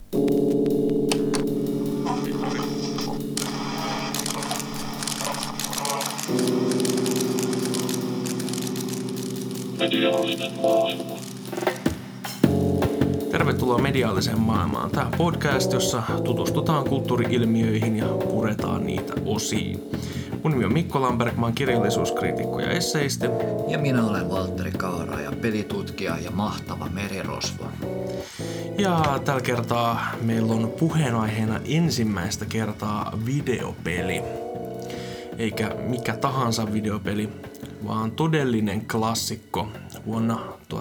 Mediaalinen maailma. Tervetuloa mediaaliseen maailmaan. Tämä podcast, jossa tutustutaan kulttuuri-ilmiöihin ja puretaan niitä osiin. Mun nimi on Mikko Lamberg, mä oon kirjallisuuskriitikko ja esseisti. Ja minä olen Valtteri Kaara, pelitutkija ja mahtava merirosvo. Ja tällä kertaa meillä on puheenaiheena ensimmäistä kertaa videopeli. Eikä mikä tahansa videopeli, vaan todellinen klassikko, vuonna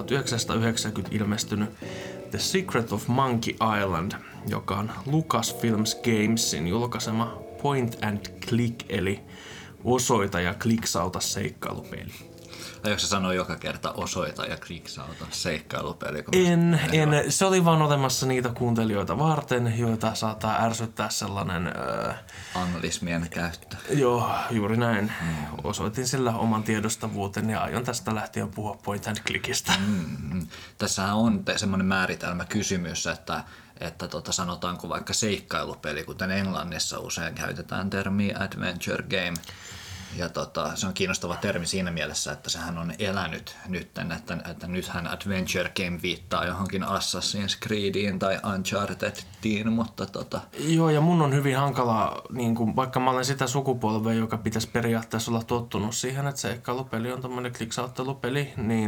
1990 ilmestynyt The Secret of Monkey Island, joka on Lucasfilms Gamesin julkaisema point and click, eli osoita ja kliksauta seikkailupeli. Aiotko sä sanoa joka kerta osoita ja kliksauta seikkailupeli? En. Se oli vaan olemassa niitä kuuntelijoita varten, joita saattaa ärsyttää sellainen... Anglismien käyttö. Joo, juuri näin. Osoitin sillä oman tiedostavuuteni ja aion tästä lähtien puhua point and clickistä. Tässähän on semmoinen määritelmäkysymys, että sanotaanko vaikka seikkailupeli, kuten Englannissa usein käytetään termiä adventure game. Ja se on kiinnostava termi siinä mielessä, että sehän on elänyt nytten, että nythän adventure game viittaa johonkin Assassin's Creediin tai Unchartediin, mutta Joo, ja mun on hyvin hankalaa, niin kun, vaikka mä olen sitä sukupolvea, joka pitäisi periaatteessa olla tottunut siihen, että seikkailupeli on tommoinen kliksauttelupeli, niin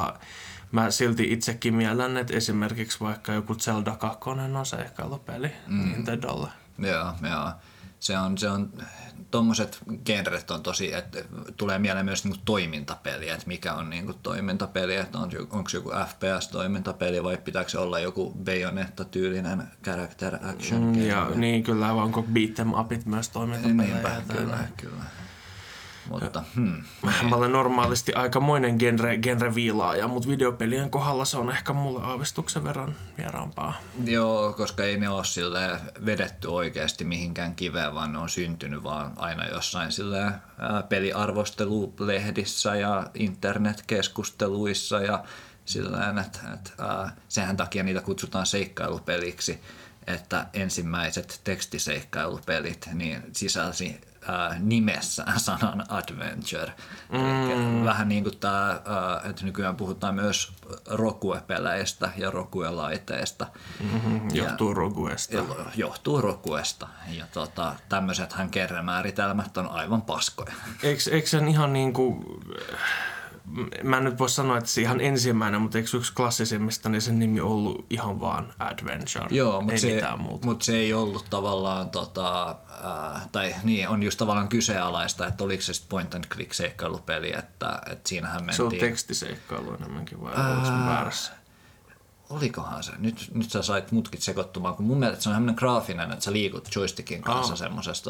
mä silti itsekin miellän, että esimerkiksi vaikka joku Zelda 2 on seikkailupeli Nintendolle. Joo. Se on tommoset genret on tosi, että tulee mieleen myös niinku toimintapeli, että mikä on niinku toimintapeli, että onko joku FPS-toimintapeli vai pitääkö se olla joku Bayonetta-tyylinen character action game? Ja niin kyllä, vai onko beat them upit myös toimintapelejä? Niinpä, kyllä. Mutta, Mä olen normaalisti aikamoinen genre-viilaaja, mutta videopelien kohdalla se on ehkä mulle aavistuksen verran vieraampaa. Joo, koska ei ne ole silleen vedetty oikeasti mihinkään kiveen, vaan ne on syntynyt vaan aina jossain silleen peliarvostelulehdissä ja internetkeskusteluissa ja silleen, että sehän takia niitä kutsutaan seikkailupeliksi, että ensimmäiset tekstiseikkailupelit niin sisälsi nimessään sanan adventure. Vähän niin kuin tämä, että nykyään puhutaan myös Rogue-peleistä ja Rogue-laiteista. Johtuu Roguesta. Johtuu Roguesta. Ja tämmöisethän kerremääritelmät on aivan paskoja. Eikö sen ihan niin kuin... Mä en nyt voi sanoa, että se ihan ensimmäinen, mutta eikö yksi klassisimmista, niin sen nimi ollut ihan vaan Adventure? Joo, mutta se ei ollut tavallaan, tai niin, on just tavallaan kyseenalaista, että oliko se sitten point and click seikkailupeli, että siinähän mentiin... Se on tekstiseikkailu enemmänkin, vai oliko mä väärässä? Olikohan se? Nyt sä sait mutkin sekoittumaan, kun mun mielestä se on semmoinen graafinen, että sä liikut joystickin kanssa semmoisessa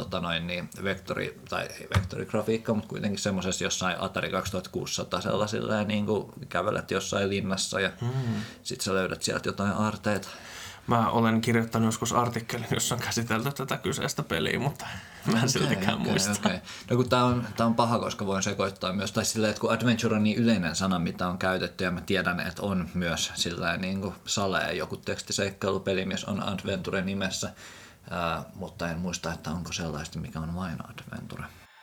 vektorigrafiikka, mutta kuitenkin semmoisessa jossain Atari 2600 sellaisilla niin kuin kävelet jossain linnassa ja sit sä löydät sieltä jotain aarteita. Mä olen kirjoittanut joskus artikkelin, jossa on käsitelty tätä kyseistä peliä, mutta mä en siltikään muista. Okay. No kun tää on paha, koska voin sekoittaa myös, tai silleen, että kun adventure on niin yleinen sana, mitä on käytetty, ja mä tiedän, että on myös silleen niin kuin Salee joku tekstiseikkailupeli, missä on adventure nimessä, mutta en muista, että onko sellaista, mikä on vain adventure.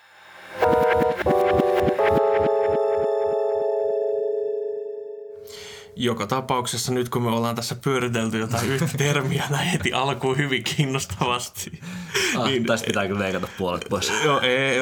Joka tapauksessa nyt, kun me ollaan tässä pyöritelty jotain yhtä termiä näin heti alkuun hyvin kiinnostavasti. Niin, tästä pitää kyllä leikata puolet pois. Joo, ei.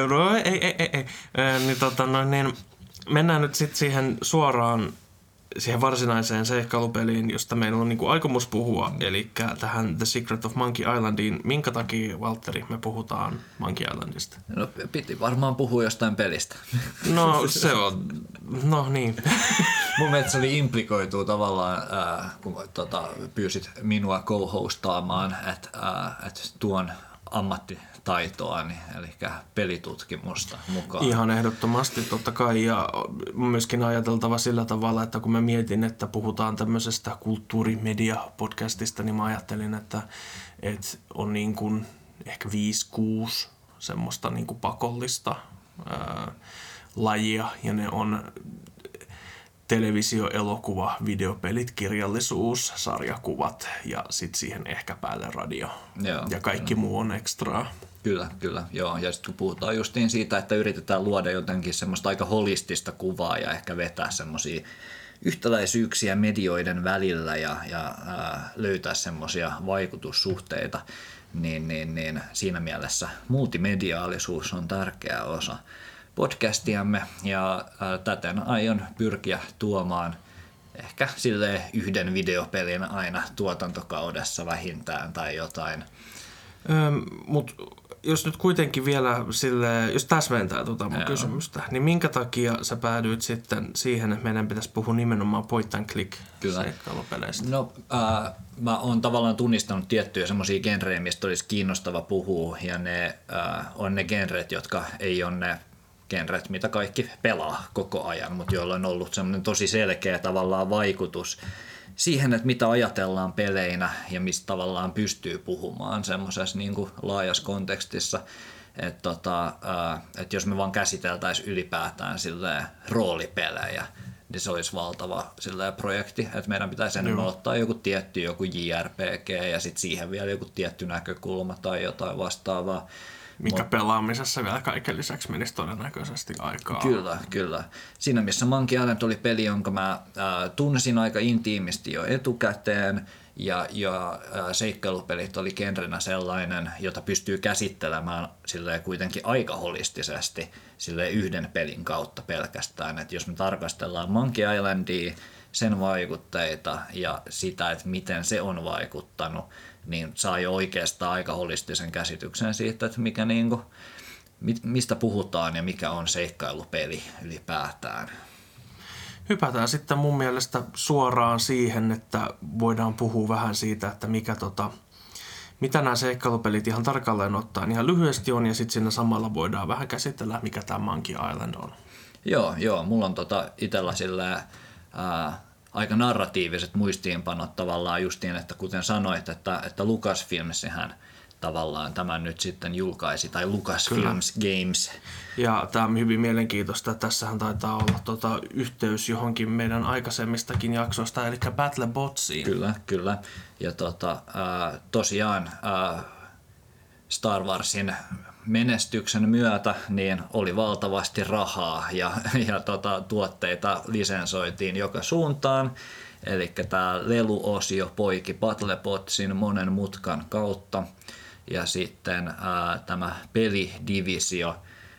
Niin mennään nyt sitten siihen suoraan siihen varsinaiseen seikkailupeliin, josta meillä on niinku aikomus puhua, eli tähän The Secret of Monkey Islandiin. Minkä takia, Valtteri, me puhutaan Monkey Islandista? No piti varmaan puhua jostain pelistä. No se on, no niin. Mun mielestä se oli implikoituu tavallaan, kun pyysit minua co-hostaamaan, että tuon ammattitaitoani, eli pelitutkimusta mukaan. Ihan ehdottomasti, totta kai, ja myöskin ajateltava sillä tavalla, että kun mä mietin, että puhutaan tämmöisestä kulttuurimedia-podcastista, niin mä ajattelin, että on niin kuin ehkä 5-6 semmoista niin kuin pakollista lajia, ja ne on televisio, elokuva, videopelit, kirjallisuus, sarjakuvat ja sitten siihen ehkä päälle radio. Joo, ja kaikki muu on ekstraa. Kyllä, joo. Ja sitten kun puhutaan justiin siitä, että yritetään luoda jotenkin semmoista aika holistista kuvaa ja ehkä vetää semmoisia yhtäläisyyksiä medioiden välillä ja löytää semmoisia vaikutussuhteita, niin siinä mielessä multimediaalisuus on tärkeä osa podcastiamme ja täten aion pyrkiä tuomaan ehkä silleen yhden videopelin aina tuotantokaudessa vähintään tai jotain. Mutta jos nyt kuitenkin vielä jos täsmentää mun kysymystä, niin minkä takia sä päädyit sitten siihen, että meidän pitäisi puhua nimenomaan point and click seikkailupeleistä? No, mä oon tavallaan tunnistanut tiettyjä semmoisia genrejä, mistä olisi kiinnostava puhua, ja ne on ne genret, jotka ei ole ne genret, mitä kaikki pelaa koko ajan, mutta joilla on ollut semmoinen tosi selkeä tavallaan vaikutus siihen, että mitä ajatellaan peleinä ja mistä tavallaan pystyy puhumaan semmoisessa niin kuin laajassa kontekstissa. Että jos me vaan käsiteltäisiin ylipäätään roolipelejä, niin se olisi valtava projekti, että meidän pitäisi enemmän ottaa joku JRPG ja sitten siihen vielä joku tietty näkökulma tai jotain vastaavaa. Mikä pelaamisessa vielä kaiken lisäksi menisi todennäköisesti aikaa. Kyllä. Siinä missä Monkey Island oli peli, jonka mä tunsin aika intiimisti jo etukäteen, ja seikkailupelit oli genrenä sellainen, jota pystyy käsittelemään kuitenkin aika holistisesti yhden pelin kautta pelkästään. Et jos me tarkastellaan Monkey Islandia, sen vaikutteita ja sitä, että miten se on vaikuttanut, niin saa jo oikeastaan aika holistisen käsityksen siitä, että mistä puhutaan ja mikä on seikkailupeli ylipäätään. Hypätään sitten mun mielestä suoraan siihen, että voidaan puhua vähän siitä, että mitä nämä seikkailupelit ihan tarkalleen ottaen ihan lyhyesti on, ja sitten siinä samalla voidaan vähän käsitellä, mikä tämä Monkey Island on. Joo, mulla on itsellä aika narratiiviset muistiinpanot tavallaan justiin, että kuten sanoit, että Lucasfilmshän tavallaan tämän nyt sitten julkaisi, tai Lucasfilms Games. Ja tämä on hyvin mielenkiintoista, että tässähän taitaa olla yhteys johonkin meidän aikaisemmistakin jaksoista, eli BattleBotsiin. Kyllä. Ja tosiaan Star Warsin menestyksen myötä niin oli valtavasti rahaa ja tuotteita lisensoitiin joka suuntaan. Eli tämä leluosio poiki BattleBotsin monen mutkan kautta ja sitten tämä pelidivisio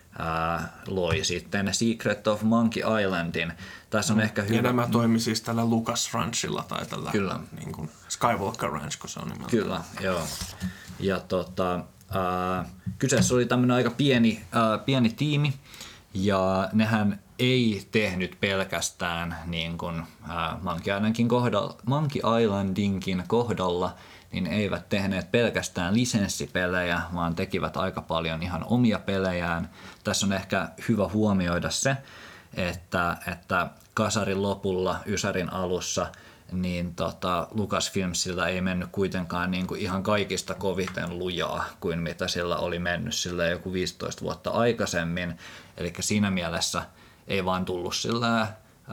loi sitten Secret of Monkey Islandin. Tässä on ehkä hyvä. Ja nämä toimi siis tällä Lucas Ranchilla tai tällä niin kuin Skywalker Ranch, kun se on nimeltä. Kyllä, joo. Ja kyseessä oli tämmöinen aika pieni tiimi, ja nehän ei tehnyt pelkästään niin kuin Monkey Islandinkin kohdalla, niin eivät tehneet pelkästään lisenssipelejä, vaan tekivät aika paljon ihan omia pelejään. Tässä on ehkä hyvä huomioida se, että kasarin lopulla, ysärin alussa, niin Lucasfilmsillä ei mennyt kuitenkaan niin kuin ihan kaikista koviten lujaa kuin mitä sillä oli mennyt sillä joku 15 vuotta aikaisemmin. Eli siinä mielessä ei vaan tullut sillä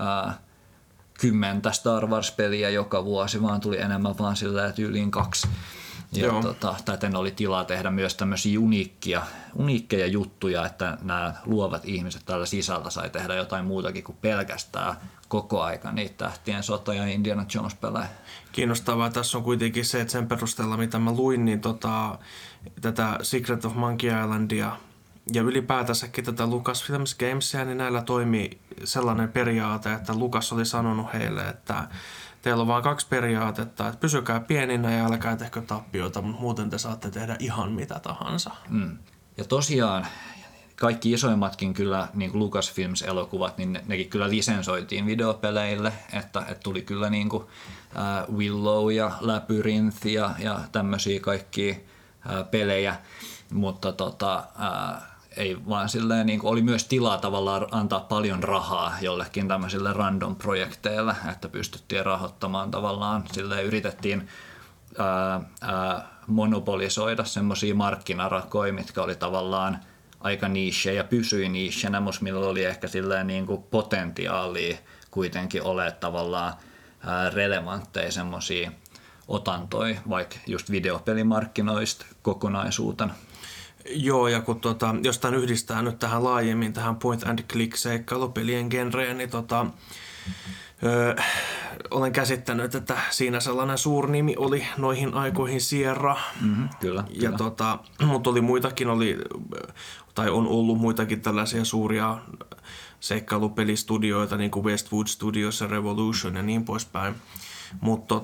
10 Star Wars-peliä joka vuosi, vaan tuli enemmän vaan sillä tyyliin 2. Ja täten oli tilaa tehdä myös tämmöisiä uniikkeja juttuja, että nämä luovat ihmiset täällä sisällä sai tehdä jotain muutakin kuin pelkästään koko aika niitä Tähtien sota ja Indiana Jones-pelejä. Kiinnostavaa tässä on kuitenkin se, että sen perusteella mitä mä luin, niin tätä Secret of Monkey Islandia ja ylipäätänsäkin tätä Lucasfilms Gamesia, niin näillä toimi sellainen periaate, että Lucas oli sanonut heille, että teillä on vain 2 periaatetta, että pysykää pieninä ja älkää tehkö tappioita, mutta muuten te saatte tehdä ihan mitä tahansa. Ja tosiaan kaikki isoimmatkin kyllä niin kuin Lucasfilms-elokuvat, niin nekin kyllä lisensoitiin videopeleille, että tuli kyllä niin kuin Willow ja Labyrinth ja tämmöisiä kaikkia pelejä, mutta ei vaan silleen, niin kuin oli myös tilaa tavallaan antaa paljon rahaa jollekin tämmöisille random-projekteille, että pystyttiin rahoittamaan tavallaan, silleen yritettiin monopolisoida semmoisia markkinarakoja, mitkä oli tavallaan aika niche ja pysyi niche, mutta millä oli ehkä silleen niin kuin potentiaalia kuitenkin ole tavallaan relevantteja semmoisia otantoja, vaikka just videopelimarkkinoista kokonaisuutena. Joo, ja kun jos tämän yhdistää nyt tähän laajemmin, tähän point and click seikkailupelien genreen, niin olen käsittänyt, että siinä sellainen suurnimi oli noihin aikoihin Sierra. Kyllä. Ja mutta oli muitakin, tai on ollut muitakin tällaisia suuria seikkailupelistudioita, niin kuin Westwood Studios ja Revolution ja niin poispäin. Mutta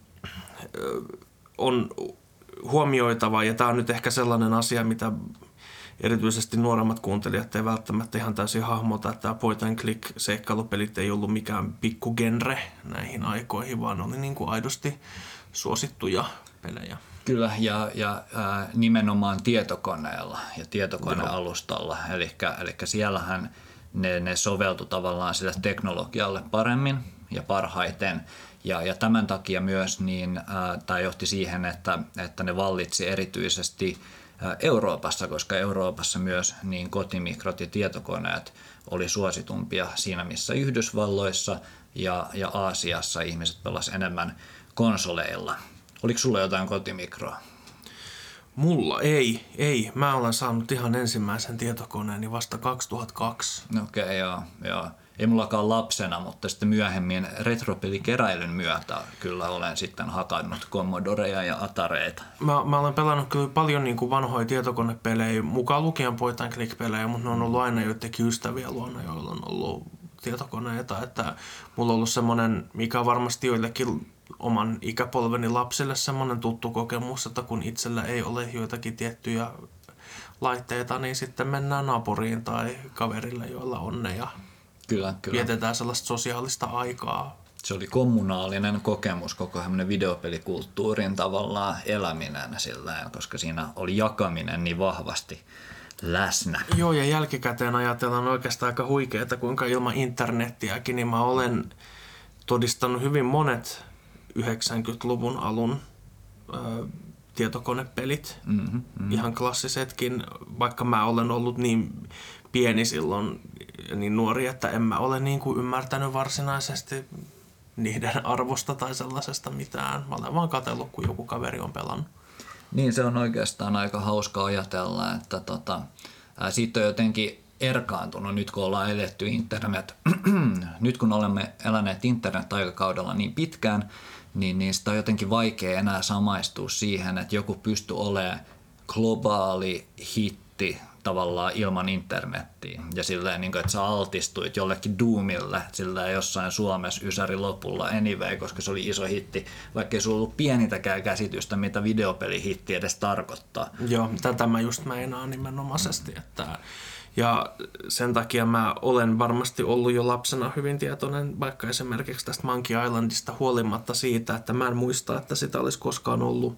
on huomioitava, ja tämä on nyt ehkä sellainen asia, mitä erityisesti nuoremmat kuuntelijat ei välttämättä ihan täysin hahmota, että tämä point and click seikkailupelit ei ollut mikään pikkugenre näihin aikoihin, vaan oli niin kuin aidosti suosittuja pelejä. Kyllä, ja nimenomaan tietokoneella ja tietokonealustalla, eli siellähän ne soveltu tavallaan sille teknologialle paremmin ja parhaiten. Ja tämän takia myös tämä johti siihen, että ne vallitsi erityisesti Euroopassa, koska Euroopassa myös niin kotimikrot ja tietokoneet oli suositumpia siinä, missä Yhdysvalloissa ja Aasiassa ihmiset pelasivat enemmän konsoleilla. Oliko sulla jotain kotimikroa? Mulla ei. Mä olen saanut ihan ensimmäisen tietokoneeni vasta 2002. Okei, joo. Ei mullakaan lapsena, mutta sitten myöhemmin retropelikeräilyn myötä kyllä olen sitten hakannut Commodoreja ja Atareita. Mä olen pelannut kyllä paljon niin kuin vanhoja tietokonepelejä, mukaan lukien point and click-pelejä, mutta ne on ollut aina jotenkin ystäviä luona, joilla on ollut tietokoneita. Että mulla on ollut semmoinen, mikä on varmasti joillekin oman ikäpolveni lapsille semmoinen tuttu kokemus, että kun itsellä ei ole joitakin tiettyjä laitteita, niin sitten mennään naapuriin tai kaverille, joilla on ne ja Kyllä. vietetään sellaista sosiaalista aikaa. Se oli kommunaalinen kokemus, koko hämmöinen videopelikulttuurin tavallaan eläminen silleen, koska siinä oli jakaminen niin vahvasti läsnä. Joo, ja jälkikäteen ajatellaan oikeastaan aika huikeaa, kuinka ilman internettiäkin, niin mä olen todistanut hyvin monet 90-luvun alun tietokonepelit, ihan klassisetkin, vaikka mä olen ollut niin pieni silloin, niin nuori, että en mä ole niin kuin ymmärtänyt varsinaisesti niiden arvosta tai sellaisesta mitään. Mä olen vaan katsellut, kun joku kaveri on pelannut. Niin, se on oikeastaan aika hauska ajatella, että siitä on jotenkin erkaantunut nyt, kun ollaan eletty nyt kun olemme eläneet internet-aikakaudella niin pitkään, niin sitä on jotenkin vaikea enää samaistua siihen, että joku pystyy olemaan globaali hitti tavallaan ilman internettiä. Ja silleen, että sä altistuit jollekin Doomille silleen jossain Suomessa Ysäri lopulla anyway, koska se oli iso hitti, vaikka ei sulla ollut pienintäkään käsitystä, mitä videopelihitti edes tarkoittaa. Joo, tätä mä just meinaan nimenomaisesti. Ja sen takia mä olen varmasti ollut jo lapsena hyvin tietoinen, vaikka esimerkiksi tästä Monkey Islandista huolimatta siitä, että mä en muista, että sitä olisi koskaan ollut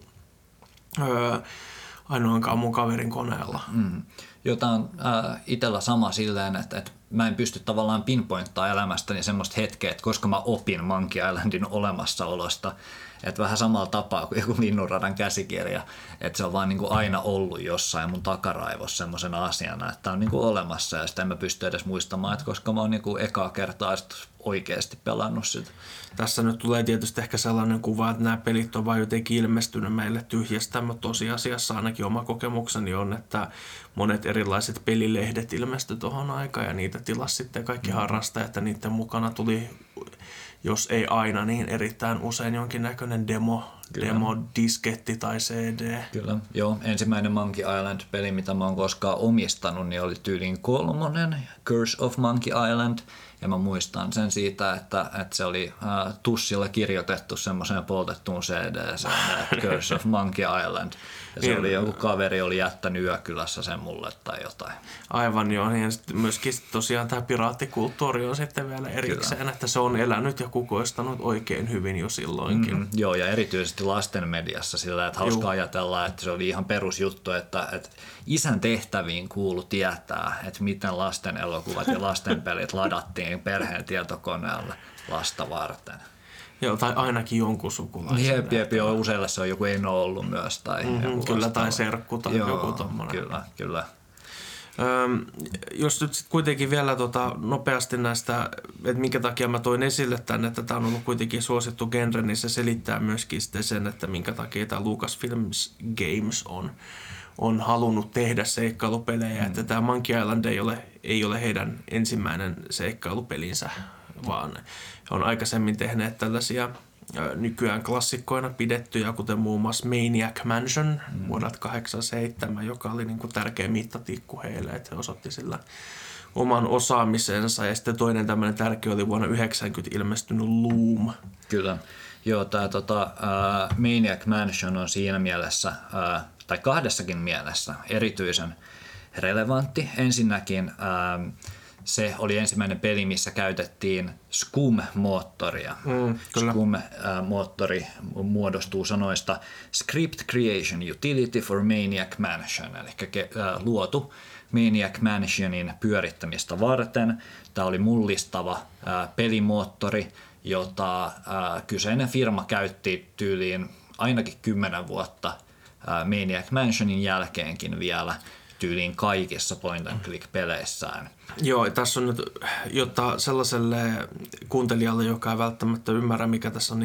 ainoankaan mun kaverin koneella. Jota on itsellä sama silleen, että mä en pysty tavallaan pinpointtaa elämästäni semmoista hetkeä, että koska mä opin Monkey Islandin olemassaolosta, että vähän samalla tapaa kuin joku Linnunradan käsikirja, että se on vaan niin kuin aina ollut jossain mun takaraivossa semmoisena asiana, että on niin kuin olemassa ja sitä en mä pysty edes muistamaan, että koska mä oon niin kuin ekaa kertaa oikeasti pelannut sitä. Tässä nyt tulee tietysti ehkä sellainen kuva, että nämä pelit on vain jotenkin ilmestynyt meille tyhjästä, mutta tosiasiassa ainakin oma kokemukseni on, että monet erilaiset pelilehdet ilmestyi tuohon aikaan ja niitä tilasi sitten kaikki harrastajat ja niiden mukana tuli, jos ei aina, niin erittäin usein jonkinnäköinen demo-disketti tai CD. Kyllä, joo. Ensimmäinen Monkey Island-peli, mitä mä oon koskaan omistanut, niin oli tyyliin 3, Curse of Monkey Island. Ja mä muistan sen siitä, että se oli tussilla kirjoitettu semmoiseen poltettuun CD-seen, Curse of Monkey Island. Ja se oli joku kaveri oli jättänyt yökylässä sen mulle tai jotain. Aivan joo, ja sitten myöskin tosiaan tämä piraattikulttuuri on sitten vielä erikseen, kyllä, että se on elänyt ja kukoistanut oikein hyvin jo silloinkin. Joo, ja erityisesti lasten mediassa sillä, että hauska ajatella, että se oli ihan perusjuttu, että isän tehtäviin kuului tietää, että miten lasten elokuvat ja lasten pelit ladattiin perheen tietokoneelle lasta varten. Joo, tai ainakin jonkun sukulaisen. Jep, useilla se on joku eno ollut myös. Tai joku kyllä, tai serkku tai joku tommoinen. Kyllä. Jos nyt sit kuitenkin vielä nopeasti näistä, että minkä takia mä toin esille tänne, että tämä on ollut kuitenkin suosittu genre, niin se selittää myöskin sitten sen, että minkä takia tämä Lucasfilms Games on halunnut tehdä seikkailupelejä, että tämä Monkey Island ei ole heidän ensimmäinen seikkailupelinsä, vaan he on aikaisemmin tehneet tällaisia nykyään klassikkoina pidettyjä, kuten muun muassa Maniac Mansion vuodelta 1987, joka oli niin kuin tärkeä mittatikku heille, että he osoitti sillä oman osaamisensa. Ja sitten toinen tämmöinen tärkeä oli vuonna 1990 ilmestynyt Loom. Kyllä. Joo, tämä Maniac Mansion on siinä mielessä, tai kahdessakin mielessä erityisen relevantti. Ensinnäkin se oli ensimmäinen peli, missä käytettiin SCUM-moottoria. SCUM-moottori muodostuu sanoista Script Creation Utility for Maniac Mansion, eli luotu Maniac Mansionin pyörittämistä varten. Tämä oli mullistava pelimoottori, jota kyseinen firma käytti tyyliin ainakin 10 vuotta Maniac Mansionin jälkeenkin vielä tyyliin kaikissa point and click -peleissään. Joo, tässä on nyt, jotta sellaiselle kuuntelijalle, joka ei välttämättä ymmärrä, mikä tässä on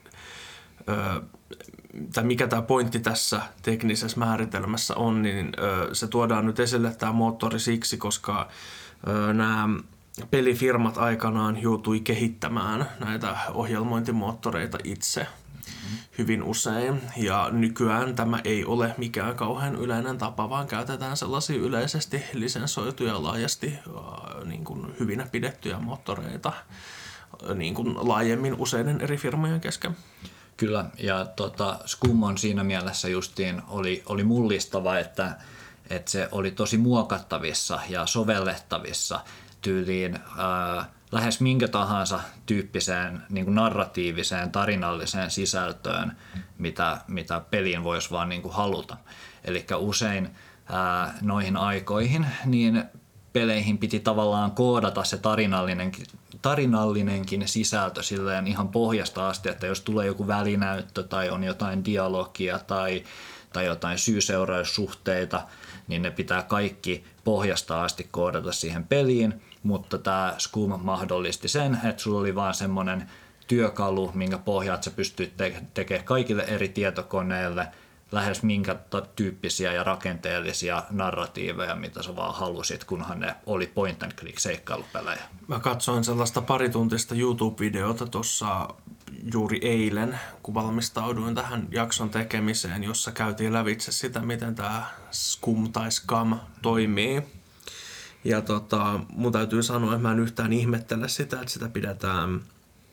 tai mikä tämä pointti tässä teknisessä määritelmässä on, niin se tuodaan nyt esille tämä moottori siksi, koska nämä pelifirmat aikanaan joutui kehittämään näitä ohjelmointimoottoreita itse hyvin usein. Ja nykyään tämä ei ole mikään kauhean yleinen tapa, vaan käytetään sellaisia yleisesti lisensoituja laajasti niin kuin hyvinä pidettyjä moottoreita niin kuin laajemmin useiden eri firmojen kesken. Kyllä, ja SCUM on siinä mielessä justiin oli mullistava, että se oli tosi muokattavissa ja sovellettavissa tyyliin lähes minkä tahansa tyyppiseen niin kuin narratiiviseen, tarinalliseen sisältöön, mitä peliin voisi vaan niin kuin haluta. Eli usein noihin aikoihin niin peleihin piti tavallaan koodata se tarinallinenkin sisältö silleen ihan pohjasta asti, että jos tulee joku välinäyttö tai on jotain dialogia tai jotain syy-seuraussuhteita, niin ne pitää kaikki pohjasta asti koodata siihen peliin, mutta tämä SCUM mahdollisti sen, että sulla oli vaan semmoinen työkalu, minkä pohjalta sä pystyt tekemään kaikille eri tietokoneille lähes minkä tyyppisiä ja rakenteellisia narratiiveja, mitä sä vaan halusit, kunhan ne oli point and click seikkailupelejä. Mä katsoin sellaista parituntista YouTube-videota tuossa juuri eilen, kun valmistauduin tähän jakson tekemiseen, jossa käytiin lävitse sitä, miten tämä SCUM tai SCAM toimii. Ja mun täytyy sanoa, että mä en yhtään ihmettele sitä, että sitä pidetään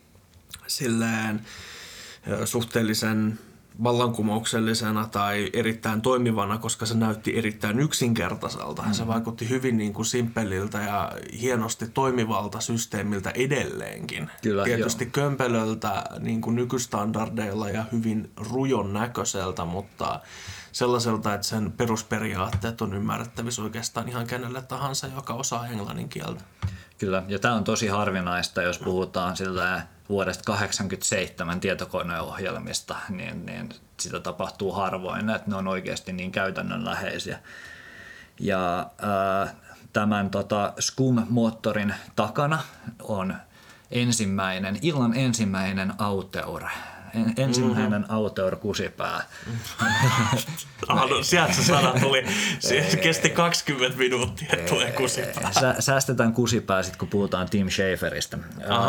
silleen suhteellisen vallankumouksellisena tai erittäin toimivana, koska se näytti erittäin yksinkertaiselta. Se vaikutti hyvin niin kuin simppeliltä ja hienosti toimivalta systeemiltä edelleenkin. Kyllä, tietysti joo. Kömpelöltä niin kuin nykystandardeilla ja hyvin rujon näköiseltä, mutta sellaiselta, että sen perusperiaatteet on ymmärrettävissä oikeastaan ihan kenelle tahansa, joka osaa englannin kieltä. Kyllä, ja tämä on tosi harvinaista, jos puhutaan sillä vuodesta 1987 tietokoneohjelmista, niin sitä tapahtuu harvoin, että ne on oikeasti niin käytännönläheisiä. Ja tämän SCUM-moottorin takana on illan ensimmäinen Auteur. Ensimmäinen Auteur-kusipää. No, sieltä se sana tuli. Se kesti 20 minuuttia, että tulee kusipää. Säästetään kusipää sitten, kun puhutaan Tim Schaferista.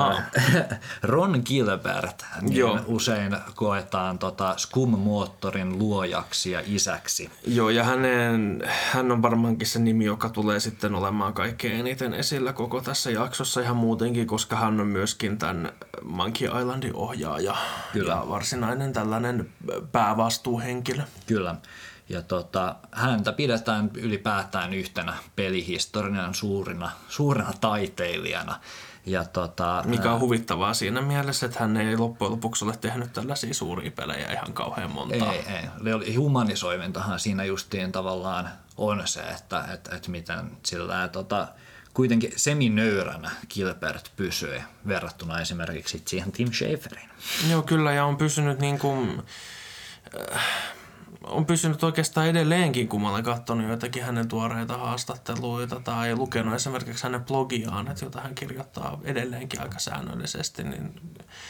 Ron Gilbert niin usein koetaan SCUM-moottorin luojaksi ja isäksi. Joo, ja hän on varmaankin se nimi, joka tulee sitten olemaan kaikkein eniten esillä koko tässä jaksossa ihan muutenkin, koska hän on myöskin tämän Monkey Islandin ohjaaja. Kyllä. Ja varsinainen tällainen päävastuuhenkilö. Kyllä. Ja häntä pidetään ylipäätään yhtenä pelihistorian suurena taiteilijana. Ja mikä on huvittavaa siinä mielessä, että hän ei loppujen lopuksi ole tehnyt tällaisia suuria pelejä ihan kauhean montaa. Ei. Humanisoivintahan siinä justiin tavallaan on se, että miten sillä kuitenkin seminöyränä Gilbert pysyi verrattuna esimerkiksi siihen Tim Schaferiin. Joo, kyllä, ja on pysynyt niin kuin on pysynyt oikeastaan edelleenkin, kun mä olen katsonut joitakin hänen tuoreita haastatteluita tai lukenut esimerkiksi hänen blogiaan, että jota hän kirjoittaa edelleenkin aika säännöllisesti, niin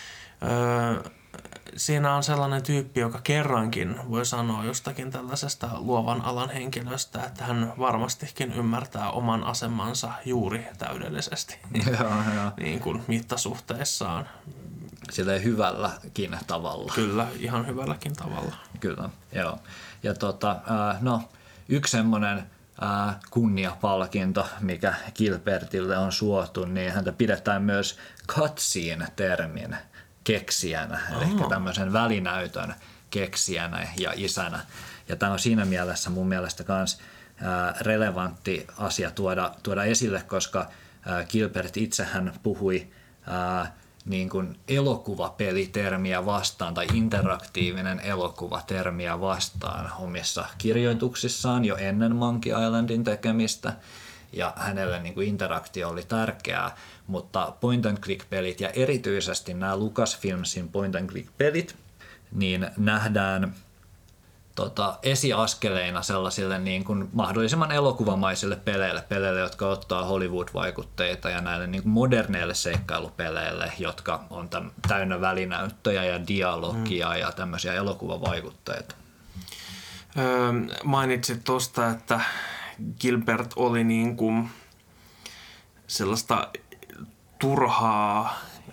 siinä on sellainen tyyppi, joka kerrankin voi sanoa jostakin tällaisesta luovan alan henkilöstä, että hän varmastikin ymmärtää oman asemansa juuri täydellisesti niin kuin mittasuhteissaan. Silleen hyvälläkin tavalla. Kyllä, ihan hyvälläkin tavalla. Kyllä, joo. Ja yksi semmoinen kunniapalkinto, mikä Gilbertille on suotu, niin häntä pidetään myös cutscene-termin keksijänä, eli tämmöisen välinäytön keksijänä ja isänä. Ja tämä on siinä mielessä mun mielestä myös relevantti asia tuoda esille, koska Gilbert itsehän puhui niin kuin elokuvapelitermiä vastaan tai interaktiivinen elokuvatermiä vastaan omissa kirjoituksissaan jo ennen Monkey Islandin tekemistä. Ja hänelle niin kuin interaktio oli tärkeää, mutta point and click pelit ja erityisesti nämä Lucasfilmsin point and click pelit niin nähdään esiaskeleina sellaisille niin kuin mahdollisimman elokuvamaisille peleille, jotka ottaa Hollywood-vaikutteita ja näille niin kuin moderneille seikkailupeleille, jotka on täynnä välinäyttöjä ja dialogia ja tämmöisiä elokuvavaikutteita. Mainitsit tuosta, että Gilbert oli niin kuin sellaista turhaa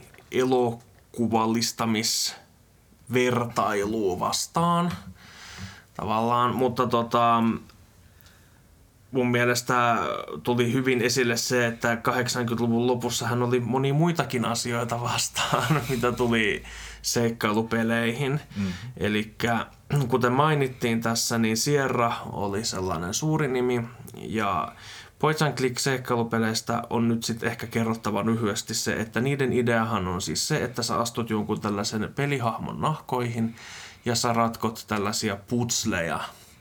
elokuvallistamisvertailua vastaan tavallaan, mutta mun mielestä tuli hyvin esille se, että 80-luvun lopussa hän oli monia muitakin asioita vastaan, mitä tuli seikkailupeleihin. Elikkä kuten mainittiin tässä, niin Sierra oli sellainen suuri nimi ja point and click seikkailupeleistä on nyt sitten ehkä kerrottava lyhyesti se, että niiden ideahan on siis se, että sä astut jonkun tällaisen pelihahmon nahkoihin ja sä ratkot tällaisia putsleja,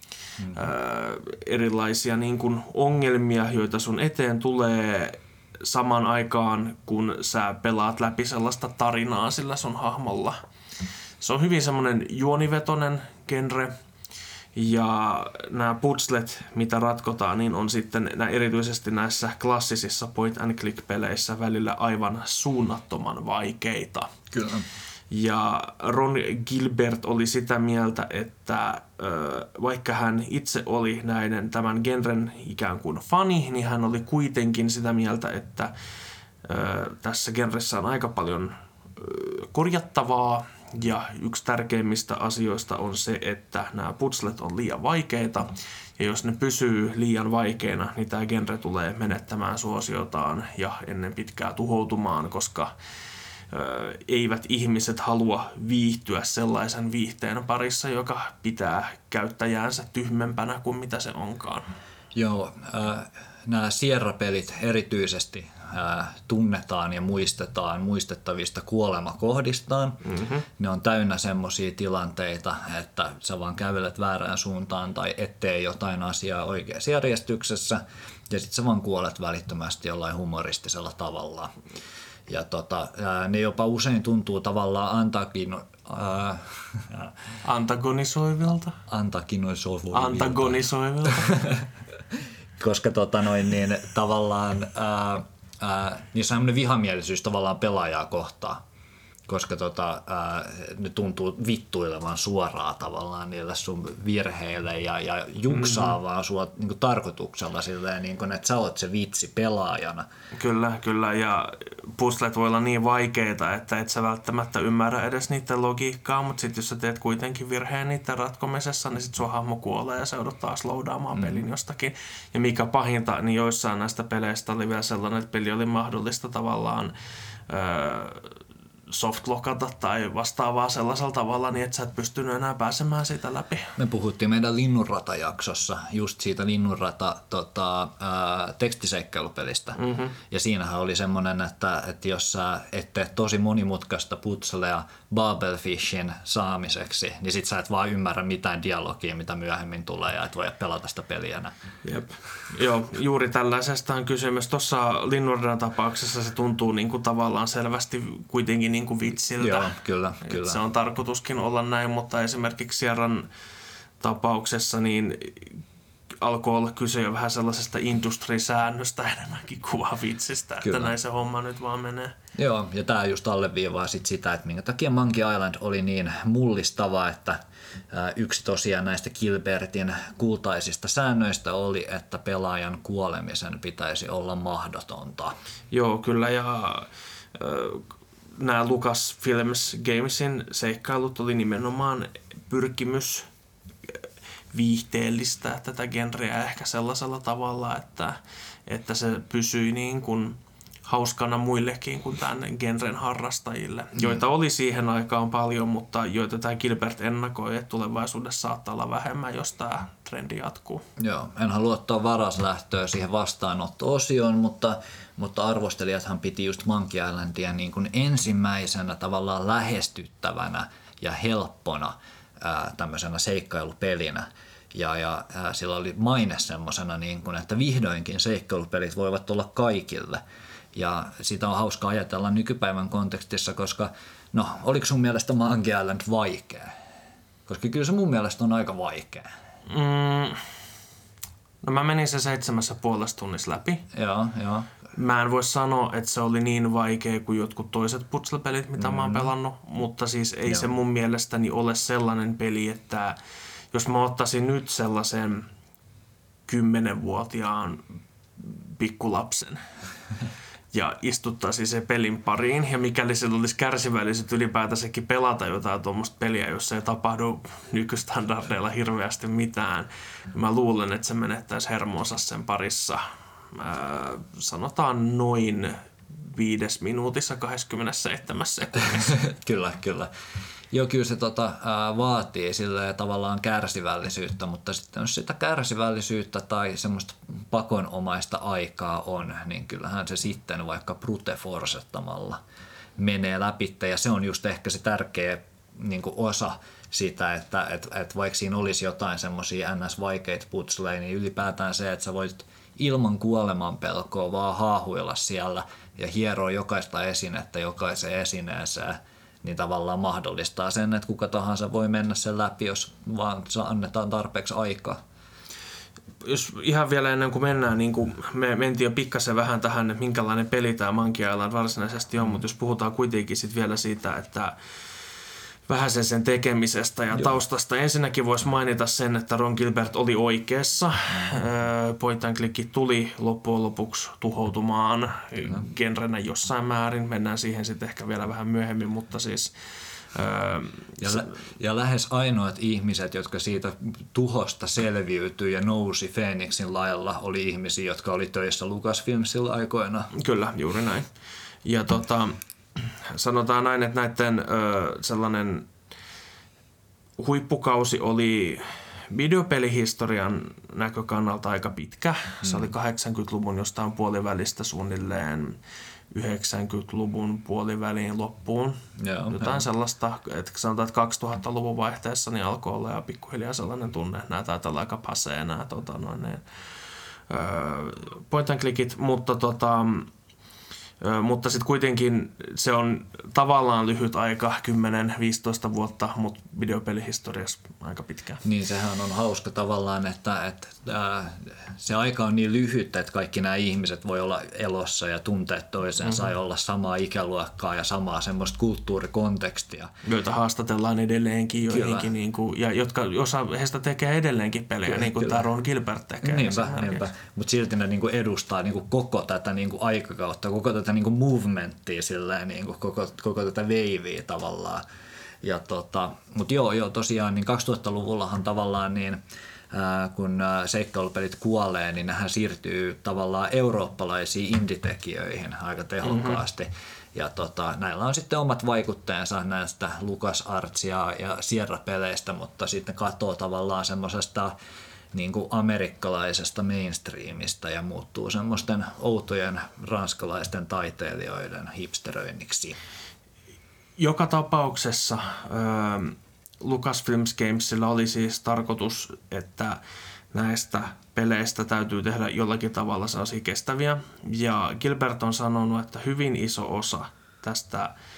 erilaisia niin kuin ongelmia, joita sun eteen tulee samaan aikaan, kun sä pelaat läpi sellaista tarinaa sillä sun hahmolla. Se on hyvin semmoinen juonivetoinen genre. Ja nämä puzzlet, mitä ratkotaan, niin on sitten erityisesti näissä klassisissa point and click peleissä välillä aivan suunnattoman vaikeita. Kyllä. Ja Ron Gilbert oli sitä mieltä, että vaikka hän itse oli tämän genren ikään kuin fani, niin hän oli kuitenkin sitä mieltä, että tässä genressä on aika paljon korjattavaa. Ja yksi tärkeimmistä asioista on se, että nämä puzzlet on liian vaikeita. Ja jos ne pysyy liian vaikeina, niin tämä genre tulee menettämään suosiotaan ja ennen pitkää tuhoutumaan, koska eivät ihmiset halua viihtyä sellaisen viihteen parissa, joka pitää käyttäjäänsä tyhmempänä kuin mitä se onkaan. Joo, nämä Sierra-pelit erityisesti tunnetaan ja muistetaan muistettavista kuolemakohdistaan. Ne on täynnä semmoisia tilanteita, että sä vaan kävelet väärään suuntaan tai ettei jotain asiaa oikeassa järjestyksessä ja sit sä vaan kuolet välittömästi jollain humoristisella tavalla. Ja ne jopa usein tuntuu tavallaan antagonisoivilta. Koska niin tavallaan niissä on sellainen vihamielisyys tavallaan pelaajaa kohtaan, koska ne tuntuu vittuilevan suoraan tavallaan niille sun virheille ja juksaa vaan sua niin kuin tarkoituksella silleen, niin kuin, että sä oot se vitsi pelaajana. Kyllä, ja puzzlet voi olla niin vaikeita, että et sä välttämättä ymmärrä edes niiden logiikkaa, mutta sitten jos sä teet kuitenkin virheen niiden ratkomisessa, niin sit sun hahmo kuolee ja se odottaa slowdaamaan pelin jostakin. Ja mikä pahinta, niin joissain näistä peleistä oli vielä sellainen, että peli oli mahdollista tavallaan softlokata tai vastaavaa sellaisella tavalla, niin että sä et pystynyt enää pääsemään siitä läpi. Me puhuttiin meidän Linnunrata-jaksossa just siitä Linnunrata tekstiseikkailupelistä. Ja siinähän oli semmoinen, että jos sä et tee tosi monimutkaista puzzlea Babelfishin saamiseksi, niin sit sä et vaan ymmärrä mitään dialogia, mitä myöhemmin tulee ja et voi pelata sitä peliä. Jep. Joo, juuri tällaisesta on kysymys. Tuossa Linnunrata-tapauksessa se tuntuu niin kuin tavallaan selvästi kuitenkin niin kuin vitsiltä. Joo, kyllä. Se on tarkoituskin olla näin, mutta esimerkiksi Sierran tapauksessa niin alkoi olla kyse jo vähän sellaisesta industrisäännöstä enemmänkin kuvavitsistä, että näin se homma nyt vaan menee. Joo, ja tämä just alleviivaa sitä, että minkä takia Monkey Island oli niin mullistava, että yksi tosiaan näistä Gilbertin kultaisista säännöistä oli, että pelaajan kuolemisen pitäisi olla mahdotonta. Joo, kyllä, ja nämä Lucasfilms Gamesin seikkailut oli nimenomaan pyrkimys viihteellistää tätä genreä ehkä sellaisella tavalla, että se pysyi niin kuin hauskana muillekin kuin tämän genren harrastajille, joita oli siihen aikaan paljon, mutta joita tämä Gilbert ennakoi, että tulevaisuudessa saattaa olla vähemmän, jos tämä trendi jatkuu. Joo, en halua ottaa varaslähtöä siihen vastaanotto-osioon, mutta arvostelijathan piti just Monkey Islandia niin kuin ensimmäisenä tavallaan lähestyttävänä ja helppona tämmöisenä seikkailupelinä. Ja sillä oli maine semmoisena, niin kuin, että vihdoinkin seikkailupelit voivat olla kaikille. Ja sitä on hauska ajatella nykypäivän kontekstissa, koska no, oliko sun mielestä Monkey Island vaikea? Koska kyllä se mun mielestä on aika vaikea. No mä menin se 7,5 tunnissa läpi. Joo. Mä en voi sanoa, että se oli niin vaikea kuin jotkut toiset puzzle-pelit, mitä mä oon pelannut, mutta siis ei se mun mielestäni ole sellainen peli, että jos mä ottaisin nyt sellaisen 10-vuotiaan pikkulapsen ja istuttaisiin se pelin pariin, ja mikäli sillä olisi kärsivälliset ylipäätänsäkin pelata jotain tuommoista peliä, jossa ei tapahdu nykystandardeilla hirveästi mitään, mä luulen, että se menettäisi hermonsa sen parissa, sanotaan noin 5 minuutissa 27 sekunnissa. Kyllä. Joo, kyllä se vaatii silleen tavallaan kärsivällisyyttä, mutta sitten jos sitä kärsivällisyyttä tai semmoista pakonomaista aikaa on, niin kyllähän se sitten vaikka brute forcettamalla menee läpi. Ja se on just ehkä se tärkeä niin kuin osa sitä, että vaikka siinä olisi jotain semmoisia ns-vaikeita puzzleja, niin ylipäätään se, että sä voit ilman kuoleman pelkoa vaan haahuilla siellä ja hieroa jokaista esinettä jokaiseen esineeseen, niin tavallaan mahdollistaa sen, että kuka tahansa voi mennä sen läpi, jos vaan annetaan tarpeeksi aikaa. Jos ihan vielä ennen kuin mennään, niin kuin me mentiin jo pikkasen vähän tähän, että minkälainen peli tämä Monkey Island varsinaisesti on, mutta jos puhutaan kuitenkin sit vielä siitä, että vähän sen tekemisestä ja taustasta. Ensinnäkin voisi mainita sen, että Ron Gilbert oli oikeassa. Point and click tuli loppujen lopuksi tuhoutumaan genrenä jossain määrin. Mennään siihen sitten ehkä vielä vähän myöhemmin, mutta siis... Ja lähes ainoat ihmiset, jotka siitä tuhosta selviytyi ja nousi Phoenixin lailla, oli ihmisiä, jotka oli töissä Lucasfilmsilla aikoina. Kyllä, juuri näin. Ja sanotaan näin, että näiden sellainen huippukausi oli videopelihistorian näkökannalta aika pitkä. Se oli 80-luvun jostain puolivälistä suunnilleen 90-luvun puoliväliin loppuun. Jotain sellaista, että sanotaan, että 2000-luvun vaihteessa niin alkoi olla ja pikkuhiljaa sellainen tunne, että nämä taitaa olla aika pasee nämä point and clickit, mutta sitten kuitenkin se on tavallaan lyhyt aika, 10-15 vuotta, mutta videopelihistoriassa aika pitkä. Niin, sehän on hauska tavallaan, että se aika on niin lyhyt, että kaikki nämä ihmiset voi olla elossa ja tuntea toisensa ja olla samaa ikäluokkaa ja samaa semmoista kulttuurikontekstia. Joita haastatellaan edelleenkin joihinkin, niin kuin, ja osa heistä tekee edelleenkin pelejä, kyllä, niin kuin tämä Ron Gilbert tekee. Niinpä. Mutta silti ne niin kuin edustaa niin kuin koko tätä niin kuin aikakautta, koko tätä niin kuin movementtia, silleen, niin kuin koko tätä veiviä tavallaan. Mutta joo, tosiaan niin 2000-luvullahan tavallaan niin, kun seikkailupelit kuolee, niin nehän siirtyy tavallaan eurooppalaisiin indie-tekijöihin aika tehokkaasti. Ja näillä on sitten omat vaikutteensa näistä LucasArts ja Sierra-peleistä, mutta sitten katsoo tavallaan semmoisesta niin kuin amerikkalaisesta mainstreamista ja muuttuu semmoisten outojen ranskalaisten taiteilijoiden hipsteröinniksi. Joka tapauksessa Lucasfilms Gamesilla oli siis tarkoitus, että näistä peleistä täytyy tehdä jollakin tavalla sellaisia kestäviä. Ja Gilbert on sanonut, että hyvin iso osa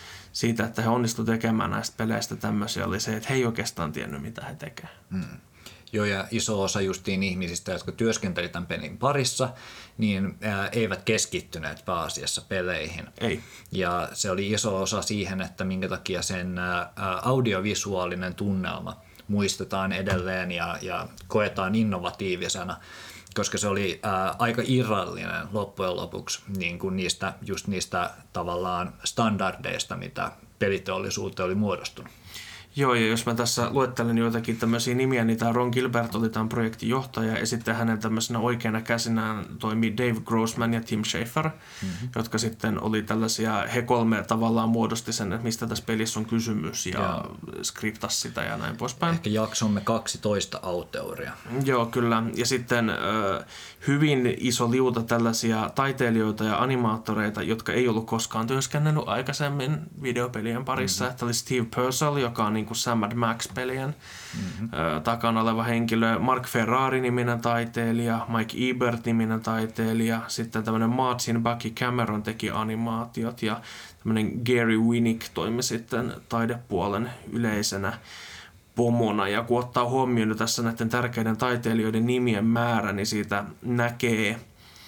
siitä, että he onnistuivat tekemään näistä peleistä tämmöisiä, oli se, että he ei oikeastaan tiennyt, mitä he tekevät. Joo, ja iso osa justiin ihmisistä, jotka työskenteli tämän pelin parissa, niin eivät keskittyneet pääasiassa peleihin. Ei. Ja se oli iso osa siihen, että minkä takia sen audiovisuaalinen tunnelma muistetaan edelleen ja koetaan innovatiivisena, koska se oli aika irrallinen loppujen lopuksi niin kuin niistä tavallaan standardeista, mitä peliteollisuuteen oli muodostunut. Joo, ja jos mä tässä luettelen joitakin tämmöisiä nimiä, niin tämä Ron Gilbert oli tämän projektin johtaja, ja sitten hänen tämmöisenä oikeana käsinään toimi Dave Grossman ja Tim Schafer, jotka sitten oli tällaisia, he kolme tavallaan muodosti sen, että mistä tässä pelissä on kysymys, ja skriptas sitä ja näin poispäin. Ehkä jaksomme 12 autoria. Joo, kyllä. Ja sitten hyvin iso liuta tällaisia taiteilijoita ja animaattoreita, jotka ei ollut koskaan työskennellyt aikaisemmin videopelien parissa. Että oli Steve Purcell, joka on niin kuin Sam Max-pelien takana oleva henkilö, Mark Ferrari-niminen taiteilija, Mike Ebert-niminen taiteilija, sitten tämmöinen Martin Bucky Cameron teki animaatiot ja tämmöinen Gary Winnick toimi sitten taidepuolen yleisenä pomona. Ja kun ottaa huomioon tässä näiden tärkeiden taiteilijoiden nimien määrä, niin siitä näkee,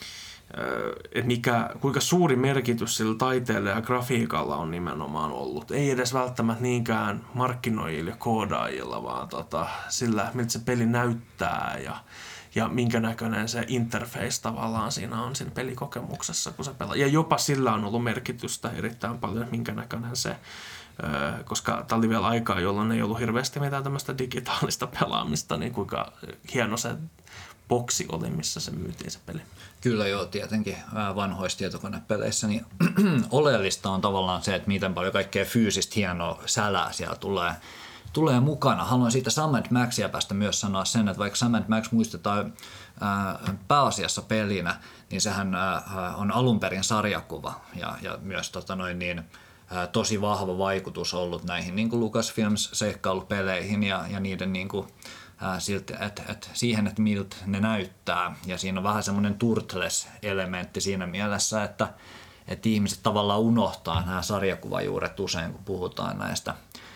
että kuinka suuri merkitys sillä taiteella ja grafiikalla on nimenomaan ollut. Ei edes välttämättä niinkään markkinoijilla ja koodaajilla, vaan sillä, miltä se peli näyttää ja minkä näköinen se interface tavallaan siinä on siinä pelikokemuksessa, kun se pelaa. Ja jopa sillä on ollut merkitystä erittäin paljon, minkä näköinen se, koska tämä oli vielä aikaa, jolloin ei ollut hirveästi mitään tämmöistä digitaalista pelaamista, niin kuinka hieno se boksi oli, missä se myytiin se peli. Kyllä joo, tietenkin vanhoissa tietokonepeleissä, niin oleellista on tavallaan se, että miten paljon kaikkea fyysistä hienoa sälää siellä tulee mukana. Haluan siitä Sam & Maxia päästä myös sanoa sen, että vaikka Sam & Max muistetaan pääasiassa pelinä, niin sehän on alun perin sarjakuva ja myös tosi vahva vaikutus ollut näihin niin kuin Lucasfilms-seikkailupeleihin ja niiden niin kuin, siihen, että miltä ne näyttää. Ja siinä on vähän semmoinen Turtles-elementti siinä mielessä, että ihmiset tavallaan unohtaa nämä sarjakuvajuuret usein, kun puhutaan näistä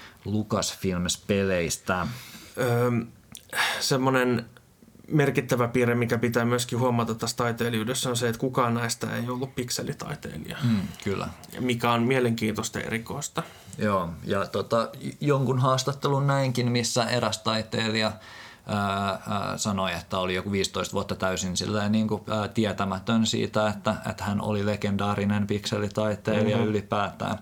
Lucasfilms-peleistä. Semmoinen merkittävä piirre, mikä pitää myöskin huomata tässä taiteilijuudessa, on se, että kukaan näistä ei ollut pikselitaiteilija. Kyllä. Mikä on mielenkiintoista erikoista. Joo, ja jonkun haastattelun näinkin, missä eräs taiteilija sanoi, että oli joku 15 vuotta täysin niin kuin, tietämätön siitä, että hän oli legendaarinen pikselitaiteilija ylipäätään.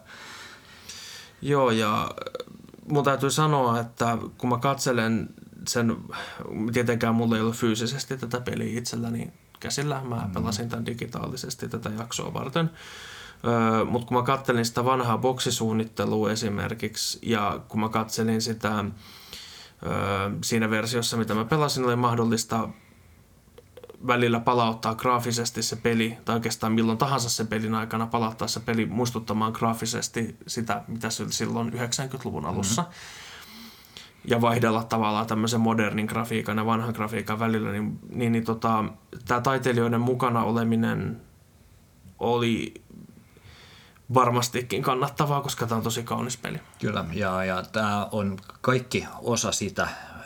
Joo, ja mun täytyy sanoa, että kun mä katselen sen, tietenkään mulla ei ollut fyysisesti tätä peliä itselläni käsillä, mä pelasin tämän digitaalisesti tätä jaksoa varten. Mutta kun mä katselin sitä vanhaa boksisuunnittelua esimerkiksi, ja kun mä katselin sitä siinä versiossa, mitä mä pelasin, oli mahdollista välillä palauttaa graafisesti se peli, tai oikeastaan milloin tahansa se pelin aikana palauttaa se peli muistuttamaan graafisesti sitä, mitä se oli silloin 90-luvun alussa. Ja vaihdella tavallaan tämmöisen modernin grafiikan ja vanhan grafiikan välillä, niin tämä taiteilijoiden mukana oleminen oli varmastikin kannattavaa, koska tämä on tosi kaunis peli. Kyllä, ja tämä on kaikki osa sitä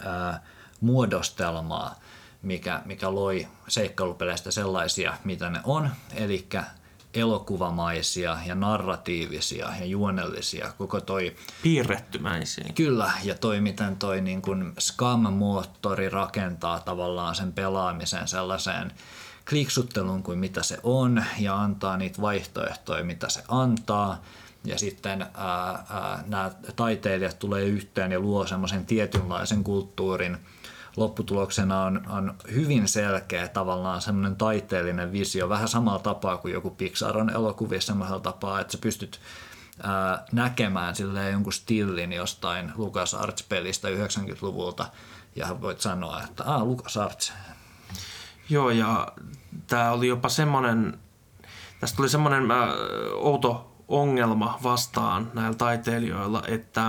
muodostelmaa, mikä loi seikkailupeleistä sellaisia, mitä ne on, eli elokuvamaisia ja narratiivisia ja juonellisia, koko toi piirrettymäisiä. Kyllä, ja miten toi niin kuin Scam-moottori rakentaa tavallaan sen pelaamisen sellaiseen kliksutteluun kuin mitä se on ja antaa niitä vaihtoehtoja, mitä se antaa. Ja sitten nämä taiteilijat tulee yhteen ja luo semmoisen tietynlaisen kulttuurin. Lopputuloksena on hyvin selkeä tavallaan semmoinen taiteellinen visio, vähän samalla tapaa kuin joku Pixar on elokuvissa semmoisella tapaa, että sä pystyt näkemään silleen jonkun stillin jostain LucasArts-pelistä 90-luvulta ja voit sanoa, että LucasArts. Joo, ja tämä oli jopa semmoinen, tästä tuli semmoinen outo ongelma vastaan näillä taiteilijoilla, että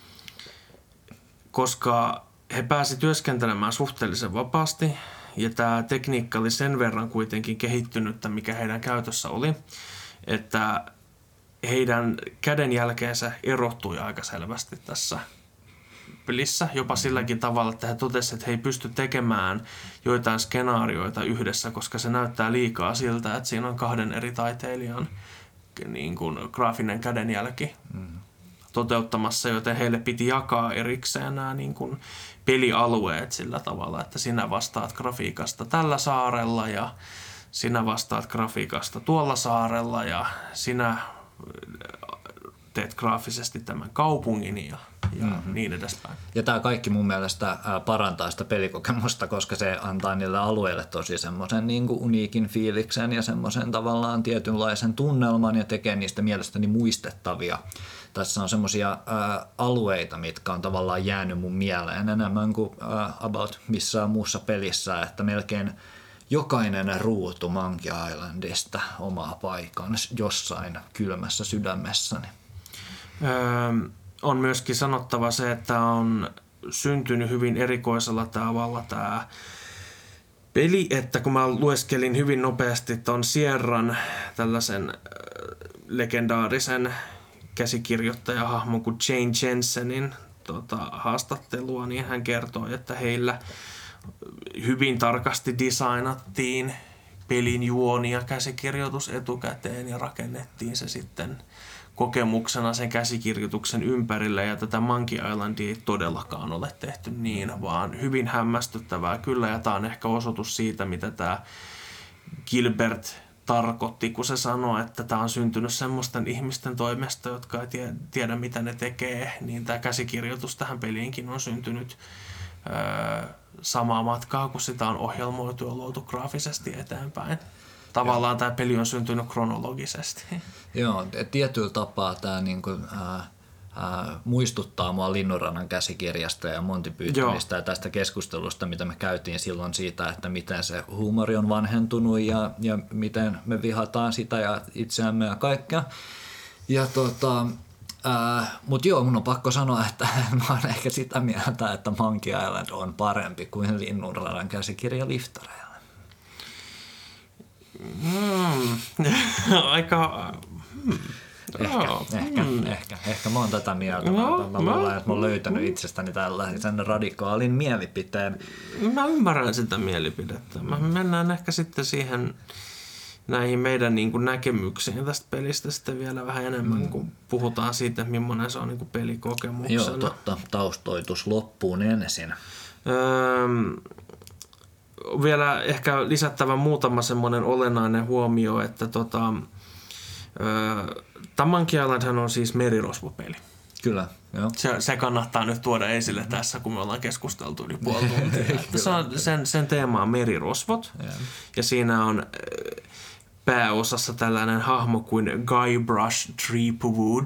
koska he pääsi työskentelemään suhteellisen vapaasti ja tämä tekniikka oli sen verran kuitenkin kehittynyttä, mikä heidän käytössä oli, että heidän kädenjälkeensä erottui aika selvästi tässä Applissä jopa silläkin tavalla, että he totesivat, että he ei pysty tekemään joitain skenaarioita yhdessä, koska se näyttää liikaa siltä, että siinä on 2 eri taiteilijan niin kuin graafinen kädenjälki toteuttamassa, joten heille piti jakaa erikseen nämä niin kuin pelialueet sillä tavalla, että sinä vastaat grafiikasta tällä saarella ja sinä vastaat grafiikasta tuolla saarella ja sinä teet graafisesti tämän kaupungin ja niin edespäin. Ja tämä kaikki mun mielestä parantaa sitä pelikokemusta, koska se antaa niille alueille tosi semmoisen niin kuin uniikin fiiliksen ja semmoisen tavallaan tietynlaisen tunnelman ja tekee niistä mielestäni muistettavia. Tässä on semmoisia alueita, mitkä on tavallaan jäänyt mun mieleen enemmän kuin about missään muussa pelissä, että melkein jokainen ruutu Monkey Islandista omaa paikan jossain kylmässä sydämessäni. On myöskin sanottava se, että on syntynyt hyvin erikoisella tavalla tämä peli, että kun mä lueskelin hyvin nopeasti ton Sierran tällaisen legendaarisen käsikirjoittajahahmon kuin Jane Jensenin haastattelua, niin hän kertoi, että heillä hyvin tarkasti designattiin pelin juoni ja käsikirjoitus etukäteen ja rakennettiin se sitten kokemuksena sen käsikirjoituksen ympärille, ja tätä Monkey Islandia ei todellakaan ole tehty niin, vaan hyvin hämmästyttävää kyllä, ja tämä on ehkä osoitus siitä, mitä tämä Gilbert tarkoitti, kun se sanoi, että tämä on syntynyt semmoisten ihmisten toimesta, jotka ei tiedä mitä ne tekee, niin tämä käsikirjoitus tähän peliinkin on syntynyt samaa matkaa, kun sitä on ohjelmoitu ja luotu graafisesti eteenpäin. Tavallaan tämä peli on syntynyt kronologisesti. Joo, tietyllä tapaa tämä niinku, muistuttaa mua Linnunrannan käsikirjasta ja Monty Pythonista ja tästä keskustelusta, mitä me käytiin silloin siitä, että miten se huumori on vanhentunut ja miten me vihataan sitä ja itseämme ja kaikkea. Ja mutta joo, mun on pakko sanoa, että mä oon ehkä sitä mieltä, että Monkey Island on parempi kuin Linnunrannan käsikirja liftareilla. Aika... Ehkä mä oon tätä mieltä. Mä luulen, että mä oon löytänyt itsestäni tällaisen radikaalin mielipiteen. Mä ymmärrän sitä mielipidettä. Me mennään ehkä sitten siihen näihin meidän niin kuin näkemyksiin tästä pelistä sitten vielä vähän enemmän, kun puhutaan siitä, että millainen se on niin kuin pelikokemuksena. Joo, totta. Taustoitus loppuun ensin. Vielä ehkä lisättävä muutama semmoinen olennainen huomio, että tämä Monkey Islandhan on siis merirosvopeli. Kyllä, joo. Se kannattaa nyt tuoda esille tässä, kun me ollaan keskusteltu yli puoli tuntia. Sen teema on merirosvot, ja siinä on pääosassa tällainen hahmo kuin Guybrush Threepwood,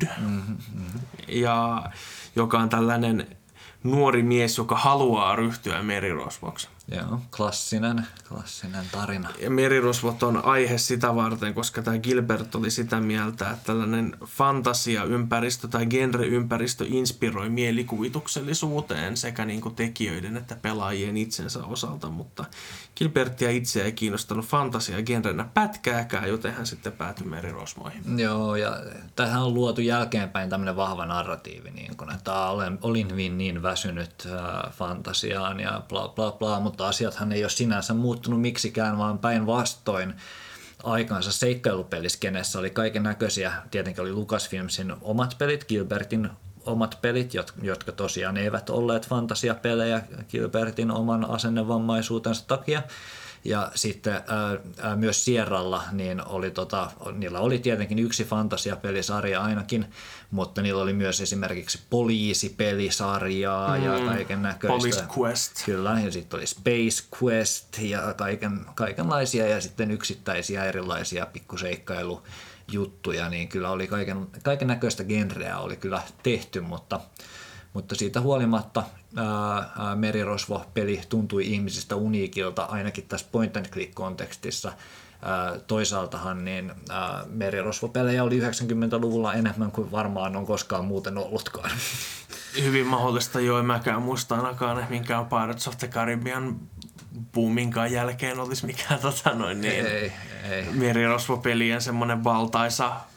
ja joka on tällainen nuori mies, joka haluaa ryhtyä merirosvoksi. Joo, klassinen tarina. Ja merirosvot on aihe sitä varten, koska tämä Gilbert oli sitä mieltä, että tällainen fantasiaympäristö tai genreympäristö inspiroi mielikuvituksellisuuteen sekä niin kuin tekijöiden että pelaajien itsensä osalta, mutta Gilbertia itse ei kiinnostanut fantasia genrenä pätkääkään, joten hän sitten päätyi merirosvoihin. Joo, ja tähän on luotu jälkeenpäin tämmöinen vahva narratiivi, niin kun, että olin niin väsynyt fantasiaan ja bla bla bla, mutta asiathan ei ole sinänsä muuttunut miksikään, vaan päinvastoin aikansa seikkailupeliskenessä oli kaiken näköisiä. Tietenkin oli Lucasfilmsin omat pelit, Gilbertin omat pelit, jotka tosiaan eivät olleet fantasiapelejä Gilbertin oman asennevammaisuutensa takia. Ja sitten myös Sierralla niin niillä oli tietenkin yksi fantasiapelisarja ainakin, mutta niillä oli myös esimerkiksi poliisipelisarjaa ja kaiken näköistä. Police Quest. Kyllä, ja sitten oli Space Quest ja kaikenlaisia ja sitten yksittäisiä erilaisia pikkuseikkailujuttuja, niin kyllä oli kaiken näköistä genreä oli kyllä tehty, mutta siitä huolimatta merirosvo-peli tuntui ihmisistä uniikilta, ainakin tässä point and click-kontekstissa. Toisaaltahan niin merirosvo-pelejä oli 90-luvulla enemmän kuin varmaan on koskaan muuten ollutkaan. Hyvin mahdollista, joo. En mäkään muista ainakaan, minkään Pirates of the Caribbean boominkaan jälkeen olisi mikään ei. merirosvopelien semmoinen valtaisa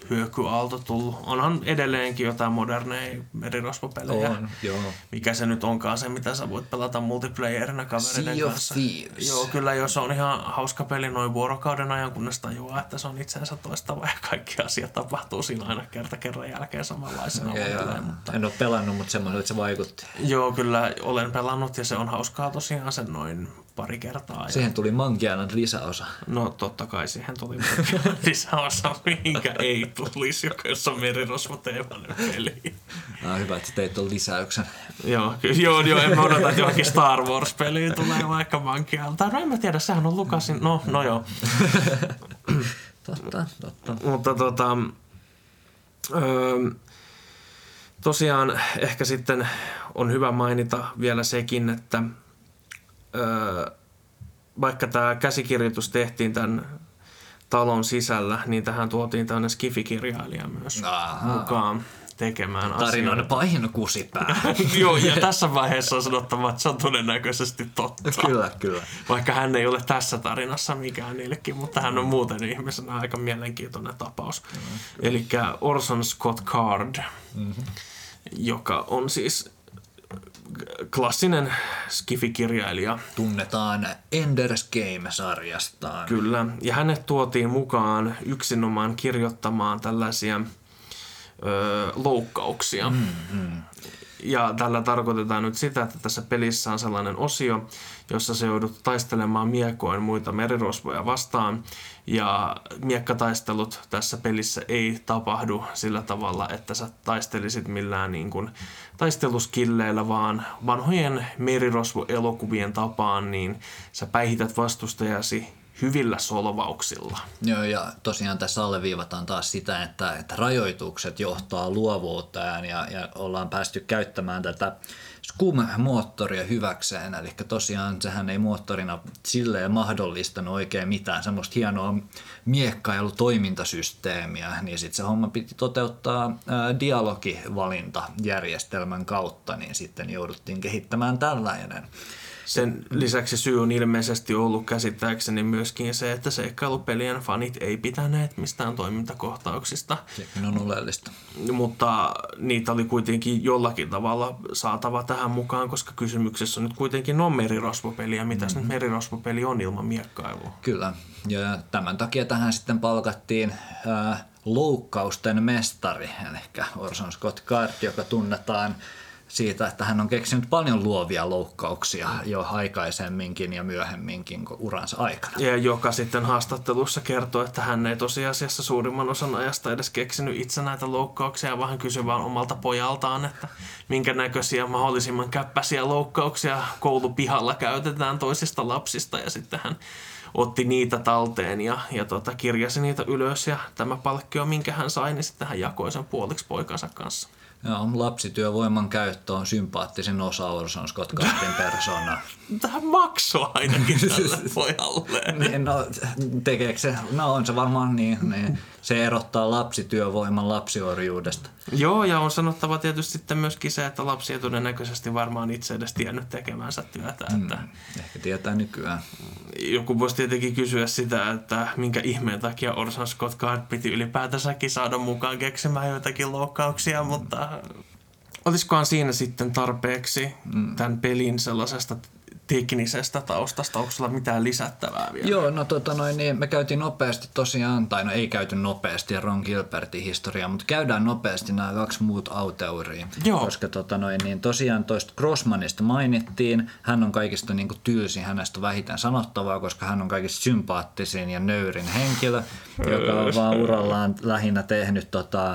hyökyaalto tullut. Onhan edelleenkin jotain moderneja merirosvopelejä. On, joo. Mikä se nyt onkaan se, mitä sä voit pelata multiplayerina kavereiden Sea of kanssa. Thieves. Joo, kyllä jos on ihan hauska peli noin vuorokauden ajan, kunnes tajuaa, että se on itseensä toistava ja kaikki asiat tapahtuu siinä aina kerran jälkeen samanlaisena. Mutta... En ole pelannut, mutta semmoinen, että se vaikutti. Joo, kyllä olen pelannut ja se on hauskaa tosiaan sen noin pari kertaa. Siihen tuli Monkey Island lisäosa. No totta kai siihen tuli lisäosa, minkä ei tulisi, jos on merirosvoteemainen peli. Hyvä, että teit tuon lisäyksen. Joo, en mä odota, että johonkin Star Wars-peliin tulee vaikka Monkey Island. No en mä tiedä, sehän on Lucasin, no joo. Totta. Mutta tosiaan ehkä sitten on hyvä mainita vielä sekin, että vaikka tämä käsikirjoitus tehtiin tämän talon sisällä, niin tähän tuotiin tämmöinen skifikirjailija myös mukaan tekemään asioita. Tarinan pahin kusipää. Joo, ja tässä vaiheessa on sanottava, että se on todennäköisesti totta. Kyllä. Vaikka hän ei ole tässä tarinassa mikään niillekin, mutta hän on muuten ihmisenä aika mielenkiintoinen tapaus. Elikkä Orson Scott Card, joka on siis klassinen skifikirjailija. Tunnetaan Ender's Game-sarjastaan. Kyllä, ja hänet tuotiin mukaan yksinomaan kirjoittamaan tällaisia loukkauksia. Ja tällä tarkoitetaan nyt sitä, että tässä pelissä on sellainen osio, jossa se joudut taistelemaan miekoin muita merirosvoja vastaan. Ja miekkataistelut tässä pelissä ei tapahdu sillä tavalla, että sä taistelisit millään niin kuin taisteluskilleillä, vaan vanhojen merirosvoelokuvien tapaan, niin sä päihität vastustajasi hyvillä solvauksilla. Joo, ja tosiaan tässä alleviivataan taas sitä, että rajoitukset johtaa luovuuteen ja ollaan päästy käyttämään tätä Scum-moottoria hyväkseen. Eli tosiaan sehän ei moottorina silleen mahdollistanut oikein mitään semmoista hienoa miekkailutoimintasysteemiä, niin sitten se homma piti toteuttaa dialogivalintajärjestelmän kautta, niin sitten jouduttiin kehittämään tällainen. Sen lisäksi syy on ilmeisesti ollut käsittääkseni myöskin se, että seikkailupelien fanit ei pitäneet mistään toimintakohtauksista. Sekin on oleellista. Mutta niitä oli kuitenkin jollakin tavalla saatava tähän mukaan, koska kysymyksessä nyt kuitenkin on merirosvopeli, ja mitäs nyt merirosvopeli on ilman miekkailua? Kyllä, ja tämän takia tähän sitten palkattiin loukkausten mestari, eli Orson Scott Card, joka tunnetaan siitä, että hän on keksinyt paljon luovia loukkauksia jo aikaisemminkin ja myöhemminkin uransa aikana. Ja joka sitten haastattelussa kertoo, että hän ei tosiasiassa suurimman osan ajasta edes keksinyt itse näitä loukkauksia, vaan kysyi vaan omalta pojaltaan, että minkä näköisiä mahdollisimman käppäisiä loukkauksia koulupihalla käytetään toisista lapsista, ja sitten hän otti niitä talteen ja kirjasi niitä ylös, ja tämä palkkio, minkä hän sai, niin sitten hän jakoi sen puoliksi poikansa kanssa. Joo, lapsityövoiman käyttö on sympaattisin osa Orson Scott Cardin persoonaa. Tähän maksoi ainakin tälle pojalle. Niin, no, tekeekö se? No on se varmaan niin. Se erottaa lapsityövoiman lapsiorjuudesta. Joo, ja on sanottava tietysti sitten myöskin se, että lapsi ei todennäköisesti varmaan itse edes tiennyt tekemänsä työtä. Että ehkä tietää nykyään. Joku voisi tietenkin kysyä sitä, että minkä ihmeen takia Orson Scott Card piti ylipäätänsäkin saada mukaan keksimään joitakin loukkauksia, mutta olisikohan siinä sitten tarpeeksi tämän pelin sellaisesta teknisestä taustasta? Onko sulla mitään lisättävää vielä? Joo, no niin me käytiin nopeasti tosiaan, tai no ei käyty nopeasti Ron Gilbertin historiaa, mutta käydään nopeasti nämä kaksi muut autouria. Joo. Koska niin tosiaan toista Grossmanista mainittiin, hän on kaikista niin kuin tylsin, hänestä vähiten sanottavaa, koska hän on kaikista sympaattisin ja nöyrin henkilö, joka on vaan urallaan lähinnä tehnyt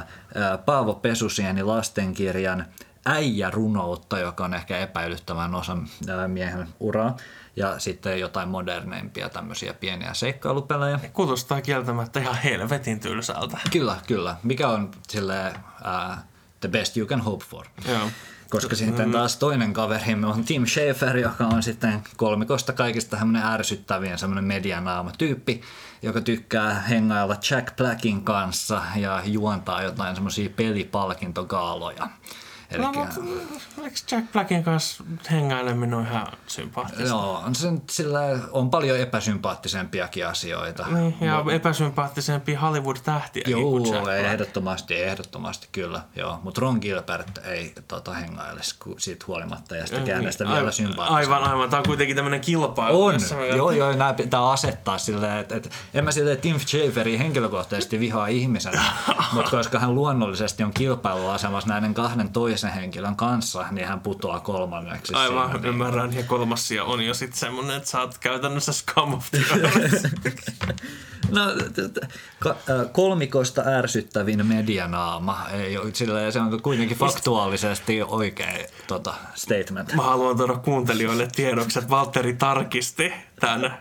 Paavo Pesusieni lastenkirjan äijärunoutta, joka on ehkä epäilyttävän osan miehen uraa, ja sitten jotain moderneimpia tämmöisiä pieniä seikkailupelejä. Kuulostaa kieltämättä ihan helvetin tylsältä. Kyllä. Mikä on silleen the best you can hope for. Joo. Koska sitten taas toinen kaverimme on Tim Schafer, joka on sitten kolmikosta kaikista tämmöinen ärsyttävien semmoinen medianaama-tyyppi, joka tykkää hengailla Jack Blackin kanssa ja juontaa jotain semmoisia pelipalkintogaaloja. Eikö Jack Blackin kanssa hengaileminen ole ihan sympaattista? Joo, on paljon epäsympaattisempiakin asioita. Niin, ja epäsympaattisempia Hollywood-tähtiäkin kuin Jack Black. Ehdottomasti kyllä. Mutta Ron Gilbert ei hengailisi siitä huolimatta ja sitten käännöstä vielä sympaattisempi. Aivan. Tämä on kuitenkin tämmöinen kilpailu. On. Joo, nämä pitää asettaa silleen, että en mä silleen Tim Schaferia henkilökohtaisesti vihaa ihmisenä, mutta koska hän luonnollisesti on kilpailuasemassa näiden kahden toisen henkilön kanssa, niin hän putoaa kolmanneksi. Aivan, siinä, ymmärrän. Ja kolmas sija on jo sitten semmoinen, että sä oot käytännössä scum of the earth. No, kolmikosta ärsyttävin medianaama. Se on kuitenkin faktuaalisesti oikein statement. Mä haluan tuoda kuuntelijoille tiedoksi, että Valtteri tarkisti tämän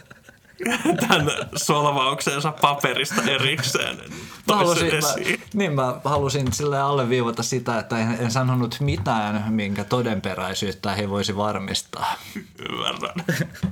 solvauksensa paperista erikseen. Mä halusin silleen alleviivata sitä, että en sanonut mitään, minkä todenperäisyyttä he voisi varmistaa. Ymmärrän.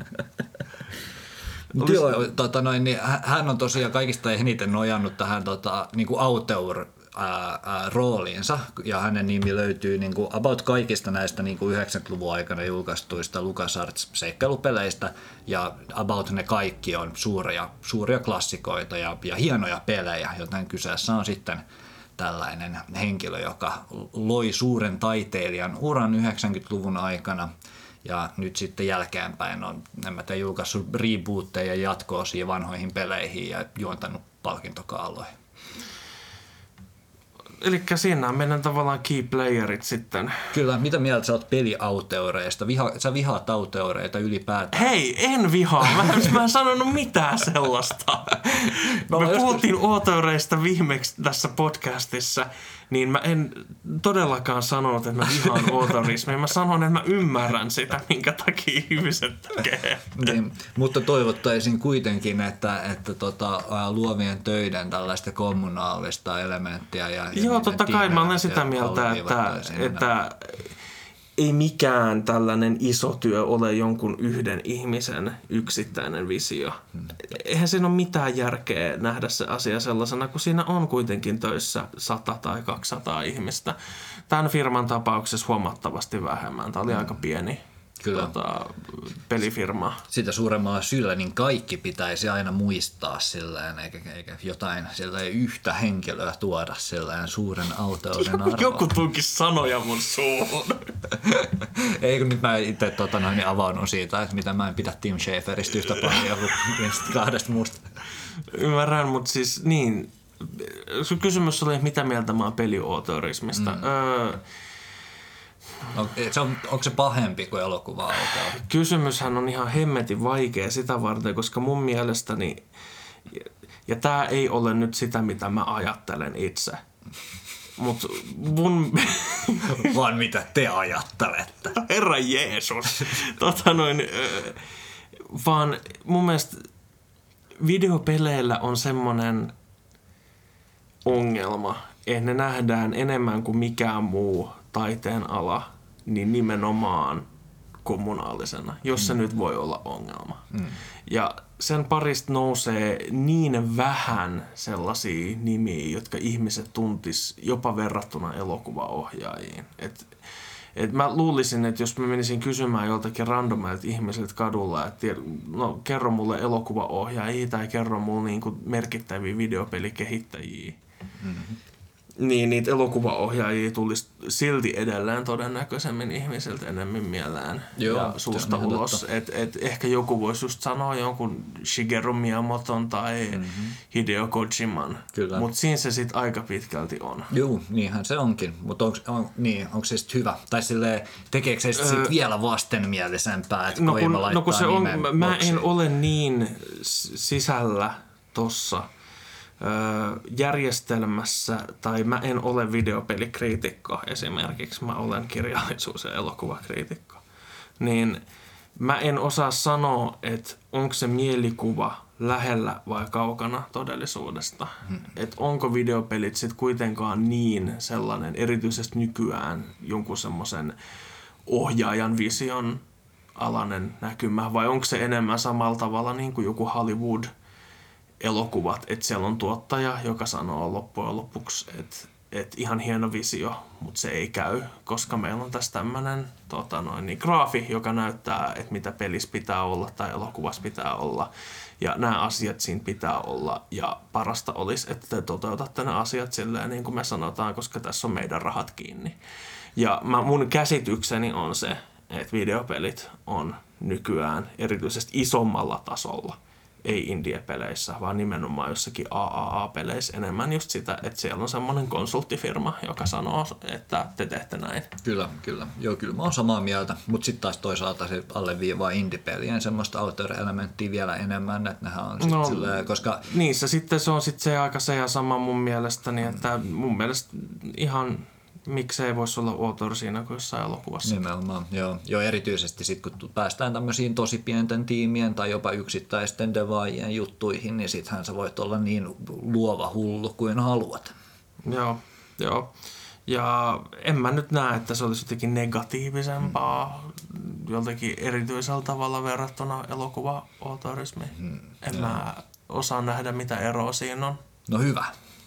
Joo, niin hän on tosiaan kaikista eniten nojannut tähän niinku auteur rooliinsa, ja hänen nimi löytyy niinku about kaikista näistä niinku 90-luvun aikana julkaistuista LucasArts-seikkailupeleistä, ja about ne kaikki on suuria klassikoita ja hienoja pelejä, joten kyseessä on sitten tällainen henkilö, joka loi suuren taiteilijan uran 90-luvun aikana, ja nyt sitten jälkeenpäin on julkaissut rebootteja ja jatko-osia vanhoihin peleihin ja juontanut palkintokaaloihin. Eli siinä on meidän tavallaan key playerit sitten. Kyllä, mitä mieltä sä oot peliauteureista? Sä vihaat auteureita ylipäätään. Hei, en vihaa. Mä en sanonut mitään sellaista. Me puhuttiin auteureista viimeksi tässä podcastissa, niin mä en todellakaan sanonut, että mä vihaan autorismia. Mä sanon, että mä ymmärrän sitä, minkä takia ihmiset tekee. Niin, mutta toivottaisin kuitenkin, että luovien töiden tällaista kommunaalista elementtiä. Joo, totta kai mä olen sitä mieltä, että ei mikään tällainen iso työ ole jonkun yhden ihmisen yksittäinen visio. Eihän siinä ole mitään järkeä nähdä se asia sellaisena, kun siinä on kuitenkin töissä 100 tai 200 ihmistä. Tämän firman tapauksessa huomattavasti vähemmän. Tämä oli aika pieni pelifirma. Sitä suuremmalla syyllä niin kaikki pitäisi aina muistaa silleen, eikä jotain silleen yhtä henkilöä tuoda silleen suuren auteuden arvoon. Joku tunkisi sanoja mun suuhun. Eikö nyt mä itse avaudun siitä, että mitä mä en pidä Tim Schaferista yhtä paljon kuin kahdesta muusta. Ymmärrän, mutta siis niin. Kysymys oli, mitä mieltä mä oon peliautorismista. Onko se pahempi kuin elokuva-auteur? Kysymyshän on ihan hemmetin vaikea sitä varten, koska mun mielestäni, ja tää ei ole nyt sitä, mitä mä ajattelen itse, mutta vaan mitä te ajattelette. Herra Jeesus. Vaan mun mielestä videopeleillä on semmonen ongelma, että ne nähdään enemmän kuin mikään muu taiteen ala, niin nimenomaan kommunaalisena, jos se nyt voi olla ongelma. Ja sen parista nousee niin vähän sellaisia nimiä, jotka ihmiset tuntis jopa verrattuna elokuvaohjaajiin. Et mä luulisin, että jos mä menisin kysymään joltakin randomailta ihmisiltä kadulla, että no, kerro mulle elokuvaohjaajia tai kerro mulle niinku merkittäviä videopelikehittäjiä, niin niitä elokuvaohjaajia tulisi silti edelleen todennäköisemmin ihmisiltä enemmän mieleen ja suusta ulos. Et ehkä joku voisi just sanoa jonkun Shigeru Miyamoton tai Hideo Kojiman, mutta siinä se sitten aika pitkälti on. Joo, niinhän se onkin, mutta onko se sitten hyvä? Tai silleen, tekeekö se sitten vielä vastenmielisempää, että Kojima laittaa kun se nimen on, mä en ole niin sisällä tossa järjestelmässä, tai mä en ole videopelikriitikko esimerkiksi, mä olen kirjallisuus- ja elokuvakriitikko, niin mä en osaa sanoa, että onko se mielikuva lähellä vai kaukana todellisuudesta. Että onko videopelit sitten kuitenkaan niin sellainen, erityisesti nykyään jonkun semmoisen ohjaajan vision alainen näkymä, vai onko se enemmän samalla tavalla niin kuin joku Hollywood elokuvat, että siellä on tuottaja, joka sanoo loppujen lopuksi, että että ihan hieno visio, mutta se ei käy, koska meillä on tässä tämmöinen graafi, joka näyttää, että mitä pelissä pitää olla tai elokuvassa pitää olla. Ja nämä asiat siinä pitää olla, ja parasta olisi, että te toteutatte ne asiat silleen, niin kuin me sanotaan, koska tässä on meidän rahat kiinni. Ja mun käsitykseni on se, että videopelit on nykyään erityisesti isommalla tasolla. Ei indie-peleissä, vaan nimenomaan jossakin AAA-peleissä enemmän just sitä, että siellä on semmoinen konsulttifirma, joka sanoo, että te teette näin. Kyllä. Joo, kyllä mä oon samaa mieltä, mutta sitten taas toisaalta se alleviivaa indie-pelien semmoista auteur-elementtiä vielä enemmän, että nehän on sitten silleen, koska... Niissä sitten se on sitten se aika se ja sama mun mielestäni, että mun mielestä ihan... Miksei voisi olla autor siinä kuin jossain elokuvassa. Nimenomaan, joo. Erityisesti sitten kun päästään tämmöisiin tosi pienten tiimien tai jopa yksittäisten devaajien juttuihin, niin sittenhän sä voit olla niin luova hullu kuin haluat. Joo. Ja en mä nyt näe, että se olisi jotenkin negatiivisempaa joltakin erityisellä tavalla verrattuna elokuva-autorismiin. En mä osaa nähdä, mitä eroa siinä on. No hyvä.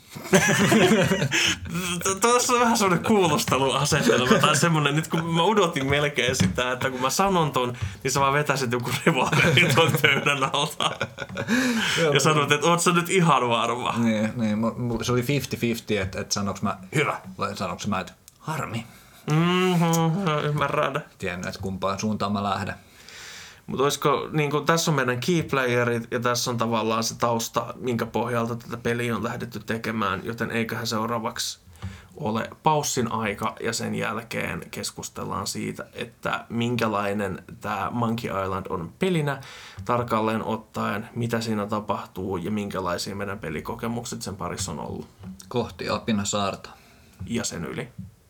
Tuossa on vähän semmoinen kuulusteluasetelma tai semmoinen, nyt kun mä odotin melkein sitä, että kun mä sanon ton, niin sä vaan vetäisit joku revolverin ton pöydän alta ja sanot, että oot sä nyt ihan varma. Niin, se oli 50-50, että sanoks mä hyvä vai sanoks mä, että harmi. Ymmärrän. Tiedän, että kumpaan suuntaan mä lähden. Mutta olisiko, niin kun tässä on meidän keyplayerit ja tässä on tavallaan se tausta, minkä pohjalta tätä peliä on lähdetty tekemään, joten eiköhän seuraavaksi ole paussin aika ja sen jälkeen keskustellaan siitä, että minkälainen tämä Monkey Island on pelinä tarkalleen ottaen, mitä siinä tapahtuu ja minkälaisia meidän pelikokemukset sen parissa on ollut. Kohti Apina saarta. Ja sen yli.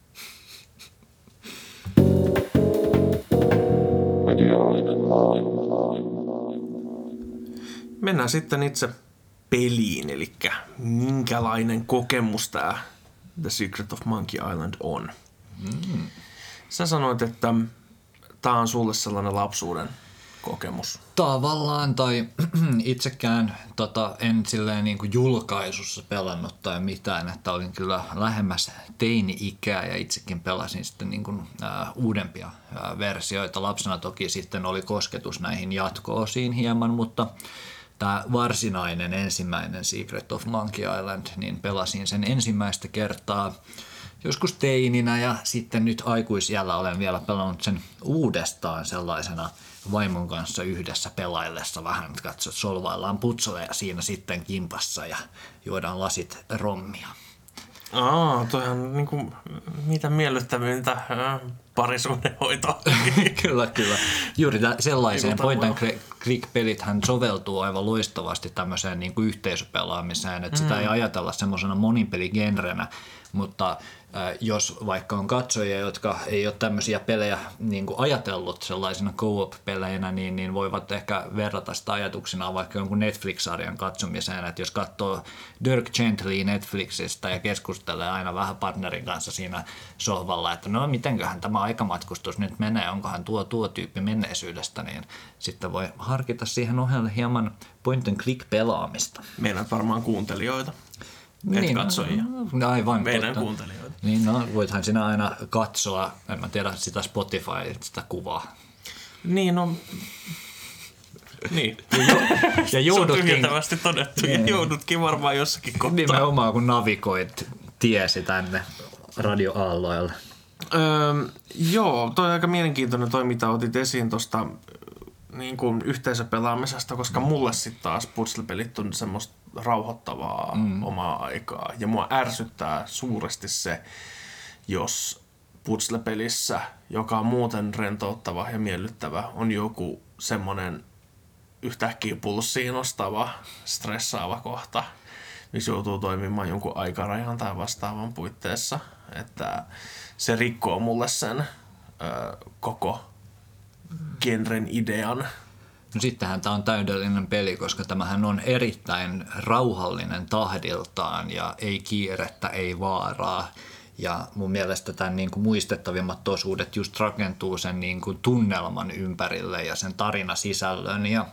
Mennään sitten itse peliin, eli minkälainen kokemus tämä The Secret of Monkey Island on. Sä sanoit, että tämä on sulle sellainen lapsuuden kokemus. Tavallaan, tai itsekään en silleen niin kuin julkaisussa pelannut tai mitään, että olin kyllä lähemmäs teini-ikää ja itsekin pelasin sitten niin kuin, uudempia versioita. Lapsena toki sitten oli kosketus näihin jatko-osiin hieman, mutta tämä varsinainen ensimmäinen Secret of Monkey Island, niin pelasin sen ensimmäistä kertaa joskus teininä ja sitten nyt aikuisiällä olen vielä pelannut sen uudestaan sellaisena vaimon kanssa yhdessä pelaillessa vähän, katsot, solvaillaan putsaleja siinä sitten kimpassa ja juodaan lasit rommia. Toihan niinku, mitä miellyttävintä parisuhdehoitoa. Kyllä. Juuri sellaiseen point and click-pelithän soveltuu aivan loistavasti tämmöiseen niin kuin yhteisöpelaamiseen, että sitä ei ajatella semmoisena monipeligenrenä, mutta jos vaikka on katsojia, jotka ei ole tämmöisiä pelejä niin kuin ajatellut sellaisina co-op-peleinä, niin voivat ehkä verrata sitä ajatuksena vaikka jonkun Netflix-sarjan katsomiseen, että jos katsoo Dirk Gentlya Netflixistä ja keskustelee aina vähän partnerin kanssa siinä sohvalla, että no mitenköhän tämä aikamatkustus nyt menee, onkohan tuo tyyppi menneisyydestä, niin sitten voi harkita siihen ohelle hieman point and click pelaamista. Meidän varmaan kuuntelijoita. Niin, katsojia. Aivan. Meidän kuuntelijoita. Niin, voithan sinä aina katsoa, en mä tiedä sitä Spotify, sitä kuvaa. Niin, no. Niin. Ja joudutkin. Se on tyhjentävästi todettu. Ja joudutkin varmaan jossakin kohtaa. Nimenomaan kun navigoit tiesi tänne radioaalloille. Joo, toi on aika mielenkiintoinen toi, mitä otit esiin tuosta niin kuin yhteisöpelaamisesta, koska mulle sitten taas puzzle-pelit on semmoista rauhoittavaa omaa aikaa. Ja mua ärsyttää suuresti se, jos puzzle-pelissä, joka on muuten rentouttava ja miellyttävä, on joku semmoinen yhtäkkiä pulssiin nostava, stressaava kohta, missä joutuu toimimaan jonkun aikarajan tai vastaavan puitteissa. Että se rikkoo mulle sen koko genren idean. No sittenhän tämä on täydellinen peli, koska tämähän on erittäin rauhallinen tahdiltaan ja ei kiirettä, ei vaaraa. Ja mun mielestä tämän niin kuin muistettavimmat osuudet just rakentuu sen niin kuin tunnelman ympärille ja sen tarinasisällön ja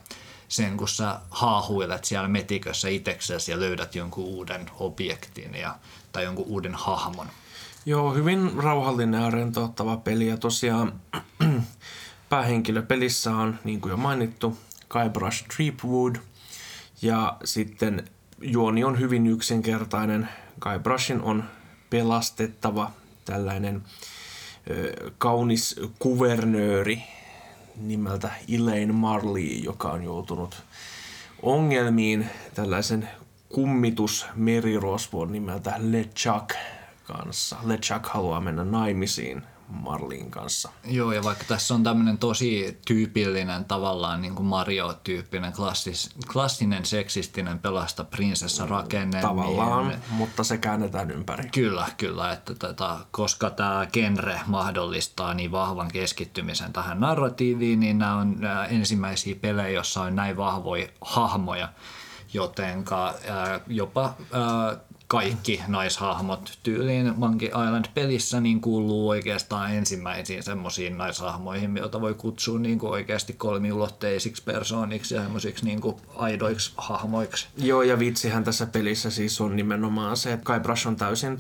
sen, kun sä haahuilet siellä metikössä itseksesi ja löydät jonkun uuden objektin tai jonkun uuden hahmon. Joo, hyvin rauhallinen ja rentouttava peli ja tosiaan päähenkilö pelissä on, niin kuin jo mainittu, Guybrush Threepwood ja sitten juoni on hyvin yksinkertainen. Guybrushin on pelastettava tällainen kaunis kuvernööri nimeltä Elaine Marley, joka on joutunut ongelmiin tällaisen kummitusmerirosvon nimeltä LeChuck kanssa. LeChuck haluaa mennä naimisiin Marleyn kanssa. Joo, ja vaikka tässä on tämmöinen tosi tyypillinen tavallaan niin kuin Mario-tyyppinen klassinen seksistinen pelasta prinsessa rakenne. Tavallaan, niin, mutta se käännetään ympäri. Kyllä, että koska tämä genre mahdollistaa niin vahvan keskittymisen tähän narratiiviin, niin nämä on ensimmäisiä pelejä, joissa on näin vahvoja hahmoja, jotenka jopa kaikki naishahmot tyyliin Monkey Island-pelissä niin kuuluu oikeastaan ensimmäisiin semmoisiin naishahmoihin, joita voi kutsua niin kuin oikeasti kolmiulotteisiksi persooniksi ja semmoisiksi niin kuin aidoiksi hahmoiksi. Joo, ja vitsihän tässä pelissä siis on nimenomaan se, että Guybrush on täysin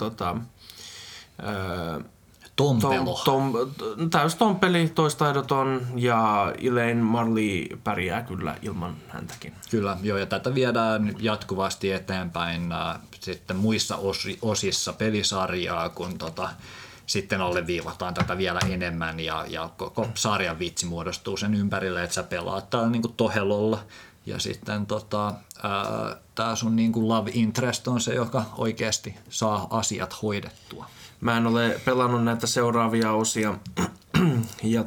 täys tompeli, toistaidoton ja Elaine Marley pärjää kyllä ilman häntäkin. Kyllä, joo, ja tätä viedään jatkuvasti eteenpäin sitten muissa osissa pelisarjaa, kun sitten alleviivataan tätä vielä enemmän ja koko sarjan vitsi muodostuu sen ympärille, että sä pelaat täällä niin kuin Tohelolla ja sitten tää sun niin kuin love interest on se, joka oikeasti saa asiat hoidettua. Mä en ole pelannut näitä seuraavia osia ja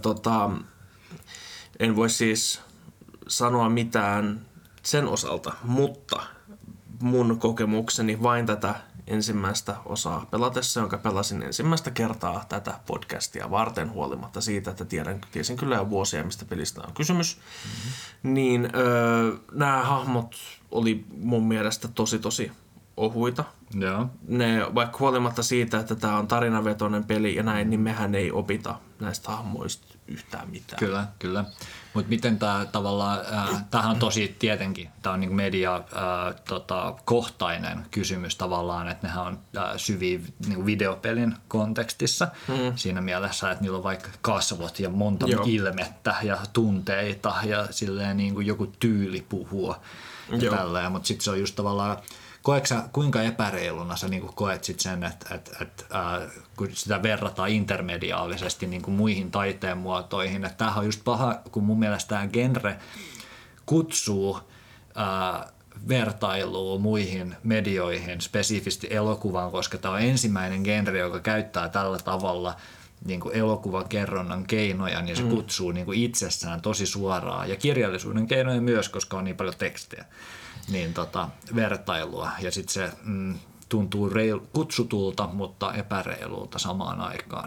en voi siis sanoa mitään sen osalta, mutta mun kokemukseni vain tätä ensimmäistä osaa pelatessa, jonka pelasin ensimmäistä kertaa tätä podcastia varten huolimatta siitä, että tiesin kyllä jo vuosia, mistä pelistä on kysymys, niin nämä hahmot oli mun mielestä tosi ohuita. Joo. Ne, vaikka huolimatta siitä, että tämä on tarinavetoinen peli ja näin, niin mehän ei opita näistä hahmoista yhtään mitään. Kyllä. Mutta miten tämä tavallaan, tämähän on tosi tietenkin, tämä on niinku mediakohtainen kysymys tavallaan, että nehän on syviä niinku videopelin kontekstissa siinä mielessä, että niillä on vaikka kasvot ja monta ilmettä ja tunteita ja silleen niinku joku tyyli puhua ja tälleen, mutta sitten se on just tavallaan, koetko sä, kuinka epäreiluna sä niin koet sit sen, että kun sitä verrataan intermediaalisesti niin kuin muihin taiteen muotoihin, että tämähän on just paha, kun mun mielestä tämä genre kutsuu vertailua muihin medioihin, spesifisti elokuvaan, koska tämä on ensimmäinen genre, joka käyttää tällä tavalla niin kuin elokuvakerronnan keinoja, niin se kutsuu niin kuin itsessään tosi suoraan ja kirjallisuuden keinoja myös, koska on niin paljon tekstiä. Niin vertailua ja sitten se tuntuu kutsutulta, mutta epäreilulta samaan aikaan.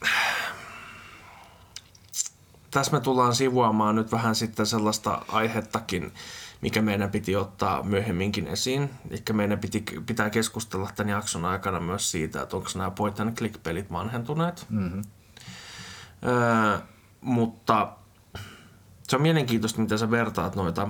Tässä me tullaan sivuamaan nyt vähän sitten sellaista aihettakin, mikä meidän piti ottaa myöhemminkin esiin. Eli meidän pitää keskustella tämän jakson aikana myös siitä, että onko nämä point and click -pelit vanhentuneet. Mutta se on mielenkiintoista, miten sä vertaat noita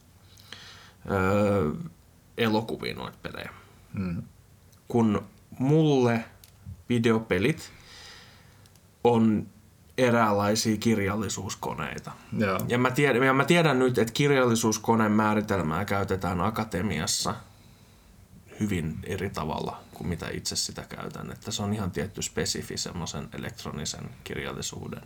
elokuviin noita pelejä. Kun mulle videopelit on eräänlaisia kirjallisuuskoneita. Joo. Ja mä tiedän nyt, että kirjallisuuskoneen määritelmää käytetään akatemiassa hyvin eri tavalla kuin mitä itse sitä käytän. Että se on ihan tietty spesifi semmoisen elektronisen kirjallisuuden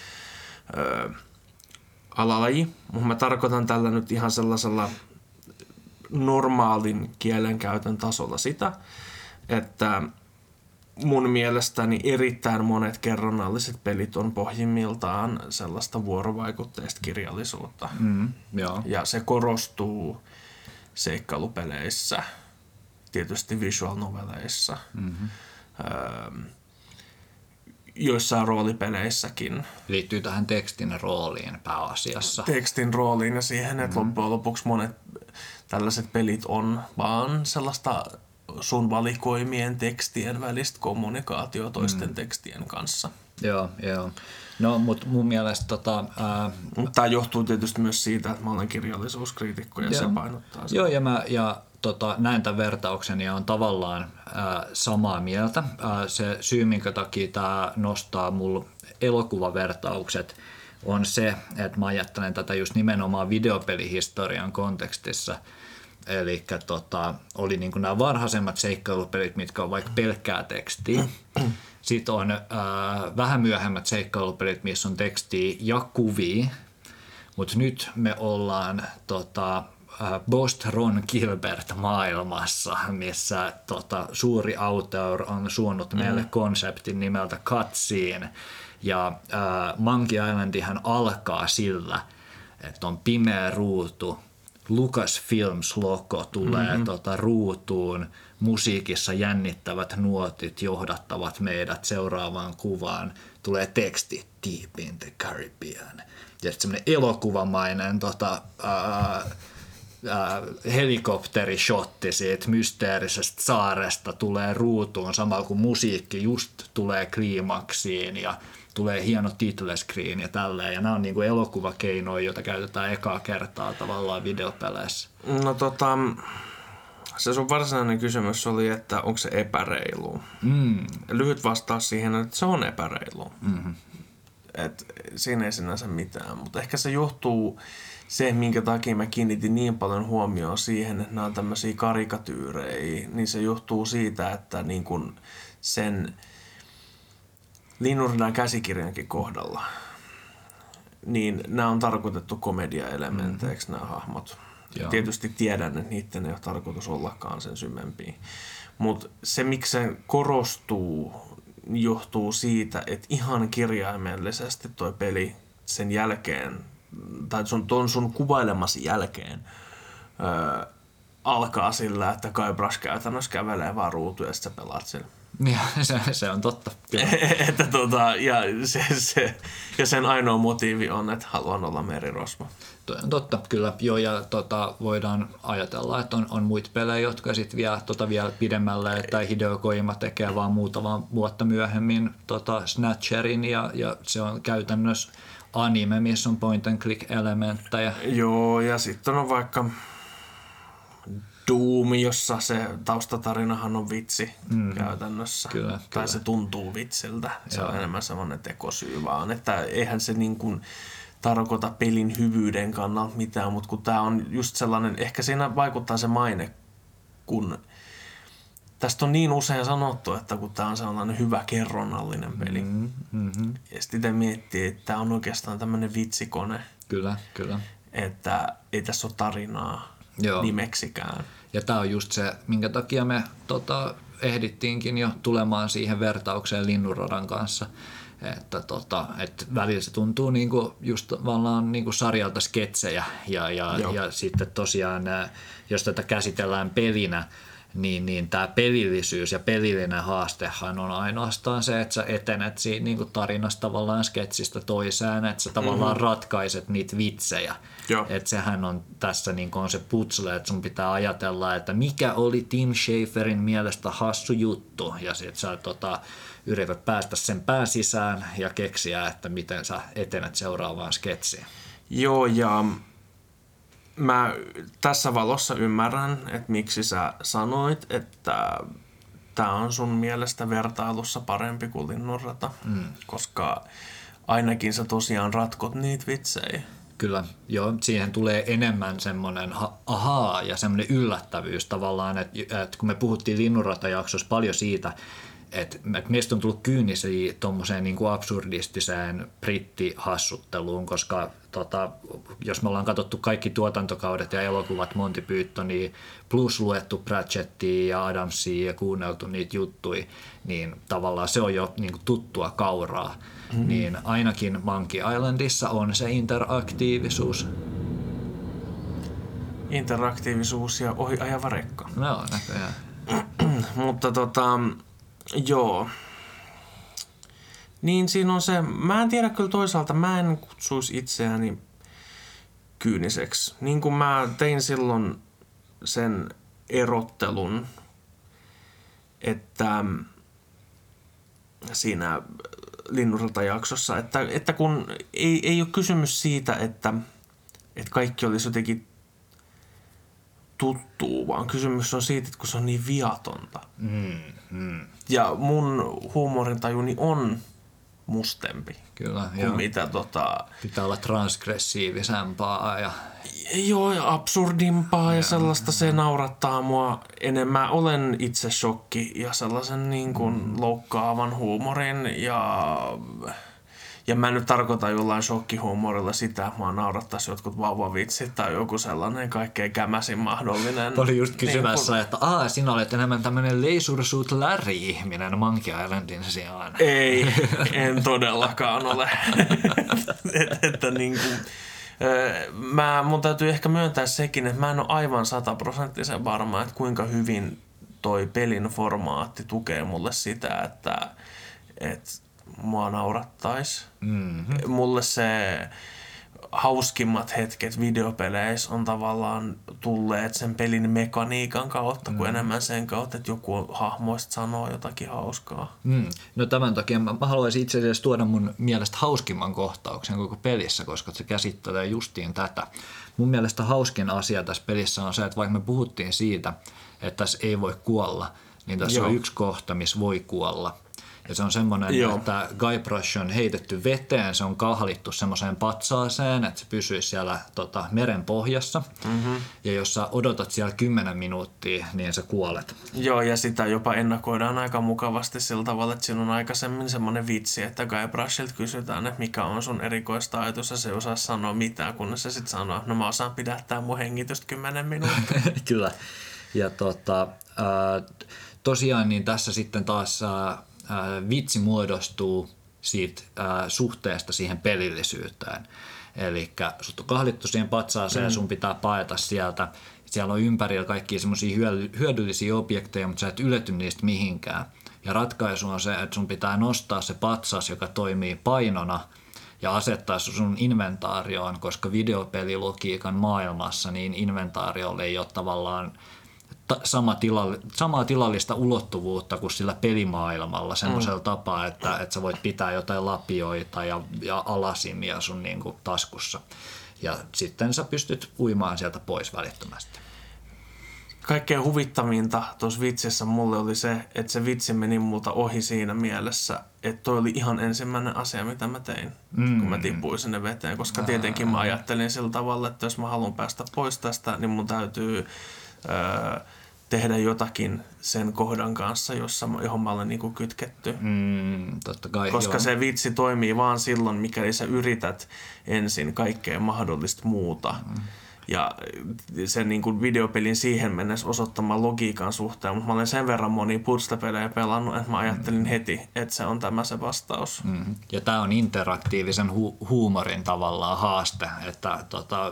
alalaji. Mutta mä tarkoitan tällä nyt ihan sellaisella normaalin kielenkäytön tasolla sitä, että mun mielestäni erittäin monet kerronnalliset pelit on pohjimmiltaan sellaista vuorovaikutteista kirjallisuutta. Joo. Ja se korostuu seikkailupeleissä, tietysti visual noveleissa, joissain roolipeleissäkin. Liittyy tähän tekstin rooliin pääasiassa. Tekstin rooliin ja siihen, että loppujen lopuksi monet tällaiset pelit on vaan sellaista sun valikoimien tekstien välistä kommunikaatio toisten tekstien kanssa. Joo. No, mutta mun mielestä Tämä johtuu tietysti myös siitä, että mä olen kirjallisuuskriitikko ja se painottaa sitä. Joo, ja näen tämän vertauksen ja on tavallaan samaa mieltä. Se syy, minkä takia tämä nostaa mulla elokuvavertaukset, on se, että mä ajattelen tätä just nimenomaan videopelihistorian kontekstissa. Eli oli niin kuin nämä varhaisemmat seikkailupelit, mitkä on vaikka pelkkää tekstiä. Sitten on vähän myöhemmät seikkailupelit, missä on tekstiä ja kuvia. Mutta nyt me ollaan Bost Ron Gilbert maailmassa, missä suuri auteur on suunnut meille konseptin nimeltä cutscene. Ja Monkey Islandihan alkaa sillä, että on pimeä ruutu, Lucasfilms-logo tulee ruutuun, musiikissa jännittävät nuotit johdattavat meidät seuraavaan kuvaan, tulee teksti Deep in the Caribbean. Ja sitten semmoinen elokuvamainen helikopterishotti siitä mysteerisestä saaresta tulee ruutuun samalla kun musiikki just tulee kliimaksiin ja tulee hieno title screen ja tälleen. Ja nämä on niinku elokuvakeinoja, joita käytetään ekaa kertaa tavallaan videopeleissä. No se sun varsinainen kysymys oli, että onko se epäreilu. Lyhyt vastaus siihen, että se on epäreilu. Et siinä ei sinänsä mitään, mutta ehkä se johtuu se, minkä takia mä kiinnitin niin paljon huomioon siihen, että nämä on tämmöisiä karikatyyrejä, niin se johtuu siitä, että niin kun sen Linnunradan käsikirjankin kohdalla, niin nämä on tarkoitettu komediaelementeiksi nämä hahmot. Tietysti tiedän, että niiden ei ole tarkoitus ollakaan sen syvempiä. Mutta se, miksi se korostuu, johtuu siitä, että ihan kirjaimellisesti toi peli sen jälkeen, tai ton sun kuvailemasi jälkeen, alkaa sillä, että Guybrush käytännössä kävelee vaan ruutuun ja sitten sä pelaat sillä. Se on totta. Että ja sen ainoa motiivi on, että haluan olla merirosvo. Toi on totta, kyllä. Joo, ja voidaan ajatella, että on muita pelejä, jotka sitten vielä pidemmälle, että Hideo Kojima tekee vaan muutama vuotta myöhemmin Snatcherin, ja se on käytännössä anime, missä on point and click elementtejä. Joo, ja sitten on vaikka Doom, jossa se taustatarinahan on vitsi käytännössä. Kyllä. Se tuntuu vitsiltä. Se on enemmän semmoinen tekosyy vaan, että eihän se niin kuin tarkoita pelin hyvyyden kannalta mitään, mutta kun tämä on just sellainen, ehkä siinä vaikuttaa se maine, kun tästä on niin usein sanottu, että kun tämä on sellainen hyvä kerronnallinen peli. Ja sitten itse miettii, että tämä on oikeastaan tämmöinen vitsikone. Kyllä. Että ei tässä ole tarinaa nimeksikään. Ja tämä on just se, minkä takia me ehdittiinkin jo tulemaan siihen vertaukseen Linnunradan kanssa. Että välillä se tuntuu niinku just tavallaan niinku sarjalta sketsejä ja sitten tosiaan, jos tätä käsitellään pelinä, niin tämä pelillisyys ja pelillinen haastehan on ainoastaan se, että sä etenet siinä niinku tarinasta tavallaan sketsistä toiseen, että sä tavallaan ratkaiset niitä vitsejä. Että sehän on tässä niinku on se puzzle, että sun pitää ajatella, että mikä oli Tim Schaferin mielestä hassu juttu, ja sit sä yrität päästä sen pään sisään ja keksiä, että miten sä etenet seuraavaan sketsiin. Joo, ja mä tässä valossa ymmärrän, että miksi sä sanoit, että tää on sun mielestä vertailussa parempi kuin Linnunrata, koska ainakin sä tosiaan ratkot niitä vitsejä. Kyllä, joo, siihen tulee enemmän semmoinen ahaa ja semmoinen yllättävyys tavallaan, että kun me puhuttiin Linnunrata-jaksossa paljon siitä, että meistä on tullut kyynisiä tuommoiseen niin kuin absurdistiseen brittihassutteluun, koska jos me ollaan katsottu kaikki tuotantokaudet ja elokuvat Monty Pythonia plus luettu Pratchettia ja Adamsia ja kuunneltu niitä juttuja, niin tavallaan se on jo niin kuin tuttua kauraa. Niin ainakin Monkey Islandissa on se interaktiivisuus. Interaktiivisuus ja ohi ajava rekka. No, näköjään. Mutta joo. Niin siinä on se, mä en tiedä kyllä toisaalta, mä en kutsuisi itseäni kyyniseksi. Niin kuin mä tein silloin sen erottelun, että siinä Linnunrata-jaksossa, että kun ei ole kysymys siitä, että kaikki olisi jotenkin tuttuu, vaan kysymys on siitä, että kun se on niin viatonta. Ja mun huumorintajuni on mustempi. Kyllä, kuin mitä pitää olla transgressiivisempaa ja absurdimpaa ja sellaista, se naurattaa mua enemmän. Olen itse shokki ja sellaisen niin kuin loukkaavan huumorin ja mä en nyt tarkoita jollain shokkihuumorilla sitä, että mua naurattaisi jotkut vauvavitsit tai joku sellainen kaikkein kämäsin mahdollinen. Oli just kysymässä, niin että sinä olet enemmän tämmöinen Leisursut Larry-ihminen Monkey Islandin sijaan. Ei, en todellakaan ole. että niin kuin, mun täytyy ehkä myöntää sekin, että mä en ole aivan 100% varma, että kuinka hyvin toi pelin formaatti tukee mulle sitä, että mua naurattaisi. Mulle se hauskimmat hetket videopeleissä on tavallaan tulleet sen pelin mekaniikan kautta, kuin enemmän sen kautta, että joku hahmoista sanoo jotakin hauskaa. No tämän takia mä haluaisin itse asiassa tuoda mun mielestä hauskimman kohtauksen koko pelissä, koska se käsittelee justiin tätä. Mun mielestä hauskin asia tässä pelissä on se, että vaikka me puhuttiin siitä, että tässä ei voi kuolla, niin tässä on yksi kohta, missä voi kuolla. Ja se on semmoinen, että Guybrush on heitetty veteen, se on kahlittu semmoiseen patsaaseen, että se pysyy siellä meren pohjassa. Ja jos sä odotat siellä 10 minuuttia, niin sä kuolet. Joo, ja sitä jopa ennakoidaan aika mukavasti sillä tavalla, että siinä on aikaisemmin semmoinen vitsi, että Guybrushilta kysytään, että mikä on sun erikoistaitus, ja se osaa sanoa mitään, kunnes se sitten sanoo, no mä osaan pidättää mun hengitystä 10 minuuttia. Kyllä. Ja tosiaan niin tässä sitten taas vitsi muodostuu siitä suhteesta siihen pelillisyyteen. Eli sut on kahlittu siihen patsaaseen, sun pitää paeta sieltä. Siellä on ympärillä kaikkia semmoisia hyödyllisiä objekteja, mutta sä et ylety niistä mihinkään. Ja ratkaisu on se, että sun pitää nostaa se patsas, joka toimii painona, ja asettaa sun inventaarioon, koska videopelilogiikan maailmassa niin inventaariolle ei ole tavallaan samaa tilallista ulottuvuutta kuin sillä pelimaailmalla semmoisella tapaa, että sä voit pitää jotain lapioita ja alasimia sun niinku taskussa. Ja sitten sä pystyt uimaan sieltä pois välittömästi. Kaikkein huvittavinta tuossa vitsissä mulle oli se, että se vitsi meni multa ohi siinä mielessä, että toi oli ihan ensimmäinen asia, mitä mä tein, kun mä tipuin sinne veteen. Koska tietenkin mä ajattelin sillä tavalla, että jos mä haluan päästä pois tästä, niin mun täytyy tehdä jotakin sen kohdan kanssa, johon mä olen niinku kytketty. Totta kai, koska se vitsi toimii vaan silloin, mikäli sä yrität ensin kaikkea mahdollista muuta. Ja sen niin kuin videopelin siihen mennessä osoittamaan logiikan suhteen, mutta mä olen sen verran monia puzzle-pelejä pelannut, että mä ajattelin heti, että se on tämä se vastaus. Ja tämä on interaktiivisen huumorin tavallaan haaste, että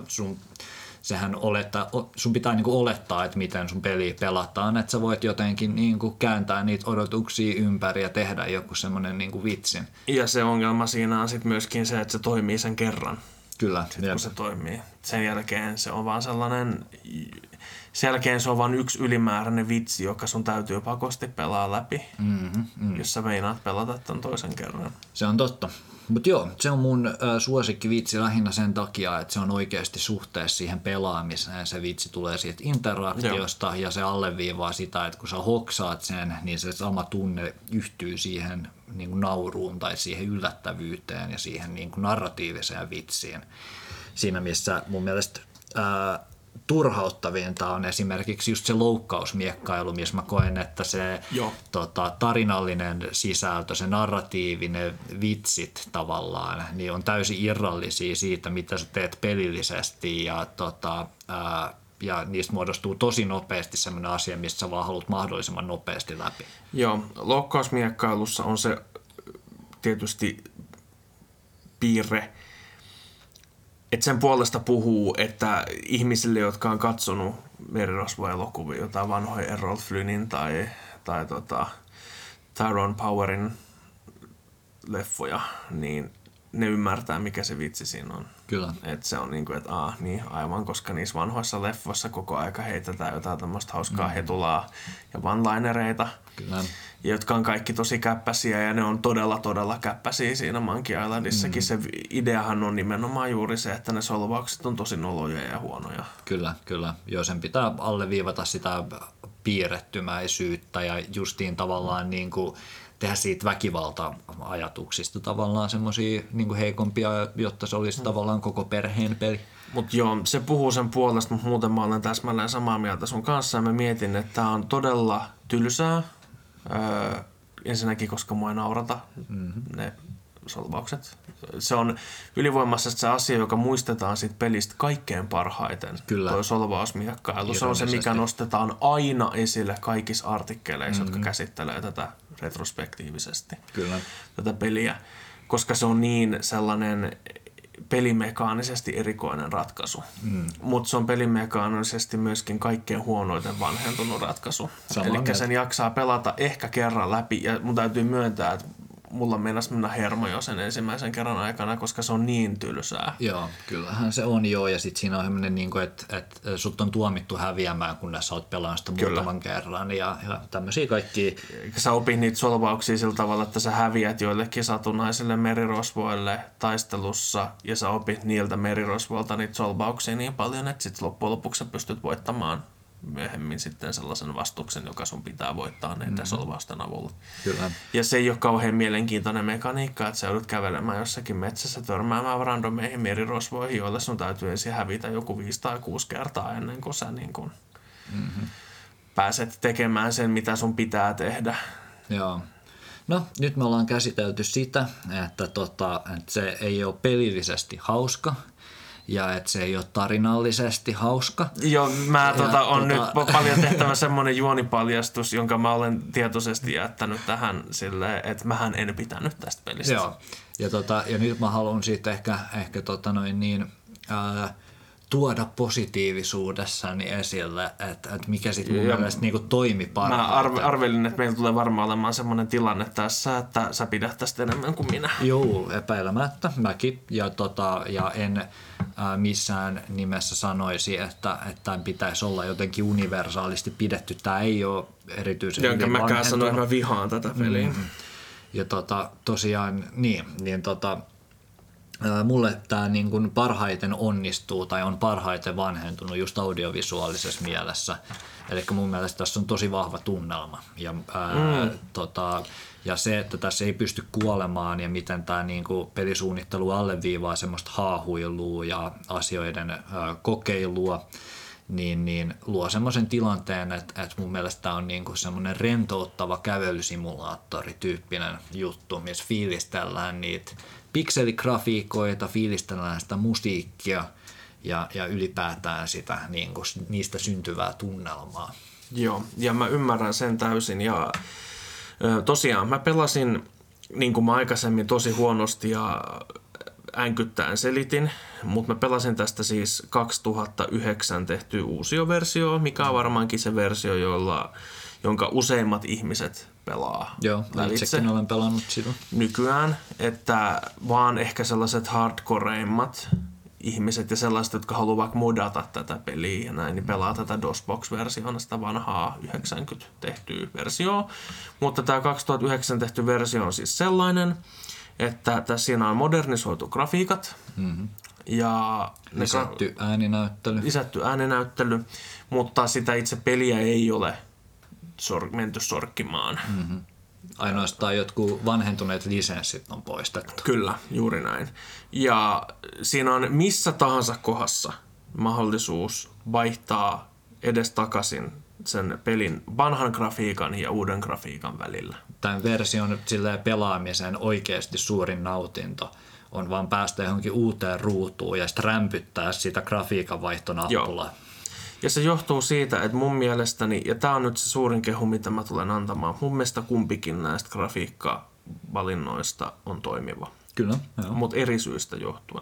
sun pitää niinku olettaa, että miten sun peliä pelataan, että sä voit jotenkin niinku kääntää niitä odotuksia ympäri ja tehdä joku semmoinen niinku vitsin. Ja se ongelma siinä on sitten myöskin se, että se toimii sen kerran. Kyllä. Sitten kun se toimii. Sen jälkeen se on vaan sellainen, se on vaan yksi ylimääräinen vitsi, joka sun täytyy pakosti pelaa läpi, jos sä meinaat pelata tämän toisen kerran. Se on totta. Mutta joo, se on mun suosikkivitsi lähinnä sen takia, että se on oikeasti suhteessa siihen pelaamiseen. Se vitsi tulee siitä interaktiosta ja se alleviivaa sitä, että kun sä hoksaat sen, niin se sama tunne yhtyy siihen niin kuin nauruun tai siihen yllättävyyteen ja siihen niin kuin narratiiviseen vitsiin. Siinä missä mun mielestä turhauttavinta on esimerkiksi just se loukkausmiekkailu, missä mä koen, että se tarinallinen sisältö, se narratiivinen vitsit tavallaan, niin on täysin irrallisia siitä, mitä sä teet pelillisesti ja niistä muodostuu tosi nopeasti sellainen asia, mistä sä vaan haluat mahdollisimman nopeasti läpi. Joo, loukkausmiekkailussa on se tietysti piirre, että sen puolesta puhuu, että ihmisille, jotka on katsonut merirosvoelokuvia, jotain vanhoja Errol Flynnin tai Tyrone Powerin leffoja, niin ne ymmärtää, mikä se vitsi siinä on. Kyllä. Että se on niinku, että niin aivan, koska niissä vanhoissa leffoissa koko aika heitetään jotain tämmöistä hauskaa hetulaa ja one-linereita, Kyllä. jotka on kaikki tosi käppäisiä ja ne on todella käppäisiä siinä Monkey Islandissakin. Se ideahan on nimenomaan juuri se, että ne solvaukset on tosi noloja ja huonoja. Kyllä. Joo, sen pitää alleviivata sitä piirrettymäisyyttä ja justiin tavallaan niin kuin tehdä siitä väkivalta-ajatuksista tavallaan semmoisia niin kuin heikompia, jotta se olisi tavallaan koko perheen peli. Mutta joo, se puhuu sen puolesta, mutta muuten mä olen täsmälleen samaa mieltä sun kanssa. Mä mietin, että tää on todella tylsää. Ensinnäkin, koska mua ei naurata ne solvaukset. Se on ylivoimaisesti se asia, joka muistetaan siitä pelistä kaikkein parhaiten. Kyllä. Toi solvausmiekkailu. Se on se, mikä nostetaan aina esille kaikissa artikkeleissa, jotka käsittelee tätä retrospektiivisesti. Kyllä. Tätä peliä. Koska se on niin sellainen pelimekaanisesti erikoinen ratkaisu. Mutta se on pelimekaanisesti myöskin kaikkein huonoiten vanhentunut ratkaisu. Eli sen jaksaa pelata ehkä kerran läpi. Ja mun täytyy myöntää, että mulla meinasi mennä hermo jo sen ensimmäisen kerran aikana, koska se on niin tylsää. Joo, kyllähän se on joo. Ja sitten siinä on sellainen, niin että sut on tuomittu häviämään, kun sä oot pelannut sitä muutaman kerran. Ja tämmöisiä kaikkia. Sä opit niitä solvauksia sillä tavalla, että sä häviät joillekin satunnaisille merirosvoille taistelussa. Ja sä opit niiltä merirosvoilta niitä solvauksia niin paljon, että sit loppujen lopuksi sä pystyt voittamaan myöhemmin sitten sellaisen vastuksen, joka sun pitää voittaa näitä solvausten avulla. Kyllä. Ja se ei ole kauhean mielenkiintoinen mekaniikka, että sä joudut kävelemään jossakin metsässä törmäämään randomeihin merirosvoihin, joille sun täytyy ensin hävitä joku 5 tai 6 kertaa ennen kuin sä niin kuin pääset tekemään sen, mitä sun pitää tehdä. Joo. No, nyt me ollaan käsitelty sitä, että se ei ole pelillisesti hauska. Ja että se ei ole tarinallisesti hauska. Joo, mä on nyt paljon tehtävä semmoinen juonipaljastus, jonka mä olen tietoisesti jättänyt tähän silleen, että mähän en pitänyt tästä pelistä. Joo, ja nyt mä haluan siitä ehkä tuoda positiivisuudessani esille, että mikä sitten mun mielestä niinku toimi parhaiten. Mä arvelin, että meillä tulee varmaan olemaan semmoinen tilanne tässä, että sä pidät tästä enemmän kuin minä. Joo, epäilemättä mäkin. Ja en missään nimessä sanoisi, että tämän pitäisi olla jotenkin universaalisti pidetty. Tämä ei ole erityisen hyvin vanhentunut. Jonka mäkään sanoin, että mä vihaan tätä peliä. Ja tosiaan, mulle tämä niin kuin parhaiten onnistuu tai on parhaiten vanhentunut just audiovisuaalisessa mielessä. Eli mun mielestä tässä on tosi vahva tunnelma. Ja se, että tässä ei pysty kuolemaan ja miten tämä niin kuin pelisuunnittelu alleviivaa semmoista haahuilua ja asioiden kokeilua, niin luo semmoisen tilanteen, että mun mielestä tämä on niin kuin semmoinen rentouttava kävelysimulaattori-tyyppinen juttu, missä fiilistellään niitä pikseligrafiikoita, fiilistellään sitä musiikkia ja ylipäätään sitä, niin kuin, niistä syntyvää tunnelmaa. Joo, ja mä ymmärrän sen täysin. Ja tosiaan mä pelasin, niin kuin mä aikaisemmin, tosi huonosti ja änkyttäen selitin, mutta mä pelasin tästä siis 2009 tehtyä uusioversio, mikä on varmaankin se versio, jonka useimmat ihmiset pelaa. Joo, itsekin olen pelannut sitä. Nykyään, että vaan ehkä sellaiset hardcoreimmat ihmiset ja sellaiset, jotka haluaa vaikka modata tätä peliä ja näin, niin pelaa tätä DOSBox-versiona, sitä vanhaa 90 tehtyä versioa. Mutta tämä 2009 tehty versio on siis sellainen, että tässä siinä on modernisoitu grafiikat ja lisätty ääninäyttely, mutta sitä itse peliä ei ole menty sorkkimaan. Ainoastaan jotkut vanhentuneet lisenssit on poistettu. Kyllä, juuri näin. Ja siinä on missä tahansa kohdassa mahdollisuus vaihtaa edestakaisin sen pelin vanhan grafiikan ja uuden grafiikan välillä. Tämän version pelaamisen oikeasti suurin nautinto on vaan päästä johonkin uuteen ruutuun ja sitten rämpyttää sitä grafiikan vaihtonappulaa. Ja se johtuu siitä, että mun mielestäni, ja tää on nyt se suurin kehu, mitä mä tulen antamaan, mun mielestä kumpikin näistä grafiikkavalinnoista on toimiva. Kyllä. Mutta eri syistä johtuen.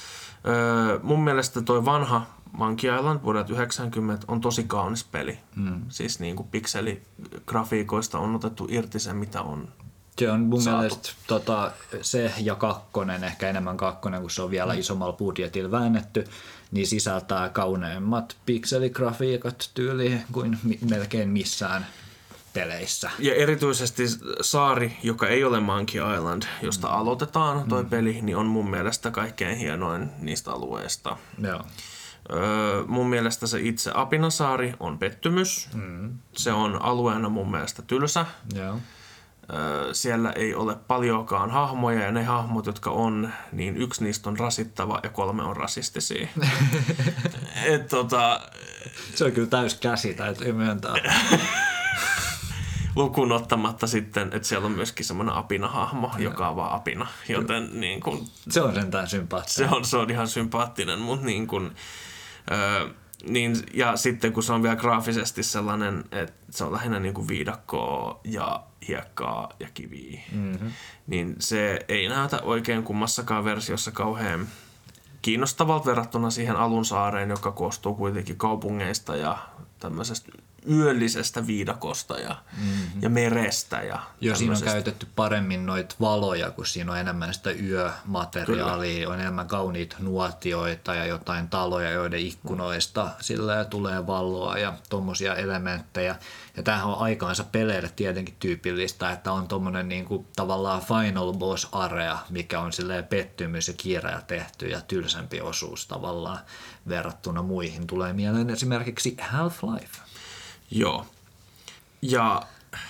Mun mielestä toi vanha Monkey Island vuodelta 90 on tosi kaunis peli. Siis niin kuin pikseligrafiikoista on otettu irti se, mitä on Se on mun saatu. mielestä se ja kakkonen, ehkä enemmän kakkonen, kun se on vielä isommalla budjetilla väännetty, niin sisältää kauneimmat pikseligrafiikat tyyliin kuin melkein missään peleissä. Ja erityisesti saari, joka ei ole Monkey Island, josta aloitetaan toi peli, niin on mun mielestä kaikkein hienoin niistä alueista. Joo. Mun mielestä se itse Apinasaari on pettymys. Se on alueena mun mielestä tylsä. Joo. Siellä ei ole paljonkaan hahmoja ja ne hahmot, jotka on, niin 1 niistä on rasittava ja 3 on rasistisia. Se on kyllä täys käsi, täytyy myöntää. Lukuun ottamatta sitten, että siellä on myöskin semmoinen apinahahmo, joka on vaan apina. Joten niin kun, se on sentään sympaattinen. Se on ihan sympaattinen, mutta niin kun, niin, ja sitten kun se on vielä graafisesti sellainen, että se on lähinnä niin kuin viidakkoa ja hiekkaa ja kiviä, niin se ei näytä oikein kummassakaan versiossa kauhean kiinnostavalta verrattuna siihen alun saareen, joka koostuu kuitenkin kaupungeista ja tämmöisestä yöllisestä viidakosta ja merestä. Ja siinä on käytetty paremmin noita valoja, kun siinä on enemmän sitä yömateriaalia, kyllä. On enemmän kauniita nuotioita ja jotain taloja, joiden ikkunoista sillä tulee valoa ja tommosia elementtejä. Ja tämähän on aikaansa peleille tietenkin tyypillistä, että on tommonen niinku tavallaan final boss area, mikä on silleen pettymys ja kiireä tehty ja tylsempi osuus tavallaan verrattuna muihin. Tulee mieleen esimerkiksi Half-Life. Joo. Ja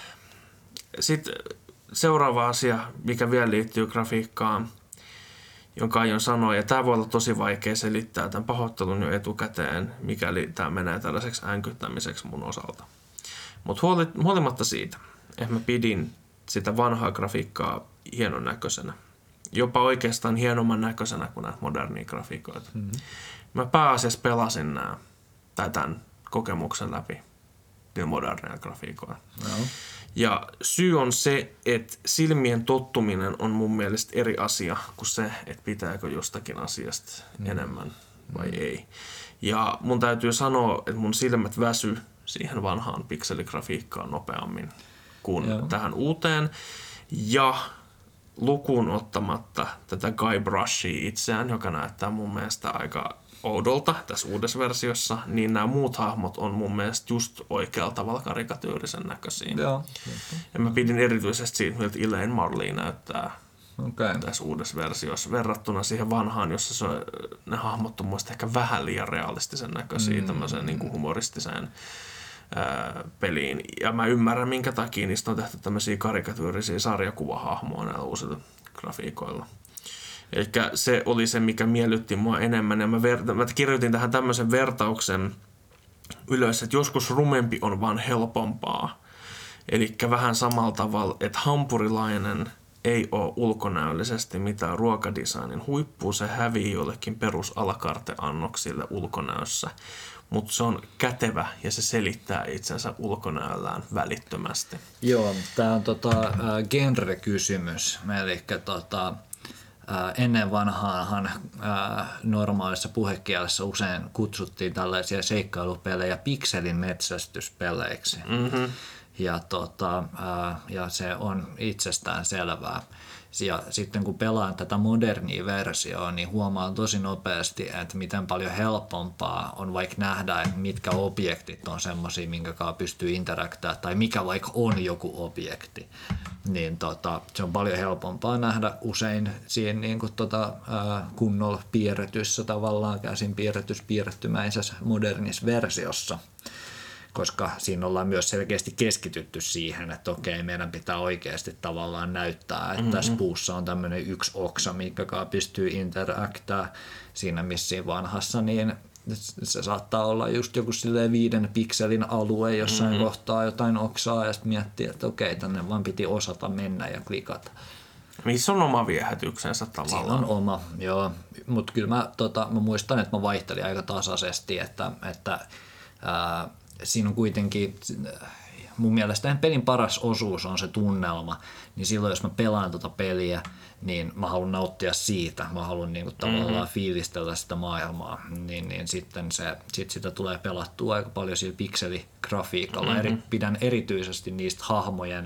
sitten seuraava asia, mikä vielä liittyy grafiikkaan, jonka aion sanoa, ja tämä voi olla tosi vaikea selittää tämän pahoittelun jo etukäteen, mikäli tämä menee tällaiseksi änkyttämiseksi mun osalta. Mutta huolimatta siitä, että mä pidin sitä vanhaa grafiikkaa hienon näköisenä, jopa oikeastaan hienomman näköisenä kuin näitä modernia grafiikoita. Mä pääasiassa pelasin tämän kokemuksen läpi moderneja grafiikoita. No. Ja syy on se, että silmien tottuminen on mun mielestä eri asia kuin se, että pitääkö jostakin asiasta enemmän vai ei. Ja mun täytyy sanoa, että mun silmät väsy siihen vanhaan pikseligrafiikkaan nopeammin kuin tähän uuteen. Ja lukuun ottamatta tätä Guybrushia itseään, joka näyttää mun mielestä aika oudolta tässä uudessa versiossa, niin nämä muut hahmot on mun mielestä just oikealla tavalla karikatyyrisen näköisiä. Joo. Ja mä pidin erityisesti siitä, miltä Elaine Marley näyttää tässä uudessa versiossa verrattuna siihen vanhaan, jossa ne hahmot on mun mielestä ehkä vähän liian realistisen näköisiä tämmöiseen niin kuin humoristiseen peliin. Ja mä ymmärrän, minkä takia niistä on tehty tämmöisiä karikatyyrisiä sarjakuvahahmoja näillä uusilla grafiikoilla. Eli se oli se, mikä miellytti mua enemmän. Ja mä kirjoitin tähän tämmöisen vertauksen ylös, että joskus rumempi on vaan helpompaa. Eli vähän samalla tavalla, että hampurilainen ei ole ulkonäöllisesti mitään ruokadesignin huippua. Se hävii jollekin perus alakarteannoksille ulkonäössä. Mutta se on kätevä ja se selittää itsensä ulkonäöllään välittömästi. Joo, tämä on genre-kysymys. Eli ennen vanhaanhan normaalissa puhekielessä usein kutsuttiin tällaisia seikkailupelejä pikselin metsästyspeleiksi. Ja se on itsestään selvää. Ja sitten kun pelaan tätä modernia versioa, niin huomaan tosi nopeasti, että miten paljon helpompaa on vaikka nähdä, että mitkä objektit on semmoisia, minkä kanssa pystyy interaktaamaan, tai mikä vaikka on joku objekti. Niin se on paljon helpompaa nähdä usein siinä niin kuin kunnolla piirretyssä, tavallaan käsin piirrettymäisessä modernissa versiossa. Koska siinä ollaan myös selkeästi keskitytty siihen, että okei, meidän pitää oikeasti tavallaan näyttää, että tässä puussa on tämmöinen yksi oksa, minkä pystyy interaktaamaan. Siinä missä vanhassa, niin se saattaa olla just joku 5 pikselin alue jossain kohtaa jotain oksaa ja sitten miettii, että okei, tänne vaan piti osata mennä ja klikata. Missä on oma viehätyksensä tavallaan? Siinä on oma, joo. Mutta kyllä mä muistan, että mä vaihtelin aika tasaisesti, että siinä on kuitenkin, mun mielestä pelin paras osuus on se tunnelma, niin silloin jos mä pelaan peliä, niin mä haluan nauttia siitä, mä haluan niinku tavallaan fiilistellä sitä maailmaa, niin sitten sitä tulee pelattua aika paljon sillä pikseligrafiikalla. Pidän erityisesti niistä hahmojen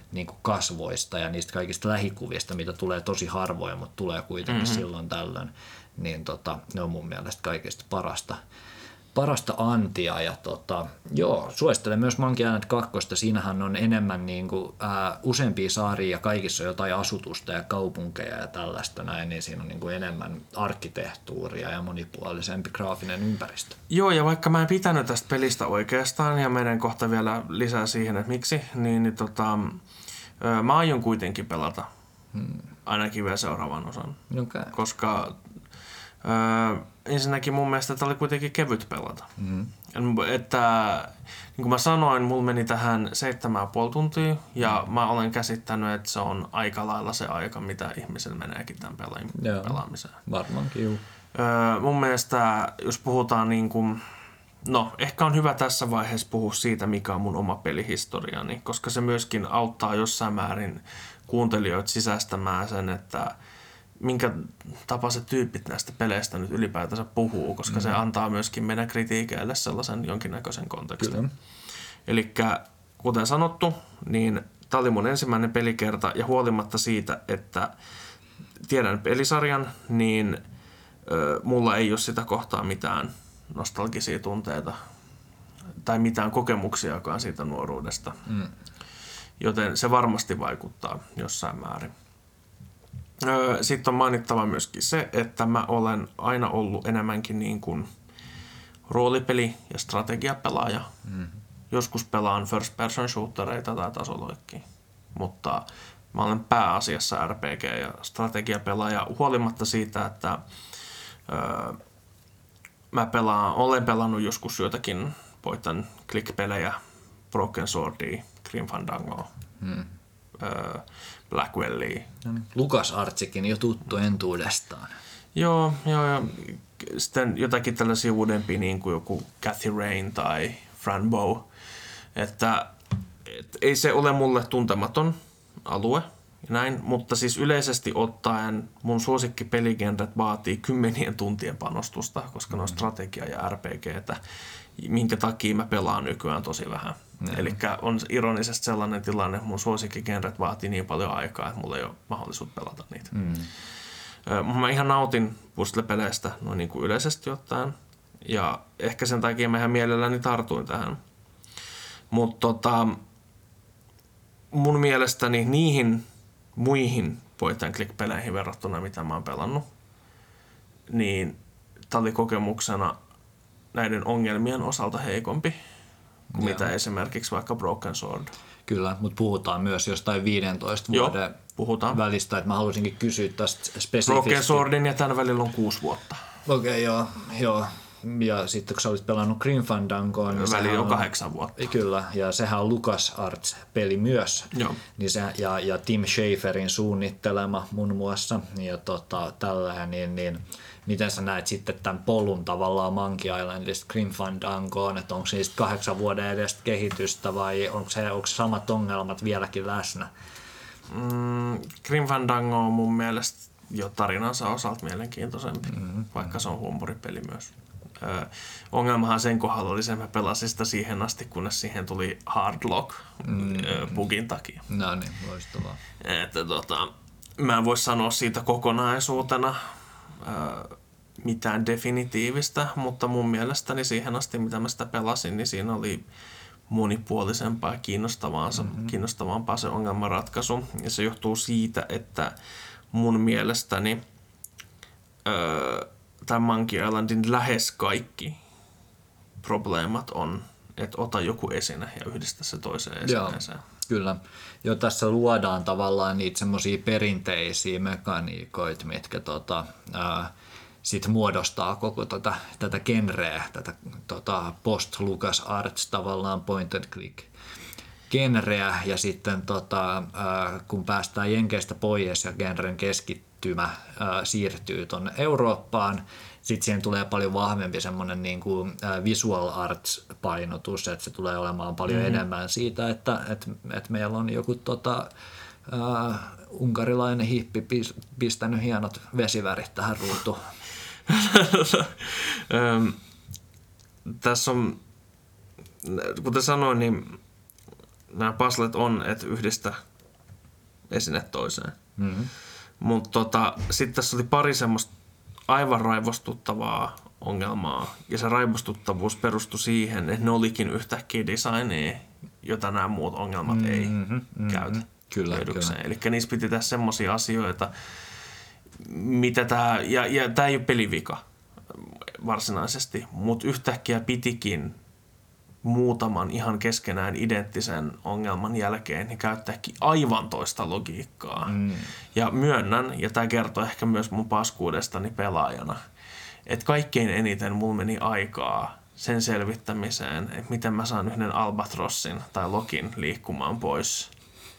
niin kuin kasvoista ja niistä kaikista lähikuvista, mitä tulee tosi harvoin, mutta tulee kuitenkin silloin tällöin, niin ne on mun mielestä kaikista parasta antia. Ja joo, suosittelen myös Monkey Island 2. Siinähän on enemmän niin kuin, useampia saaria ja kaikissa on jotain asutusta ja kaupunkeja ja tällaista näin, niin siinä on niin kuin enemmän arkkitehtuuria ja monipuolisempi graafinen ympäristö. Joo, ja vaikka mä en pitänyt tästä pelistä oikeastaan, ja menen kohta vielä lisää siihen, että miksi, niin mä aion kuitenkin pelata ainakin vielä seuraavan osan. Okay. Koska ensinnäkin mun mielestä tämä oli kuitenkin kevyt pelata. Että niin kuin mä sanoin, mulla meni tähän 7,5 tuntia ja mä olen käsittänyt, että se on aika lailla se aika, mitä ihmisellä meneekin tämän pelaamiseen. Varmaankin, juu. Mun mielestä, jos puhutaan niin kuin, no ehkä on hyvä tässä vaiheessa puhua siitä, mikä on mun oma pelihistoriani, koska se myöskin auttaa jossain määrin kuuntelijoita sisäistämään sen, että minkä tapaiset tyypit näistä peleistä nyt ylipäätänsä puhuu, koska se antaa myöskin meidän kritiikeille sellaisen jonkinnäköisen kontekstin. Elikkä kuten sanottu, niin tämä oli mun ensimmäinen pelikerta ja huolimatta siitä, että tiedän pelisarjan, niin mulla ei ole sitä kohtaa mitään nostalgisia tunteita tai mitään kokemuksiakaan siitä nuoruudesta. Joten se varmasti vaikuttaa jossain määrin. Sitten on mainittava myöskin se, että mä olen aina ollut enemmänkin niin kuin roolipeli- ja strategiapelaaja. Joskus pelaan first person shootereita tai tasoloikkia, mutta mä olen pääasiassa RPG- ja strategiapelaaja huolimatta siitä, että olen pelannut joskus joitakin point and click-pelejä, Broken Swordia, Grim Fandangoa, Blackwellia. LucasArtsikin jo tuttu entuudestaan. Joo, ja sitten jotakin tällaisia uudempia, niin kuin joku Cathy Rain tai Fran Bow. Että ei se ole mulle tuntematon alue, näin, mutta siis yleisesti ottaen mun suosikkipeligenret vaatii 10 tuntien panostusta, koska ne on strategia ja RPGtä, minkä takia mä pelaan nykyään tosi vähän. Eli on ironisesti sellainen tilanne, että mun suosikkigenret vaatii niin paljon aikaa, että mulla ei ole mahdollisuutta pelata niitä. Mä ihan nautin puzzle-peleistä noin niin kuin yleisesti ottaen, ja ehkä sen takia mä ihan mielelläni tartuin tähän. Mutta mun mielestäni niihin muihin point and click-peleihin verrattuna, mitä mä oon pelannut, niin tää oli kokemuksena näiden ongelmien osalta heikompi kuin mitä esimerkiksi vaikka Broken Sword. Kyllä, mutta puhutaan myös jostain 15 vuoden välistä, että mä haluaisinkin kysyä tästä spesifisti. Broken Swordin ja tämän välillä on 6 vuotta. Okei, joo. Ja sitten kun sä olit pelannut Grim Fandangoa, niin väliin on 8 vuotta. Kyllä, ja sehän on LucasArts-peli myös. Joo. Niin ja Tim Schaferin suunnittelema muun muassa. Ja tällainen, niin miten sä näet sitten tämän polun tavallaan Monkey Islandista Grim Fandangoon, että onko se 8 vuoden edestä kehitystä vai onko se samat ongelmat vieläkin läsnä? Grim Fandango on mun mielestä jo tarinansa osalta mielenkiintoisempi, vaikka se on huumoripeli myös. Ongelmahan sen kohdalla oli se, että mä pelasin sitä siihen asti, kunnes siihen tuli hard lock bugin takia. No niin, loistavaa. Että mä en voi sanoa siitä kokonaisuutena mitään definitiivistä, mutta mun mielestäni siihen asti, mitä mä sitä pelasin, niin siinä oli monipuolisempaa ja kiinnostavampaa se ongelmanratkaisu. Ja se johtuu siitä, että mun mielestäni tämän Monkey Islandin lähes kaikki probleemat on, että ota joku esine ja yhdistä se toiseen esineeseen. Kyllä. Jo tässä luodaan tavallaan niitä semmoisia perinteisiä mekaniikoita, mitkä sit muodostaa koko tätä genreä, tätä post-LucasArts tavallaan point and click genreä, ja sitten kun päästään Jenkeistä pois ja genren keskittymä siirtyy tuonne Eurooppaan, sitten siihen tulee paljon vahvempi semmoinen niin kuin visual arts painotus, että se tulee olemaan paljon enemmän siitä, että meillä on joku unkarilainen hippi pistänyt hienot vesivärit tähän ruutuun. Tässä on, kuten sanoin, niin nämä puzzlet on, että yhdistä esine toiseen. Mutta sitten tässä oli pari semmoista aivan raivostuttavaa ongelmaa. Ja se raivostuttavuus perustui siihen, että ne olikin yhtäkkiä designia, jota nämä muut ongelmat ei käytä hyödykseen. Eli niissä piti tehdä semmoisia asioita, mitä tämä, ja tämä ei ole pelivika varsinaisesti, mutta yhtäkkiä pitikin muutaman ihan keskenään identtisen ongelman jälkeen niin käyttääkin aivan toista logiikkaa. Ja myönnän, ja tämä kertoo ehkä myös mun paskuudestani pelaajana, että kaikkein eniten mulla meni aikaa sen selvittämiseen, että miten mä saan yhden albatrossin tai lokin liikkumaan pois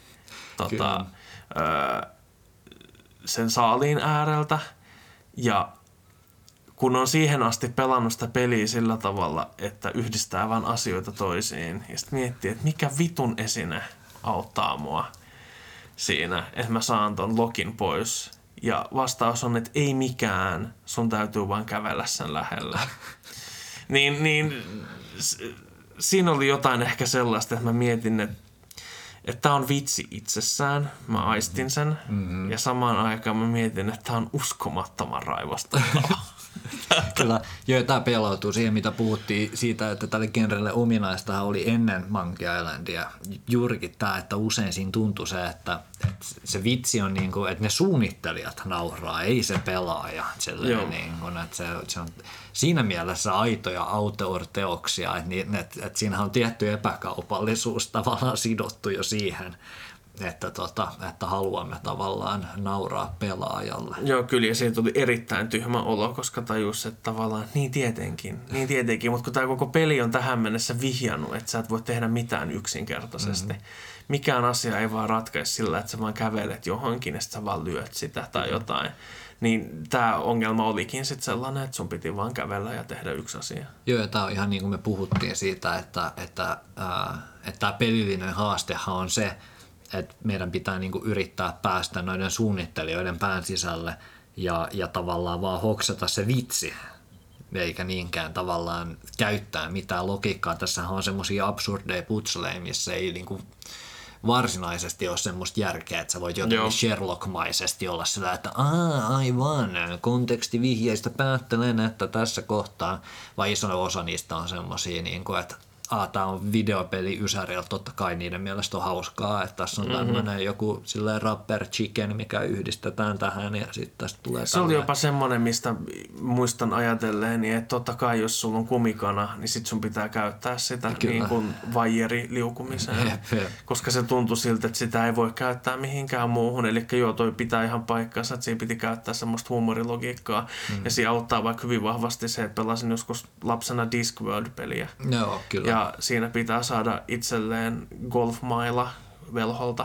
sen saaliin ääreltä. Ja kun on siihen asti pelannut sitä peliä sillä tavalla, että yhdistää vaan asioita toisiin ja sitten miettii, että mikä vitun esine auttaa mua siinä, että mä saan ton lokin pois. Ja vastaus on, että ei mikään, sun täytyy vaan kävellä sen lähellä. Siinä oli jotain ehkä sellaista, että mä mietin, että tää on vitsi itsessään, mä aistin sen, ja samaan aikaan mä mietin, että tää on uskomattoman raivostavaa. Kyllä, joo, tämä pelautuu siihen, mitä puhuttiin siitä, että tälle genrelle ominaista oli ennen Monkey Islandia. Juurikin tämä, että usein siinä tuntui se, että se vitsi on niin kuin, että ne suunnittelijat nauraa, ei se pelaaja. Niin kuin, että se on siinä mielessä aitoja auteur-teoksia, että siinä on tietty epäkaupallisuus tavallaan sidottu jo siihen, että haluamme tavallaan nauraa pelaajalle. Joo, kyllä, ja siitä tuli erittäin tyhmä olo, koska tajus, että tavallaan niin tietenkin, mutta kun tämä koko peli on tähän mennessä vihjannut, että sä et voi tehdä mitään yksinkertaisesti. Mikään asia ei vaan ratkaisi sillä, että sä vaan kävelet johonkin ja sitten sä vaan lyöt sitä tai jotain. Niin tämä ongelma olikin sitten sellainen, että sun piti vaan kävellä ja tehdä yksi asia. Joo, ja tämä on ihan niin kuin me puhuttiin siitä, että tämä pelillinen haastehan on se, että meidän pitää niinku yrittää päästä noiden suunnittelijoiden pään sisälle ja tavallaan vaan hoksata se vitsi, eikä niinkään tavallaan käyttää mitään logiikkaa. Tässähän on semmoisia absurdeja putseleja, missä ei niinku varsinaisesti ole semmoista järkeä, että sä voit jotenkin Sherlock-maisesti olla sillä, että aivan, kontekstivihjeistä päättelen, että tässä kohtaa, vai iso osa niistä on semmoisia, niinku, että tämä on videopeli Ysärillä, totta kai niiden mielestä on hauskaa, että tässä on tämmöinen joku silleen rapper chicken, mikä yhdistetään tähän ja sitten tästä tulee se oli jopa semmoinen, mistä muistan ajatelleen, että totta kai jos sulla on kumikana, niin sit sun pitää käyttää sitä niin kuin vaijeri liukumiseen, koska se tuntui siltä, että sitä ei voi käyttää mihinkään muuhun, eli joo, toi pitää ihan paikkansa, että siinä piti käyttää semmoista huumorilogiikkaa, ja siinä auttaa vaikka hyvin vahvasti se, että pelasin joskus lapsena Discworld-peliä. Joo, kyllä. Ja siinä pitää saada itselleen golfmaila velholta.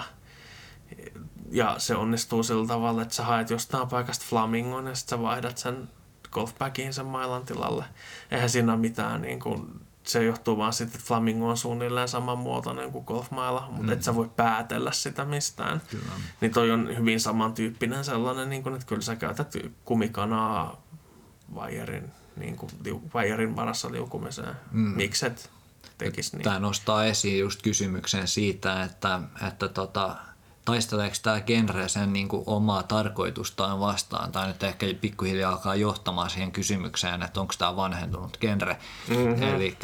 Ja se onnistuu sillä tavalla, että sä haet jostain paikasta flamingon ja sitten sä vaihdat sen golfbagin sen mailan tilalle. Eihän siinä ole mitään, niin kun, se johtuu vaan siitä, että flamingo on suunnilleen samanmuotoinen kuin golfmaila, mutta et sä voi päätellä sitä mistään. Kyllä. Niin toi on hyvin samantyyppinen sellainen, niin kun, että kyllä sä käytät kumikanaa vaijerin varassa liukumiseen. Mikset tekisi niin? Tämä nostaa esiin just kysymyksen siitä, että taisteleeko tämä genre sen niin kuin omaa tarkoitustaan vastaan, tai nyt ehkä pikkuhiljaa alkaa johtamaan siihen kysymykseen, että onko tämä vanhentunut genre. Eli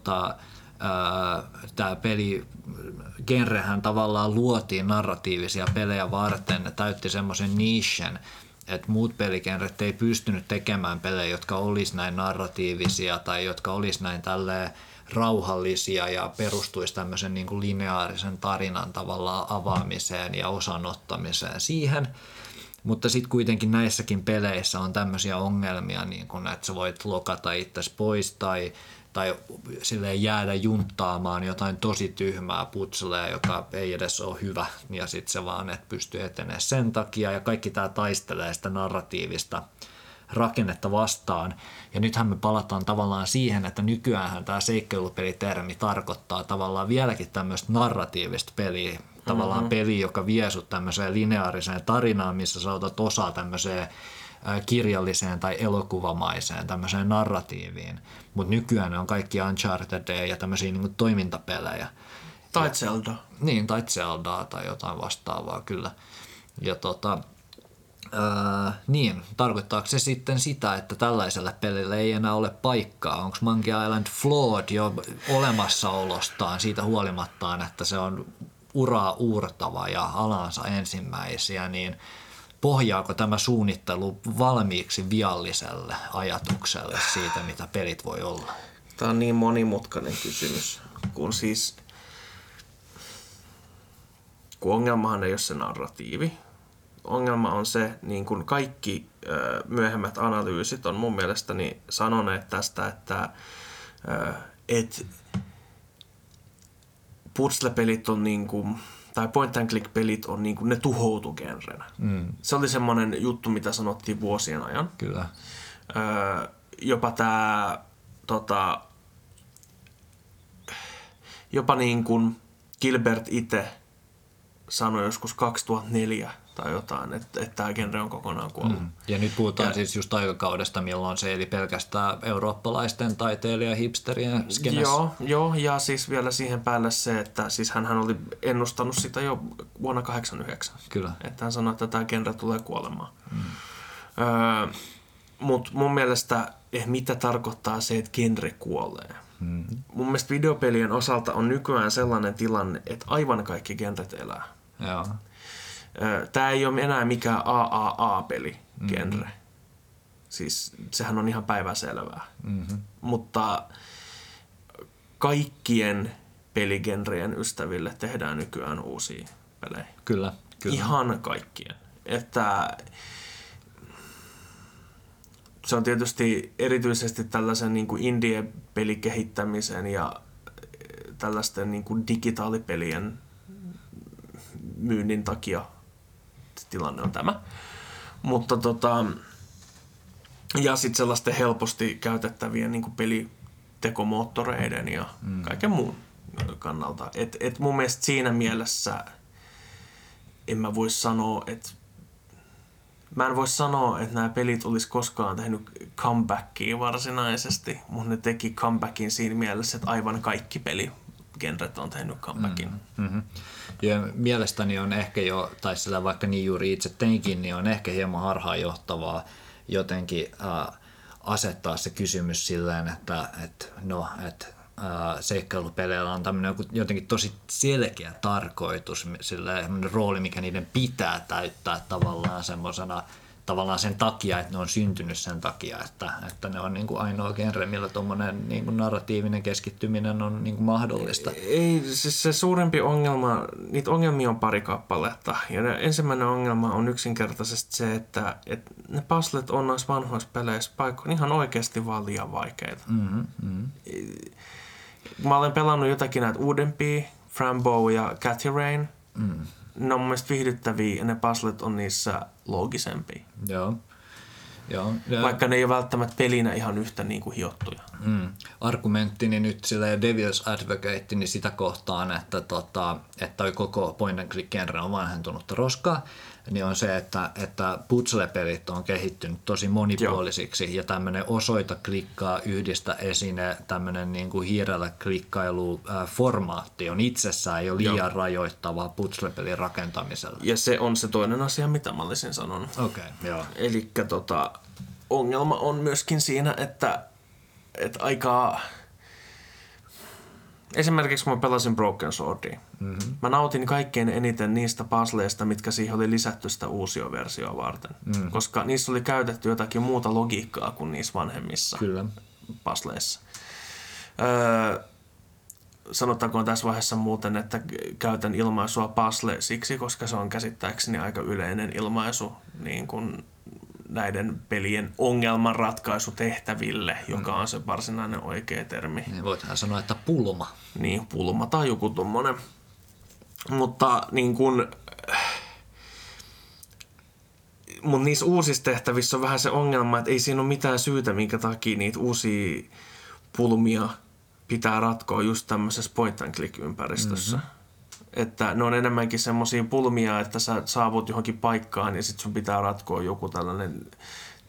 tämä genrehän tavallaan luotiin narratiivisia pelejä varten, ne täytti semmoisen nichen, että muut peligenret ei pystynyt tekemään pelejä, jotka olisi näin narratiivisia tai jotka olisi näin tälleen rauhallisia ja perustuisi tämmöisen niin kuin lineaarisen tarinan tavallaan avaamiseen ja osanottamiseen siihen. Mutta sitten kuitenkin näissäkin peleissä on tämmöisiä ongelmia, niin kun, että sä voit lokata itsesi pois tai silleen jäädä junttaamaan jotain tosi tyhmää putselea, joka ei edes ole hyvä, ja sitten se vaan et pysty etenemään sen takia, ja kaikki tämä taistelee sitä narratiivista rakennetta vastaan. Ja nythän me palataan tavallaan siihen, että nykyäänhän tämä seikkailupelitermi tarkoittaa tavallaan vieläkin tämmöistä narratiivista peliä, tavallaan peli, joka vie sut tämmöiseen lineaariseen tarinaan, missä sä otat osaa tämmöiseen kirjalliseen tai elokuvamaiseen tämmöiseen narratiiviin, mutta nykyään ne on kaikki Uncharted ja tämmöisiä niin kuin toimintapelejä. Tai Zelda. Niin, tai Zeldaa tai jotain vastaavaa kyllä. Ja niin, tarkoittaako se sitten sitä, että tällaiselle pelille ei enää ole paikkaa? Onko Monkey Island flawed jo olemassaolostaan siitä huolimattaan, että se on uraa uurtava ja alansa ensimmäisiä, niin pohjaako tämä suunnittelu valmiiksi vialliselle ajatukselle siitä, mitä pelit voi olla? Tämä on niin monimutkainen kysymys, kun ongelmahan ei ole se narratiivi. Ongelma on se, niin kuin kaikki myöhemmät analyysit on mun mielestäni sanoneet tästä, että puzzle-pelit on niin kuin, tai point-and-click-pelit on niin kuin, ne tuhoutu genrenä. Se oli semmoinen juttu, mitä sanottiin vuosien ajan. Kyllä. Jopa tämä jopa niin kuin Gilbert itse sanoi joskus 2004 tai jotain, että tämä genre on kokonaan kuollut. Ja nyt puhutaan siis just aikakaudesta, milloin se eli pelkästään eurooppalaisten taiteilija-hipsterien skenessä. Joo, ja siis vielä siihen päälle se, että siis hän oli ennustanut sitä jo vuonna 1989. Kyllä. Että hän sanoi, että tämä genre tulee kuolemaan. Mutta mun mielestä, mitä tarkoittaa se, että genre kuolee? Mun mielestä videopelien osalta on nykyään sellainen tilanne, että aivan kaikki genret elää. Joo. Tämä ei ole enää mikään AAA-peli genre. Siis sehän on ihan päivänselvää. Mutta kaikkien peligenrien ystäville tehdään nykyään uusia pelejä. Kyllä. Ihan kaikkien. Että se on tietysti erityisesti tällaisen niin kuin indie-pelikehittämisen ja tällaisten niin kuin digitaalipelien myynnin takia tilanne on tämä. Mutta ja sitten sellaisten helposti käytettävien niin kuin pelitekomoottoreiden ja kaiken muun kannalta. Et mun mielestä siinä mielessä mä en voi sanoa, että nämä pelit olisi koskaan tehnyt comebackia varsinaisesti, mutta ne teki comebackin siinä mielessä, että aivan kaikki peligenret on tehnyt comebackin. Ja mielestäni on ehkä jo, tai sillä vaikka niin juuri itse teinkin, niin on ehkä hieman harhaanjohtavaa jotenkin asettaa se kysymys silleen, että seikkailupeleillä on tämmöinen jotenkin tosi selkeä tarkoitus, silleen rooli, mikä niiden pitää täyttää tavallaan sen takia, että ne on syntynyt sen takia, että ne on niin kuin ainoa genre, millä tuommoinen niin kuin narratiivinen keskittyminen on niin kuin mahdollista. Ei, siis se suurempi ongelma, niitä ongelmia on pari kappaletta. Ja ensimmäinen ongelma on yksinkertaisesti se, että ne puzzlet on noissa vanhoissa peleissä paikkoin ihan oikeasti vaan liian vaikeita. Mä olen pelannut jotakin näitä uudempia, Frambo ja Cathy Rain. Ne on mun mielestä viihdyttäviä ja ne puzzlet on niissä loogisempia. Joo. Vaikka ne ei ole välttämättä pelinä ihan yhtä niin kuin hiottuja. Argumenttini nyt silleen Devil's Advocate niin sitä kohtaan, että toi koko point and click genre on vanhentunutta roskaa, niin on se, että puzzle-pelit on kehittynyt tosi monipuolisiksi ja tämmöinen osoita, klikkaa, yhdistä esine, tämmöinen niin kuin hiirellä klikkailu formaatti on itsessään jo liian rajoittavaa puzzle-pelin rakentamiselle. Ja se on se toinen asia, mitä mä olisin sanonut. Okei, joo. Elikkä ongelma on myöskin siinä, että aika... Esimerkiksi kun mä pelasin Broken Swordia, mä nautin kaikkein eniten niistä puzzleista, mitkä siihen oli lisätty sitä uusioversioa varten. Koska niissä oli käytetty jotakin muuta logiikkaa kuin niissä vanhemmissa puzzleissa. Sanottakoon tässä vaiheessa muuten, että käytän ilmaisua puzzle siksi, koska se on käsittääkseni aika yleinen ilmaisu niin kuin näiden pelien ongelmanratkaisutehtäville, joka on se varsinainen oikea termi. Niin voidaan sanoa, että pulma. Niin, pulma tai joku tommonen. Mutta niin kun... Mutta niissä uusissa tehtävissä on vähän se ongelma, että ei siinä ole mitään syytä, minkä takia niitä uusia pulmia pitää ratkoa just tämmöisessä point-and-click-ympäristössä. Että ne on enemmänkin semmoisia pulmia, että sä saavut johonkin paikkaan ja sit sun pitää ratkoa joku tällainen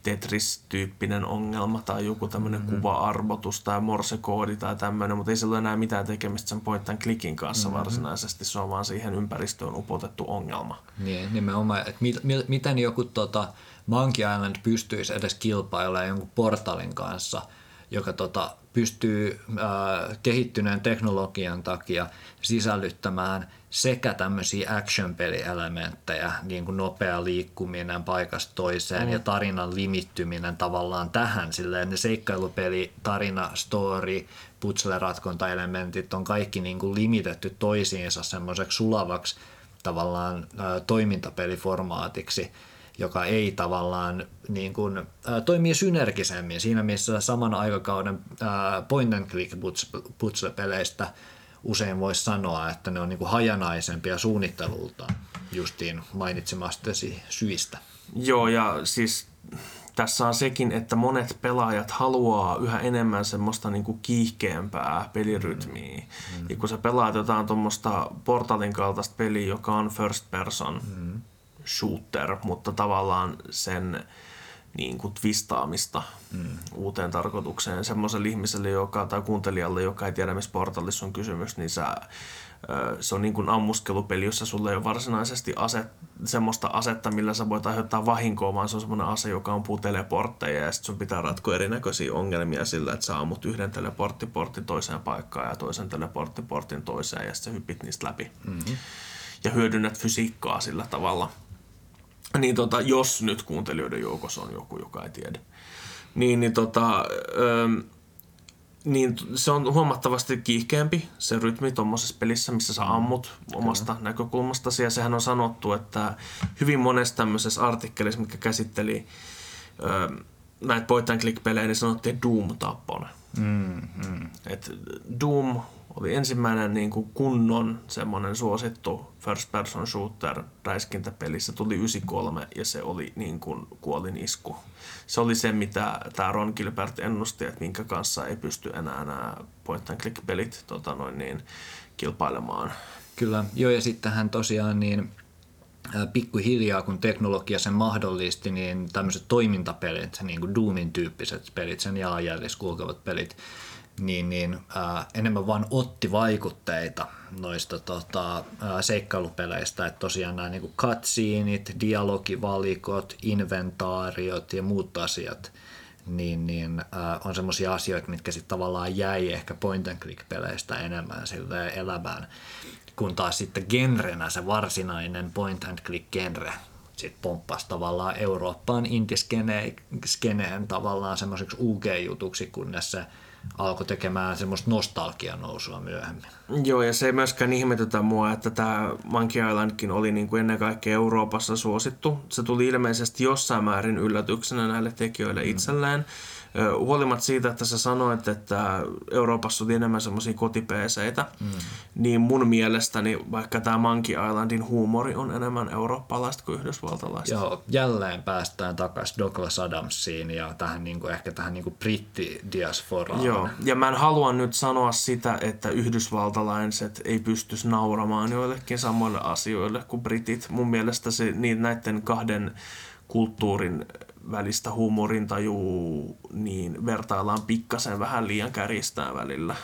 Tetris-tyyppinen ongelma tai joku tämmöinen kuva-arvotus tai morsekoodi tai tämmöinen, mutta ei sillä ole enää mitään tekemistä sen point and clickin kanssa varsinaisesti, se on vaan siihen ympäristöön upotettu ongelma. Niin, nimenomaan, että miten joku Monkey Island pystyisi edes kilpailemaan jonkun Portalin kanssa, joka pystyy kehittyneen teknologian takia sisällyttämään sekä tämmöisiä action-pelielementtejä, niin kuin nopea liikkuminen paikasta toiseen ja tarinan limittyminen tavallaan tähän, silleen ne seikkailupeli, tarina, story, puzzle-ratkontaelementit on kaikki niin kuin limitetty toisiinsa semmoiseksi sulavaksi tavallaan toimintapeliformaatiksi, joka ei tavallaan niin kuin, toimii synergisemmin siinä, missä saman aikakauden point and click puzzle-peleistä usein voisi sanoa, että ne on niin kuin hajanaisempia suunnittelultaan justiin mainitsemastasi syistä. Joo, ja siis tässä on sekin, että monet pelaajat haluaa yhä enemmän semmoista niin kuin kiihkeämpää pelirytmiä. Ja kun sä pelaat jotain tuommoista Portalin kaltaista peliä, joka on first person shooter, mutta tavallaan sen niin kuin twistaamista uuteen tarkoitukseen semmoiselle ihmiselle tai kuuntelijalle, joka ei tiedä, missä Portalissa on kysymys, niin se on niin kuin ammuskelupeli, jossa sulla ei ole varsinaisesti semmoista asetta, millä sä voit aiheuttaa vahinkoa, vaan se on semmoinen ase, joka ampuu teleportteja ja sitten sun pitää ratkoa erinäköisiä ongelmia sillä, että sä ammut yhden teleporttiportin toiseen paikkaan ja toisen teleporttiportin toiseen ja sitten sä hypit niistä läpi. Ja hyödynnät fysiikkaa sillä tavalla. Niin jos nyt kuuntelijoiden joukossa on joku, joka ei tiedä, niin se on huomattavasti kiihkeämpi se rytmi tuommoisessa pelissä, missä sä ammut omasta näkökulmastasi. Ja sehän on sanottu, että hyvin monessa tämmöisessä artikkelissa, mikä käsitteli näitä point and click pelejä, niin sanottiin Doom-tappona. Et Doom oli ensimmäinen niin kuin kunnon semmoinen suosittu first person shooter räiskintäpeli. Se tuli 93 ja se oli niin kuin kuolinisku. Se oli se, mitä tämä Ron Gilbert ennusti, että minkä kanssa ei pysty enää nämä point and click pelit kilpailemaan. Kyllä, joo, ja sittenhän tosiaan niin pikkuhiljaa, kun teknologia sen mahdollisti, niin tämmöiset toimintapelit, niin kuin Doomin tyyppiset pelit, sen jalanjäljissä kulkevat pelit, niin enemmän vaan otti vaikutteita noista seikkailupeleistä, että tosiaan nämä niin cutsceneit, dialogivalikot, inventaariot ja muut asiat, on semmoisia asioita, mitkä sitten tavallaan jäi ehkä point and click peleistä enemmän silleen elämään, kun taas sitten genrenä se varsinainen point and click genre sitten pomppasi tavallaan Eurooppaan indie-skeneen tavallaan semmoiseksi UG-jutuksi, kunnes se alkoi tekemään semmoista nostalgianousua myöhemmin. Joo, ja se ei myöskään ihmetytä mua, että tämä Monkey Islandkin oli niin kuin ennen kaikkea Euroopassa suosittu. Se tuli ilmeisesti jossain määrin yllätyksenä näille tekijöille itselleen. Huolimatta siitä, että sä sanoit, että Euroopassa oli enemmän semmoisia koti-PC:itä, niin mun mielestäni vaikka tämä Monkey Islandin huumori on enemmän eurooppalaista kuin yhdysvaltalaista. Joo, jälleen päästään takaisin Douglas Adamsiin ja tähän ehkä tähän brittidiasporaan. Joo, ja mä en halua nyt sanoa sitä, että yhdysvaltalaiset ei pystyisi nauramaan joillekin samoille asioille kuin britit. Mun mielestä näiden kahden kulttuurin välistä huumorintajua niin vertaillaan pikkasen vähän liian kärjistään välillä.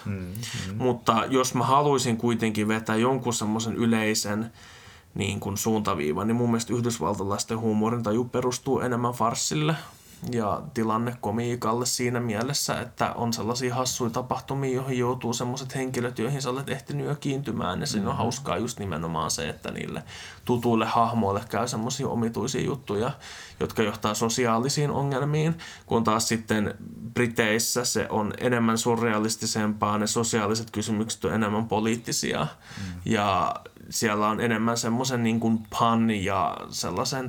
Mutta jos mä haluaisin kuitenkin vetää jonkun semmoisen yleisen niin kuin suuntaviivan, niin mun mielestä yhdysvaltalaisten huumorintaju perustuu enemmän farssille ja tilannekomiikalle siinä mielessä, että on sellaisia hassuja tapahtumia, joihin joutuu sellaiset henkilöt, joihin sä olet ehtinyt jo kiintymään. Ja siinä on hauskaa just nimenomaan se, että niille tutuille hahmoille käy semmoisia omituisia juttuja, jotka johtaa sosiaalisiin ongelmiin, kun taas sitten Briteissä se on enemmän surrealistisempaa, ne sosiaaliset kysymykset on enemmän poliittisia ja siellä on enemmän semmoisen niin kuin pun ja sellaisen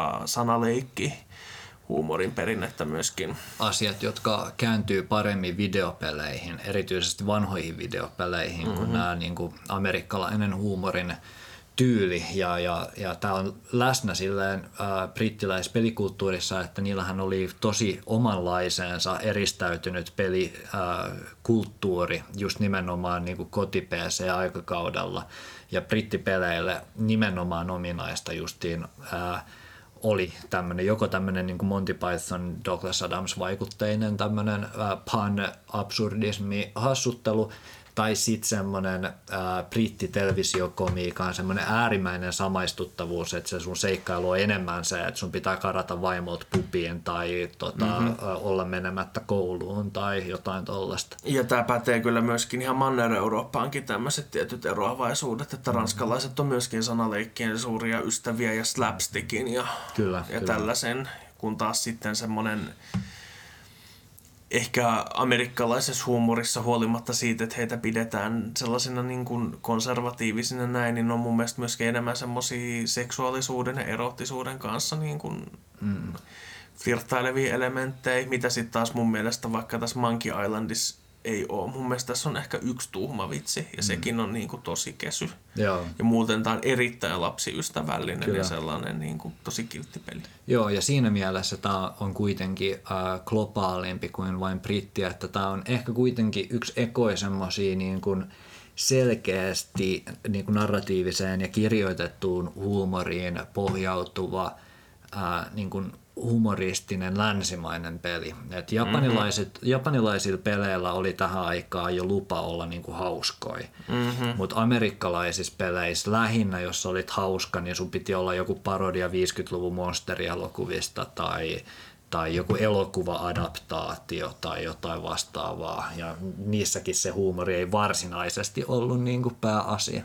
sanaleikki huumorin perinnettä myöskin. Asiat, jotka kääntyy paremmin videopeleihin, erityisesti vanhoihin videopeleihin, kuin nämä niin kuin amerikkalainen huumorin tyyli. Ja tämä on läsnä silleen brittiläispelikulttuurissa, että niillähän oli tosi omanlaiseensa eristäytynyt pelikulttuuri just nimenomaan niin kuin koti-PC-aikakaudella. Ja brittipeleille nimenomaan ominaista justiin oli joko tämmöinen niin kuin Monty Python, Douglas Adams-vaikutteinen tämmöinen pan-absurdismi hassuttelu, tai sitten semmoinen brittitelevisiokomiikan semmoinen äärimmäinen samaistuttavuus, että se sun seikkailu on enemmän se, että sun pitää karata vaimolta pubiin tai olla menemättä kouluun tai jotain tollaista. Ja tämä pätee kyllä myöskin ihan Manner-Eurooppaankin tämmöiset tietyt eroavaisuudet, että ranskalaiset on myöskin sanaleikkien suuria ystäviä ja slapstickin ja tällaisen, kun taas sitten semmoinen ehkä amerikkalaisessa huumorissa huolimatta siitä, että heitä pidetään sellaisina niin kuin konservatiivisina näin, niin on mun mielestä myöskin enemmän semmoisia seksuaalisuuden ja erottisuuden kanssa niin kuin flirttailevia elementtejä, mitä sitten taas mun mielestä vaikka tässä Monkey Islandissa ei ole. Mun mielestä tässä on ehkä yksi tuhma vitsi ja sekin on niin kuin tosi kesy. Joo. Ja muuten tämä on erittäin lapsiystävällinen ja sellainen niin kuin tosi kiltti peli. Joo, ja siinä mielessä tämä on kuitenkin globaalimpi kuin vain britti, että tämä on ehkä kuitenkin yksi ekoi semmoisia niin kuin selkeästi niin kuin narratiiviseen ja kirjoitettuun huumoriin pohjautuva niin kuin humoristinen länsimainen peli. Et japanilaisilla peleillä oli tähän aikaan jo lupa olla niinku hauskoja, mutta amerikkalaisissa peleissä lähinnä, jos olit hauska, niin sun piti olla joku parodia 50-luvun monsterielokuvista tai joku elokuva-adaptaatio tai jotain vastaavaa. Ja niissäkin se huumori ei varsinaisesti ollut niinku pääasia.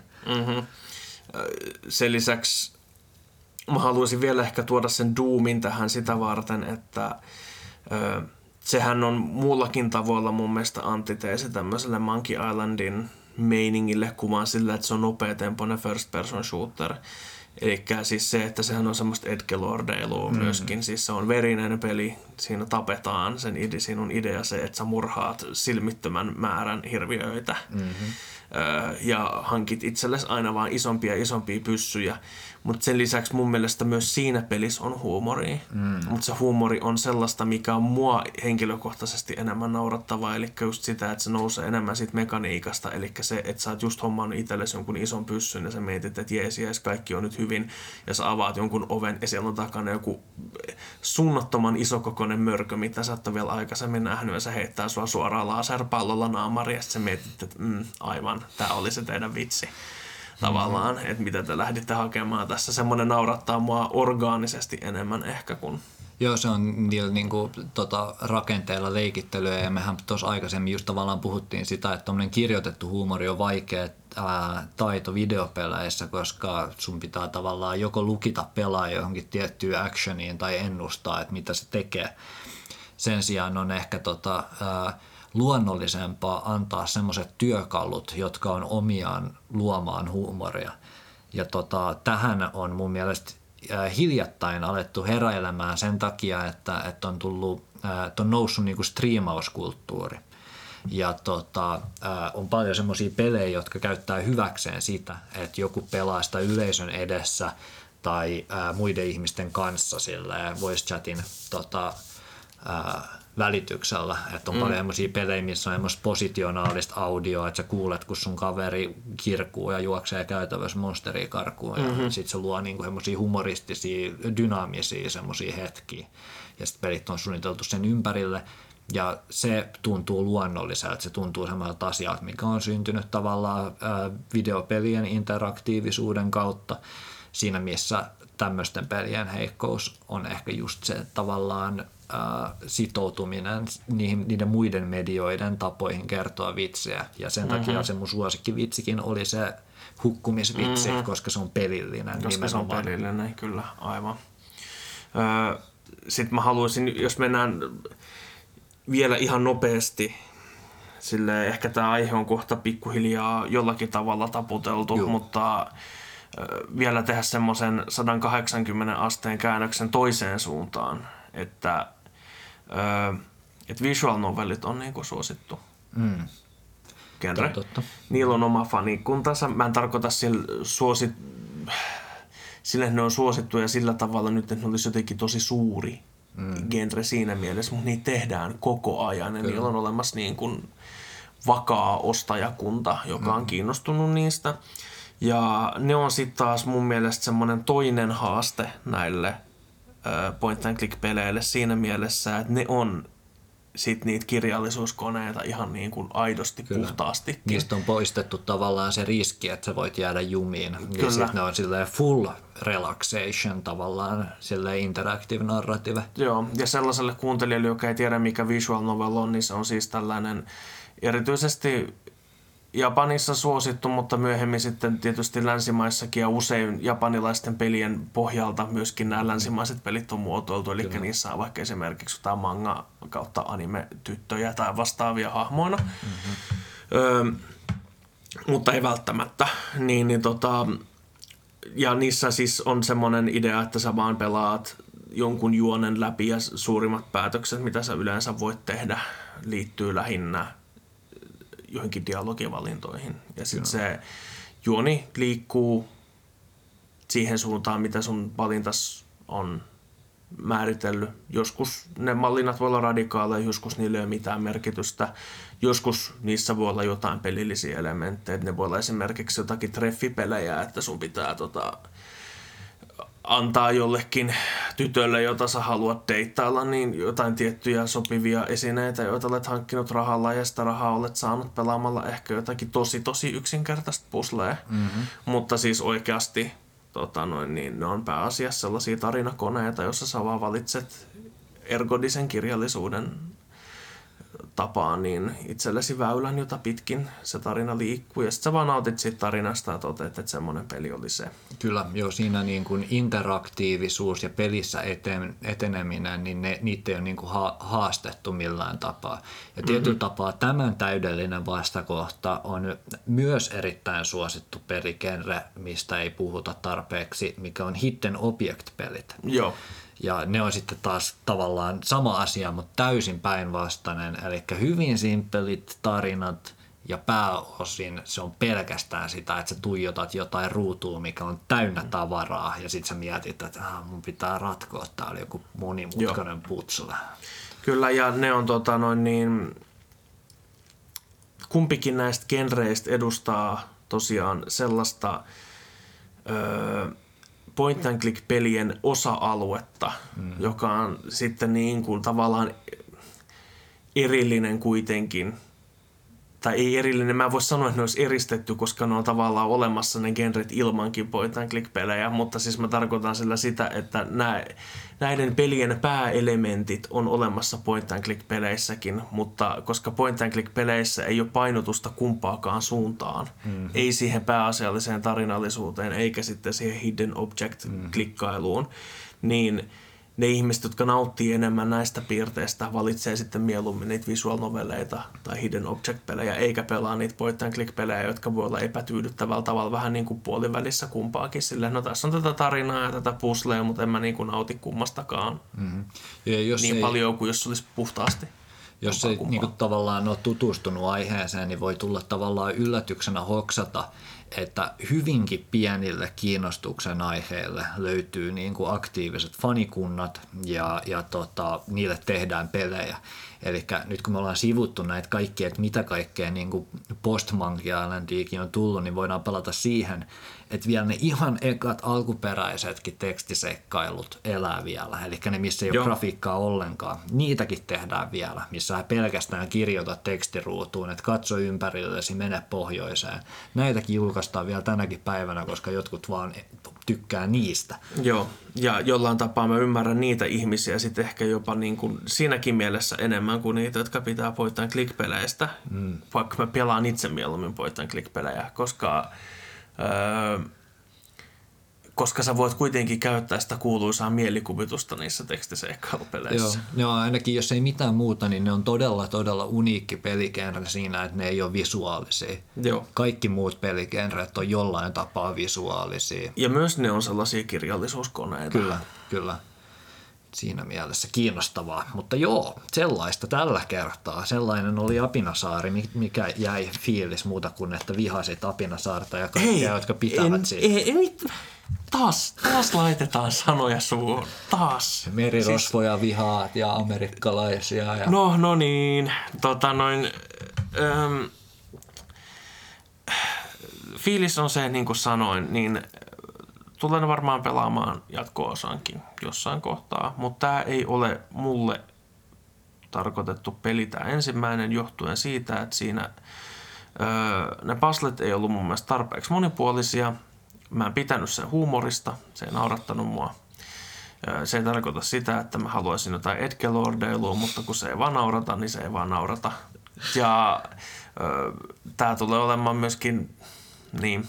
Sen lisäksi mä haluaisin vielä ehkä tuoda sen Doomin tähän sitä varten, että sehän on muullakin tavoilla mun mielestä antiteesi tämmöiselle Monkey Islandin meiningille, kuvaan sillä, että se on nopeatempoinen first person shooter. Eli siis se, että sehän on semmoista edgelordeilua myöskin. Siis se on verinen peli, siinä tapetaan, siinä on idea se, että sä murhaat silmittömän määrän hirviöitä. Ja hankit itsellesi aina vaan isompia pyssyjä. Mutta sen lisäksi mun mielestä myös siinä pelissä on huumoria. Mutta se huumori on sellaista, mikä on mua henkilökohtaisesti enemmän naurattavaa. Eli just sitä, että se nousee enemmän siitä mekaniikasta. Eli se, että sä oot just hommannut itsellesi jonkun ison pyssyn ja sä mietit, että jees, kaikki on nyt hyvin. Ja sä avaat jonkun oven ja siellä on takana joku suunnattoman isokokoinen mörkö, mitä sä et ole vielä aikaisemmin nähnyt. Ja se heittää sua suoraan laserpallolla naamariin ja sitten sä mietit, että aivan, tää oli se teidän vitsi. Tavallaan, että mitä te lähditte hakemaan tässä. Semmoinen naurattaa mua orgaanisesti enemmän ehkä kuin... Joo, se on niillä niinku, rakenteilla leikittelyä ja mehän tuossa aikaisemmin just tavallaan puhuttiin sitä, että tommoinen kirjoitettu huumori on vaikea taito videopeleissä, koska sun pitää tavallaan joko lukita pelaaja johonkin tiettyyn actioniin tai ennustaa, että mitä se tekee. Sen sijaan on ehkä luonnollisempaa antaa semmoiset työkalut, jotka on omiaan luomaan huumoria. Ja tähän on mun mielestä hiljattain alettu heräilemään sen takia, että on noussut niinku striimauskulttuuri. Ja on paljon semmoisia pelejä, jotka käyttää hyväkseen sitä, että joku pelaa sitä yleisön edessä tai muiden ihmisten kanssa voice chatin välityksellä, että on paljon semmoisia pelejä, missä on semmoista positionaalista audioa, että sä kuulet, kun sun kaveri kirkuu ja juoksee käytävässä monsteria karkuun ja sit se luo niinku semmoisia humoristisia, dynaamisia semmoisia hetkiä ja sitten pelit on suunniteltu sen ympärille ja se tuntuu luonnolliselta, se tuntuu semmoiselta asialta, mikä on syntynyt tavallaan videopelien interaktiivisuuden kautta siinä, missä tämmöisten pelien heikkous on ehkä just se tavallaan sitoutuminen niiden muiden medioiden tapoihin kertoa vitsiä. Ja sen takia se mun suosikkivitsikin oli se hukkumisvitsi, koska se on pelillinen. Koska se on pelillinen, kyllä, aivan. Sitten mä haluaisin, jos mennään vielä ihan nopeasti, silleen ehkä tämä aihe on kohta pikkuhiljaa jollakin tavalla taputeltu, mutta vielä tehdä semmoisen 180 asteen käännöksen toiseen suuntaan, että visual novelit on niinku suosittu genre. Niillä on oma fanikuntansa. Mä en tarkoita sille ne on suosittuja sillä tavalla nyt, että ne olisi jotenkin tosi suuri genre siinä mielessä, mutta niitä tehdään koko ajan ja niillä on olemassa niin kuin vakaa ostajakunta, joka on kiinnostunut niistä. Ja ne on sitten taas mun mielestä semmoinen toinen haaste näille point and click -peleille siinä mielessä, että ne on sit niitä kirjallisuuskoneita ihan niin kuin aidosti puhtaastikin. Niistä on poistettu tavallaan se riski, että sä voit jäädä jumiin. Kyllä. Ja sitten ne on silleen full relaxation tavallaan, silleen interactive narrative. Joo, ja sellaiselle kuuntelijalle, joka ei tiedä mikä visual novel on, niin se on siis tällainen erityisesti Japanissa suosittu, mutta myöhemmin sitten tietysti länsimaissakin ja usein japanilaisten pelien pohjalta myöskin nämä länsimaiset pelit on muotoiltu, eli niissä on vaikka esimerkiksi jotain manga kautta anime-tyttöjä tai vastaavia hahmoina, mutta ei välttämättä. Ja niissä siis on semmoinen idea, että sä vaan pelaat jonkun juonen läpi ja suurimmat päätökset, mitä sä yleensä voit tehdä, liittyy lähinnä johonkin dialogivalintoihin. Ja sitten se juoni liikkuu siihen suuntaan, mitä sun valintas on määritellyt. Joskus ne valinnat voi olla radikaaleja, joskus niillä ei ole mitään merkitystä. Joskus niissä voi olla jotain pelillisiä elementtejä. Ne voi olla esimerkiksi jotakin treffipelejä, että sun pitää antaa jollekin tytölle, jota sä haluat deittailla, niin jotain tiettyjä sopivia esineitä, joita olet hankkinut rahalla ja sitä rahaa olet saanut pelaamalla ehkä jotakin tosi yksinkertaista puzzleja. Mutta siis oikeasti niin ne on pääasiassa sellaisia tarinakoneita, joissa sä vaan valitset ergodisen kirjallisuuden tapaan niin itsellesi väylän, jota pitkin se tarina liikkuu. Ja sitten sä vaan nautit siitä tarinasta ja toteat, että semmoinen peli oli se. Kyllä, joo, siinä niin kuin interaktiivisuus ja pelissä eteneminen, niin niitä ei ole niin kuin haastettu millään tapaa. Ja tietyllä tapaa tämän täydellinen vastakohta on myös erittäin suosittu peligenre, mistä ei puhuta tarpeeksi, mikä on hidden object-pelit. Joo. Ja ne on sitten taas tavallaan sama asia, mutta täysin päinvastainen. Eli hyvin simppelit tarinat ja pääosin se on pelkästään sitä, että sä tuijotat jotain ruutua, mikä on täynnä tavaraa. Ja sitten sä mietit, että mun pitää ratkoa, tää oli joku monimutkainen putsle. Kyllä, ja ne on kumpikin näistä genreistä edustaa tosiaan sellaista point and click -pelien osa-aluetta, joka on sitten niin kuin tavallaan erillinen kuitenkin. Tai ei erillinen, mä en voi sanoa, että ne olisi eristetty, koska ne on tavallaan olemassa ne genret ilmankin point and click -pelejä, mutta siis mä tarkoitan sillä sitä, että näiden pelien pääelementit on olemassa point and click -peleissäkin, mutta koska point and click -peleissä ei ole painotusta kumpaakaan suuntaan, ei siihen pääasialliseen tarinallisuuteen eikä sitten siihen hidden object-klikkailuun, niin ne ihmiset, jotka nauttii enemmän näistä piirteistä, valitsee sitten mieluummin niitä visual novelleita tai hidden object-pelejä, eikä pelaa niitä point and click-pelejä, jotka voi olla epätyydyttävällä tavalla vähän niin kuin puolivälissä kumpaakin. Silleen, no tässä on tätä tarinaa ja tätä puzzlea, mutta en mä niin kuin nauti kummastakaan niin paljon kuin jos olisi puhtaasti. Jos ei niin kuin tavallaan ole tutustunut aiheeseen, niin voi tulla tavallaan yllätyksenä hoksata, että hyvinkin pienille kiinnostuksen aiheille löytyy niin kuin aktiiviset fanikunnat ja niille tehdään pelejä. Eli nyt kun me ollaan sivuttu näitä kaikkia, että mitä kaikkea niin kuin post-Monkey Islandiakin on tullut, niin voidaan palata siihen, että vielä ne ihan ekat alkuperäisetkin tekstiseikkailut elää vielä. Eli ne, missä ei ole grafiikkaa ollenkaan, niitäkin tehdään vielä, missä pelkästään kirjoita tekstiruutuun, että katso ympärillesi, mene pohjoiseen. Näitäkin julkaistaan vielä tänäkin päivänä, koska jotkut vaan tykkää niistä. Joo, ja jollain tapaa mä ymmärrän niitä ihmisiä sitten ehkä jopa niin kuin siinäkin mielessä enemmän kuin niitä, jotka pitää point and click-peleistä, vaikka mä pelaan itse mieluummin point and click-pelejä, koska sä voit kuitenkin käyttää sitä kuuluisaa mielikuvitusta niissä tekstiseikkailupeleissä. Joo, ainakin jos ei mitään muuta, niin ne on todella uniikki peligenre siinä, että ne ei ole visuaalisia. Joo. Kaikki muut peligenret on jollain tapaa visuaalisia. Ja myös ne on sellaisia kirjallisuuskoneita. Kyllä. Siinä mielessä kiinnostavaa. Mutta joo, sellaista tällä kertaa. Sellainen oli Apinasaari, mikä jäi fiilis muuta kuin, että vihasit Apinasaarta ja kaikkia, jotka pitävät siitä. Ei. Taas laitetaan sanoja suuhun. Taas. Merirosvoja vihaat ja amerikkalaisia. Ja... No niin. Fiilis on se, niin kuin sanoin, niin tulen varmaan pelaamaan jatko-osankin jossain kohtaa, mutta tämä ei ole mulle tarkoitettu peli tämä ensimmäinen johtuen siitä, että siinä ne puzzlet ei ollut mun mielestä tarpeeksi monipuolisia. Mä en pitänyt sen huumorista, se ei naurattanut mua. Se ei tarkoita sitä, että mä haluaisin jotain edgelordeilua, mutta kun se ei vaan naurata, niin se ei vaan naurata. Ja tää tulee olemaan myöskin niin.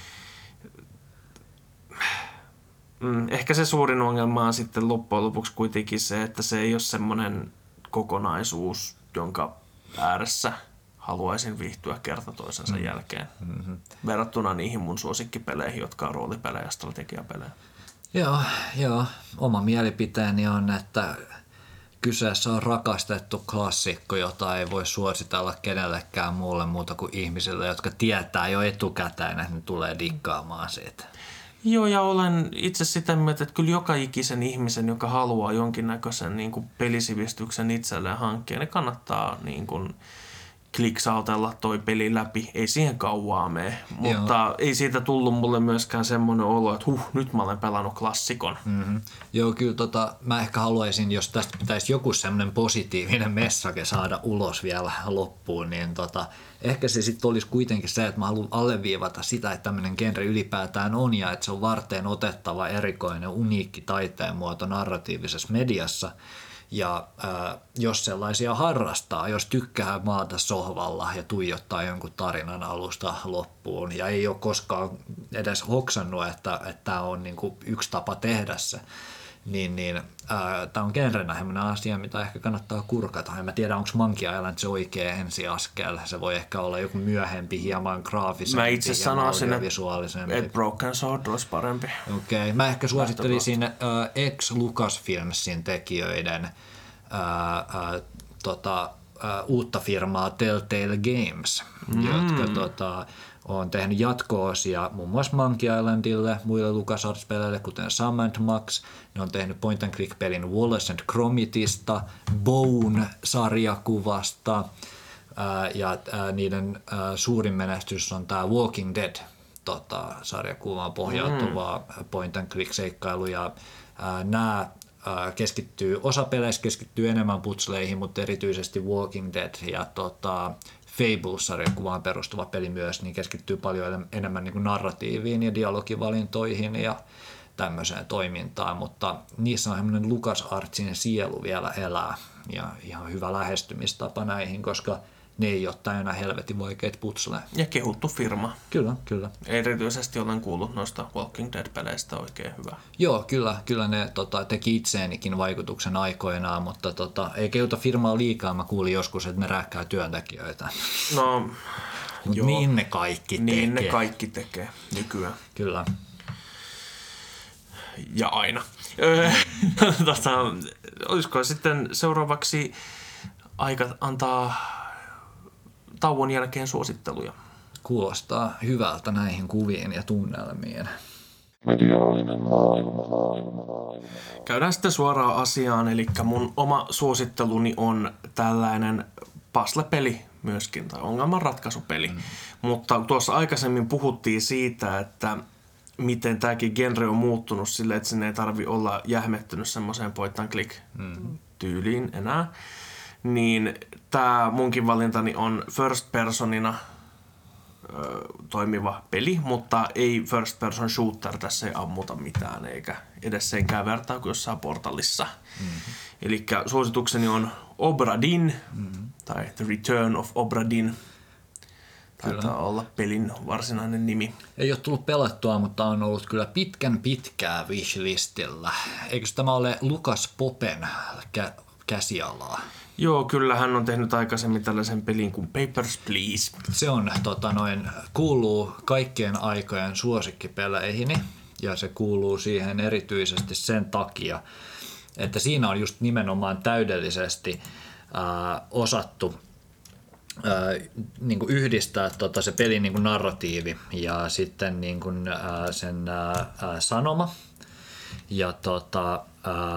Ehkä se suurin ongelma on sitten loppujen lopuksi kuitenkin se, että se ei ole semmoinen kokonaisuus, jonka ääressä haluaisin viihtyä kerta toisensa jälkeen. Verrattuna niihin mun suosikkipeleihin, jotka on roolipelejä ja strategiapelejä. Joo. Oma mielipiteeni on, että kyseessä on rakastettu klassikko, jota ei voi suositella kenellekään muulle muuta kuin ihmisille, jotka tietää jo etukäteen, että ne tulee dikkaamaan siitä. Joo, ja olen itse sitä mieltä, että kyllä joka ikisen ihmisen, joka haluaa jonkinnäköisen niin kuin pelisivistyksen itselleen hankkia, ne kannattaa niin kuin kliksautella toi peli läpi. Ei siihen kauaa mene, mutta ei siitä tullut mulle myöskään semmoinen olo, että nyt mä olen pelannut klassikon. Joo, kyllä mä ehkä haluaisin, jos tästä pitäisi joku semmoinen positiivinen message saada ulos vielä loppuun, niin ehkä se sitten olisi kuitenkin se, että mä haluan alleviivata sitä, että tämmöinen genre ylipäätään on ja että se on varten otettava erikoinen, uniikki taiteen muoto narratiivisessa mediassa. Ja jos sellaisia harrastaa, jos tykkää maata sohvalla ja tuijottaa jonkun tarinan alusta loppuun ja ei ole koskaan edes hoksannut, että tämä on niinku yksi tapa tehdä se, niin tämä on genrenä sellainen asia, mitä ehkä kannattaa kurkata. En mä tiedä, onko Monkey Island se oikea ensiaskel. Se voi ehkä olla joku myöhempi, hieman graafisempi. Mä itse sanoisin, että Broken Sword olisi parempi. Okei. Mä ehkä suosittelisin ex-Lucasfilmsin tekijöiden uutta firmaa Telltale Games, jotka on tehnyt jatko-osia muun muassa Monkey Islandille, muille LucasArts-peleille, kuten Sam & Max. Ne on tehnyt point and click-pelin Wallace and Gromitista, Bone-sarjakuvasta, ja niiden suurin menestys on tämä Walking Dead sarjakuvaan pohjautuvaa point and click-seikkailu, ja nämä osa peleistä keskittyy enemmän putsleihin, mutta erityisesti Walking Dead ja Fable-sarjakuvaan perustuva peli myös, niin keskittyy paljon enemmän niin kuin narratiiviin ja dialogivalintoihin ja tämmöiseen toimintaan, mutta niissä on semmoinen LucasArtsin sielu vielä elää ja ihan hyvä lähestymistapa näihin, koska ne ei ole täynnä helvetin vaikeita putsleja. Ja kehuttu firma. Kyllä. Erityisesti olen kuullut noista Walking Dead-peleistä oikein hyvä. Joo, kyllä ne teki itseenikin vaikutuksen aikoinaan, mutta ei kehuta firmaa liikaa. Mä kuulin joskus, että ne rääkkää työntekijöitä. No, joo. Niin ne kaikki tekee. Niin ne kaikki tekee nykyään. Kyllä. Ja aina. Olisiko sitten seuraavaksi aika antaa tauon jälkeen suositteluja? Kuulostaa hyvältä näihin kuviin ja tunnelmiin. Käydään sitten suoraan asiaan, eli mun oma suositteluni on tällainen puzzle-peli myöskin, tai ongelmanratkaisupeli. Mutta tuossa aikaisemmin puhuttiin siitä, että miten tämäkin genre on muuttunut silleen, että sinne ei tarvitse olla jähmettynyt semmoiseen point and click tyyliin enää. Niin tämä munkin valintani on first personina toimiva peli, mutta ei first person shooter, tässä ei ammuta mitään eikä edes senkään vertaa kuin jossain Portalissa. Eli suositukseni on Obra Dinn tai The Return of Obra Dinn. Taitaa olla pelin varsinainen nimi. Ei ole tullut pelattua, mutta on ollut kyllä pitkää wishlistillä. Eikö tämä ole Lukas Popen käsialaa? Joo, kyllä hän on tehnyt aikaisemmin tällaisen pelin kuin Papers, Please. Se on kuuluu kaikkien aikojen suosikkipeleihini ja se kuuluu siihen erityisesti sen takia, että siinä on just nimenomaan täydellisesti osattu niin kuin yhdistää se pelin niin kuin narratiivi ja sitten niin kuin, sen sanoma ja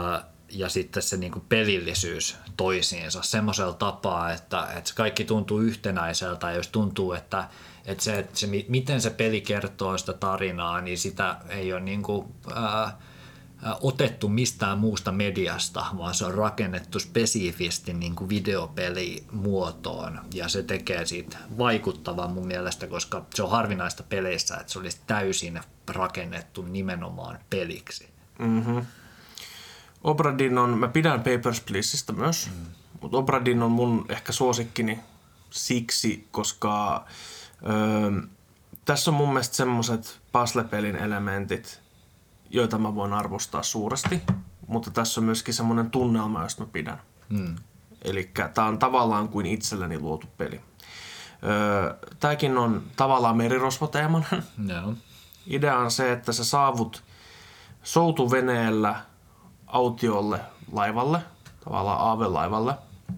ja sitten se niin kuin pelillisyys toisiinsa semmoisella tapaa, että se kaikki tuntuu yhtenäiseltä, ja jos tuntuu, että miten se peli kertoo sitä tarinaa, niin sitä ei ole niin kuin, otettu mistään muusta mediasta, vaan se on rakennettu spesifisti niin kuin videopelimuotoon, ja se tekee siitä vaikuttavaa mun mielestä, koska se on harvinaista peleissä, että se olisi täysin rakennettu nimenomaan peliksi. Mm-hmm. Obra Dinn on, mä pidän Papers, Pleaseista myös, mutta Obra Dinn on mun ehkä suosikkini siksi, koska tässä on mun mielestä semmoiset puzzle-pelin elementit, joita mä voin arvostaa suuresti, mutta tässä on myöskin semmoinen tunnelma, josta mä pidän. Eli tää on tavallaan kuin itselleni luotu peli. Tääkin on tavallaan merirosvoteemainen. No. Idea on se, että sä saavut soutuveneellä autiolle laivalle, tavallaan aavelaivalle.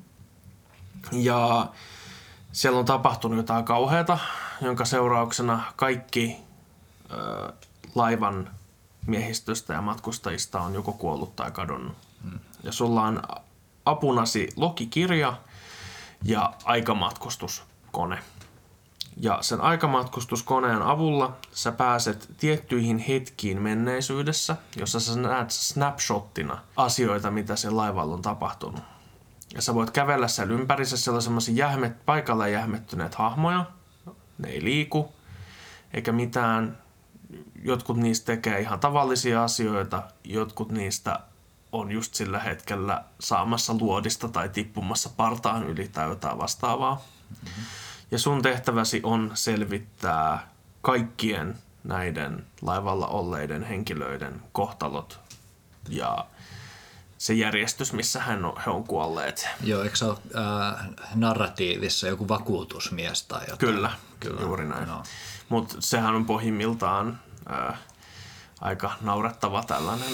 Ja siellä on tapahtunut jotain kauheata, jonka seurauksena kaikki laivan miehistöstä ja matkustajista on joko kuollut tai kadonnut. Ja sulla on apunasi logikirja ja aikamatkustuskone. Ja sen aikamatkustuskoneen avulla sä pääset tiettyihin hetkiin menneisyydessä, jossa sä näet snapshottina asioita, mitä siellä laivalla on tapahtunut. Ja sä voit kävellä siellä ympärissä, siellä on semmoisia paikalla jähmettyneet hahmoja. Ne ei liiku, eikä mitään. Jotkut niistä tekee ihan tavallisia asioita, jotkut niistä on just sillä hetkellä saamassa luodista tai tippumassa partaan yli tai jotain vastaavaa. Ja sun tehtäväsi on selvittää kaikkien näiden laivalla olleiden henkilöiden kohtalot ja se järjestys, missä he on kuolleet. Joo, eikö se ole narratiivissa joku vakuutusmies tai jotain? Kyllä, juuri näin. No. Mutta sehän on pohjimmiltaan aika naurettava tällainen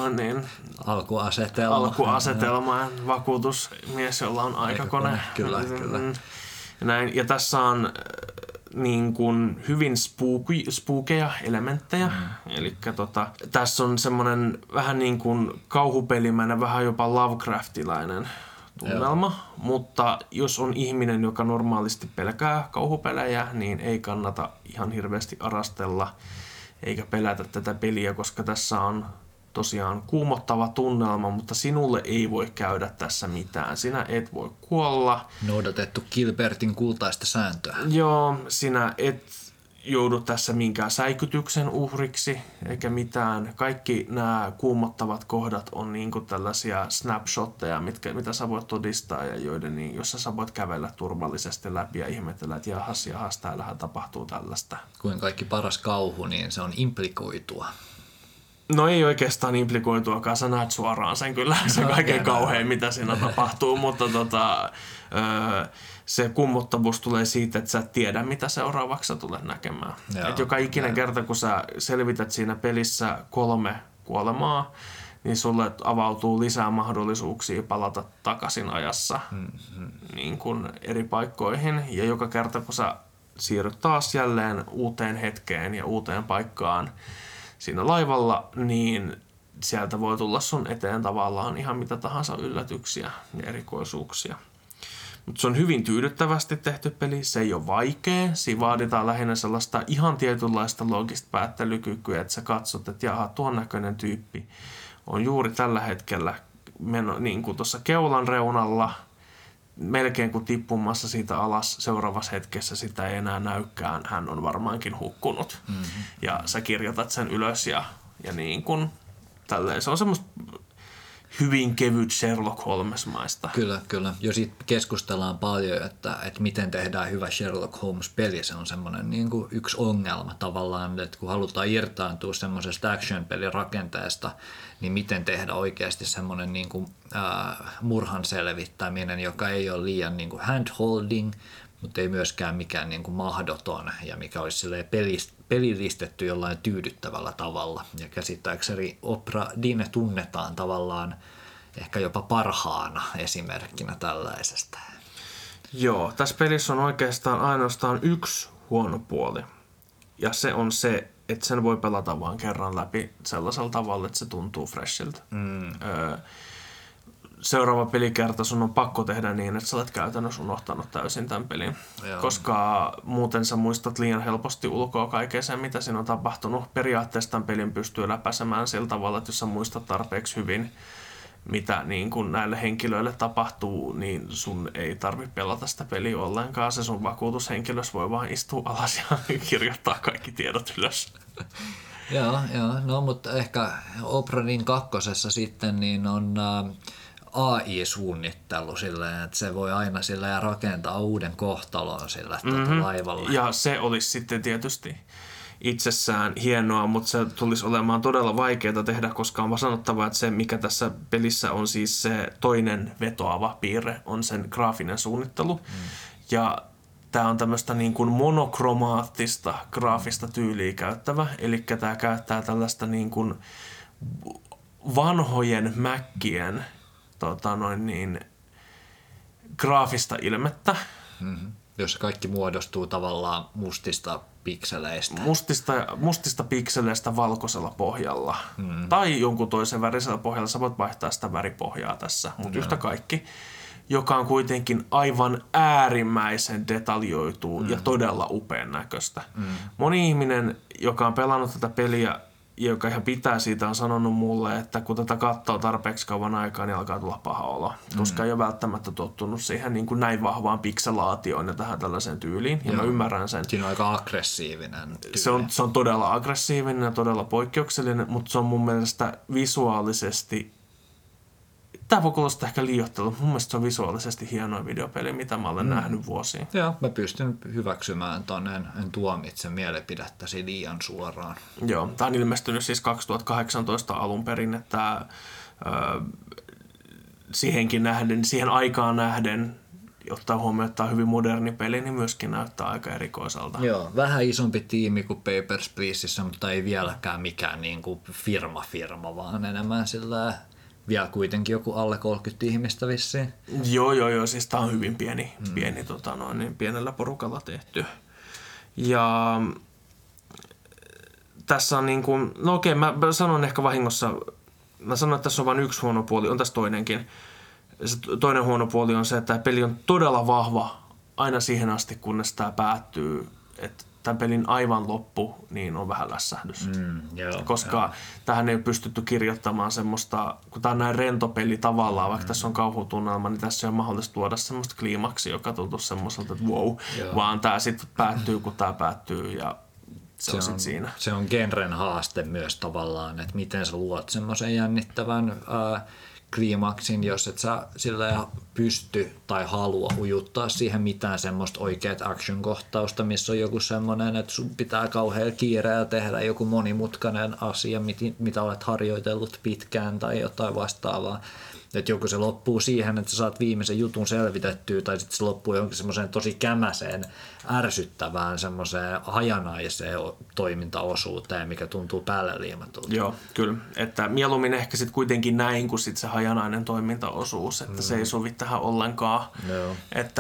alkuasetelma ja vakuutusmies, jolla on aikakone. Kyllä. Näin. Ja tässä on niin kuin hyvin spookeja elementtejä. Eli tässä on semmoinen vähän niin kuin kauhupelimäinen, vähän jopa Lovecraftilainen tunnelma. Mutta jos on ihminen, joka normaalisti pelkää kauhupelejä, niin ei kannata ihan hirveästi arastella eikä pelätä tätä peliä, koska tässä on tosiaan kuumottava tunnelma, mutta sinulle ei voi käydä tässä mitään. Sinä et voi kuolla. Noudatettu Gilbertin kultaista sääntöä. Joo, sinä et joudu tässä minkään säikytyksen uhriksi eikä mitään. Kaikki nämä kuumottavat kohdat on niin kuin tällaisia snapshotteja, mitä sä voit todistaa ja jossa sä voit kävellä turvallisesti läpi ja ihmetellä, että jahas, täällähän tapahtuu tällaista. Kuin kaikki paras kauhu, niin se on implikoitua. No ei oikeastaan implikoituakaan, sä näet suoraan sen kyllä, se kaiken kauhein, mitä siinä tapahtuu, mutta se kummottavuus tulee siitä, että sä et tiedä, mitä seuraavaksi sä tulet näkemään. Et joka ikinen kerta, kun sä selvität siinä pelissä 3 kuolemaa, niin sulle avautuu lisää mahdollisuuksia palata takaisin ajassa niin kuin eri paikkoihin. Ja joka kerta, kun sä siirryt taas jälleen uuteen hetkeen ja uuteen paikkaan, siinä laivalla, niin sieltä voi tulla sun eteen tavallaan ihan mitä tahansa yllätyksiä ja erikoisuuksia. Mutta se on hyvin tyydyttävästi tehty peli, se ei ole vaikea, siinä vaaditaan lähinnä sellaista ihan tietynlaista loogista päättelykykyä, että sä katsot, että jaha, tuon näköinen tyyppi on juuri tällä hetkellä niin kuin tuossa keulan reunalla, melkein kuin tippumassa siitä alas, seuraavassa hetkessä sitä ei enää näykään, hän on varmaankin hukkunut. Ja sä kirjoitat sen ylös ja niin kuin tälleen. Se on semmoista hyvin kevyt Sherlock Holmes-maista. Kyllä. Jo siitä keskustellaan paljon, että miten tehdään hyvä Sherlock Holmes-peli. Se on semmoinen niin kuin yksi ongelma tavallaan, että kun halutaan irtaantua semmoisesta action-pelin rakenteesta, niin miten tehdä oikeasti semmoinen niin kuin, murhan selvittäminen, joka ei ole liian niin kuin handholding, mutta ei myöskään mikään niin kuin mahdoton ja mikä olisi pelillistetty jollain tyydyttävällä tavalla. Ja käsittääkseni Obra Dinn tunnetaan tavallaan ehkä jopa parhaana esimerkkinä tällaisesta. Joo, tässä pelissä on oikeastaan ainoastaan yksi huono puoli. Ja se on se, että sen voi pelata vain kerran läpi sellaisella tavalla, että se tuntuu freshiltä. seuraava pelikerta sun on pakko tehdä niin, että sä olet käytännössä unohtanut täysin tämän pelin. Joo. Koska muuten sä muistat liian helposti ulkoa kaikkea sen, mitä siinä on tapahtunut. Periaatteessa tämän pelin pystyy läpäisemään sillä tavalla, että jos sä muistat tarpeeksi hyvin, mitä niin kun näille henkilöille tapahtuu, niin sun ei tarvitse pelata sitä peliä ollenkaan. Se sun vakuutushenkilös voi vaan istua alas ja kirjoittaa kaikki tiedot ylös. Joo, no mutta ehkä Obradin kakkosessa sitten niin on AI-suunnittelu silleen, että se voi aina silleen rakentaa uuden kohtalon sillä laivalla. Ja se olisi sitten tietysti itsessään hienoa, mutta se tulisi olemaan todella vaikeaa tehdä, koska on sanottava, että se mikä tässä pelissä on siis se toinen vetoava piirre, on sen graafinen suunnittelu. Ja tämä on tämmöistä niin kuin monokromaattista graafista tyyliä käyttävä, eli tämä käyttää tällaista niin kuin vanhojen Mäkkien graafista ilmettä. Jossa kaikki muodostuu tavallaan mustista pikseleistä. Mustista pikseleistä valkoisella pohjalla. Tai jonkun toisen värisellä pohjalla. Sä voit vaihtaa sitä väripohjaa tässä, mutta yhtä kaikki. Joka on kuitenkin aivan äärimmäisen detaljoituu ja todella upean näköistä. Moni ihminen, joka on pelannut tätä peliä, joka ihan pitää siitä, on sanonut mulle, että kun tätä katsoo tarpeeksi kauan aikaa, niin alkaa tulla paha olo. Koska ei ole välttämättä tottunut siihen niin kuin näin vahvaan pikselaatioon ja tähän tällaiseen tyyliin. Ja mä ymmärrän sen. Siinä on aika aggressiivinen tyyli. Se on todella aggressiivinen ja todella poikkeuksellinen, mutta se on mun mielestä visuaalisesti... Tämä voi kuulostaa ehkä liioittelua. Mun mielestä se on visuaalisesti hienoin videopeli, mitä mä olen nähnyt vuosiin. Joo, mä pystyn hyväksymään ton, en tuomitse mielipidettäsi liian suoraan. Joo, tämä on ilmestynyt siis 2018 alun perin, että siihen aikaan nähden, ottaa huomioon, että tämä on hyvin moderni peli, niin myöskin näyttää aika erikoiselta. Joo, vähän isompi tiimi kuin Papers, Pleaseissä, mutta ei vieläkään mikään niin kuin firma, vaan enemmän sillä vielä kuitenkin joku alle 30 ihmistä vissiin. Joo, siis tämä on hyvin pieni pienellä porukalla tehty. Ja tässä on niin kuin, no okei, mä sanon ehkä vahingossa, mä sanon, että tässä on vain yksi huono puoli, on tässä toinenkin. Se toinen huono puoli on se, että tämä peli on todella vahva aina siihen asti, kunnes tämä päättyy, että tämän pelin aivan loppu, niin on vähän lässähdys. Koska tähän ei ole pystytty kirjoittamaan semmoista, kun tämä on näin rento peli tavallaan, vaikka tässä on kauhutunnelma, niin tässä ei ole mahdollista tuoda semmoista kliimaksia, joka tuntuu semmoiselta, että wow, vaan tämä sitten päättyy, kun tämä päättyy ja se on sitten siinä. Se on genren haaste myös tavallaan, että miten sä luot semmoisen jännittävän kliimaksin, jos et sä sillä pysty tai halua ujuttaa siihen mitään semmoista oikeat action-kohtausta, missä on joku semmoinen, että sun pitää kauhean kiireellä tehdä joku monimutkainen asia, mitä olet harjoitellut pitkään tai jotain vastaavaa. Että joku se loppuu siihen, että sä saat viimeisen jutun selvitettyä, tai sitten se loppuu johonkin semmoiseen tosi kämäseen, ärsyttävään, semmoiseen hajanaiseen toimintaosuuteen, mikä tuntuu päälle liimatulta. Joo, kyllä. Että mieluummin ehkä sitten kuitenkin näin, kuin sitten se hajanainen toimintaosuus, että se ei sovi tähän ollenkaan. Joo.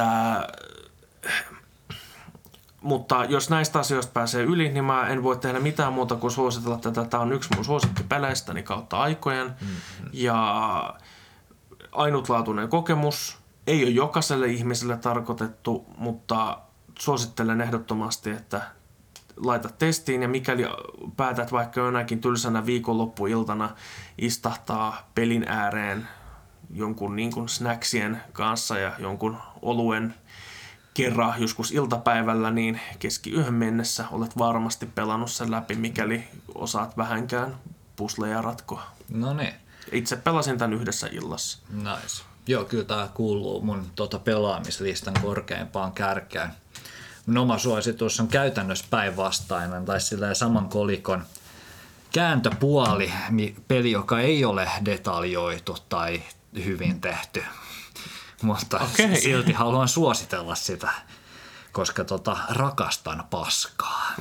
Mutta jos näistä asioista pääsee yli, niin mä en voi tehdä mitään muuta kuin suositella tätä. Tämä on yksi mun suosikkipeleistä kautta aikojen. Ja ainutlaatuinen kokemus. Ei ole jokaiselle ihmiselle tarkoitettu, mutta suosittelen ehdottomasti, että laitat testiin ja mikäli päätät vaikka jonakin tylsänä viikonloppuiltana istahtaa pelin ääreen jonkun niin kuin snacksien kanssa ja jonkun oluen kerran joskus iltapäivällä, niin keskiyöhön mennessä olet varmasti pelannut sen läpi, mikäli osaat vähänkään puzzleja ratkoa. No niin. Itse pelasin tämän yhdessä illassa. Nice. Joo, kyllä tämä kuuluu mun pelaamislistan korkeimpaan kärkeen. Mun oma suositus on käytännössä päinvastainen, tai silleen saman kolikon kääntöpuoli, peli, joka ei ole detaljoitu tai hyvin tehty. Mutta silti haluan suositella sitä, koska rakastan paskaa.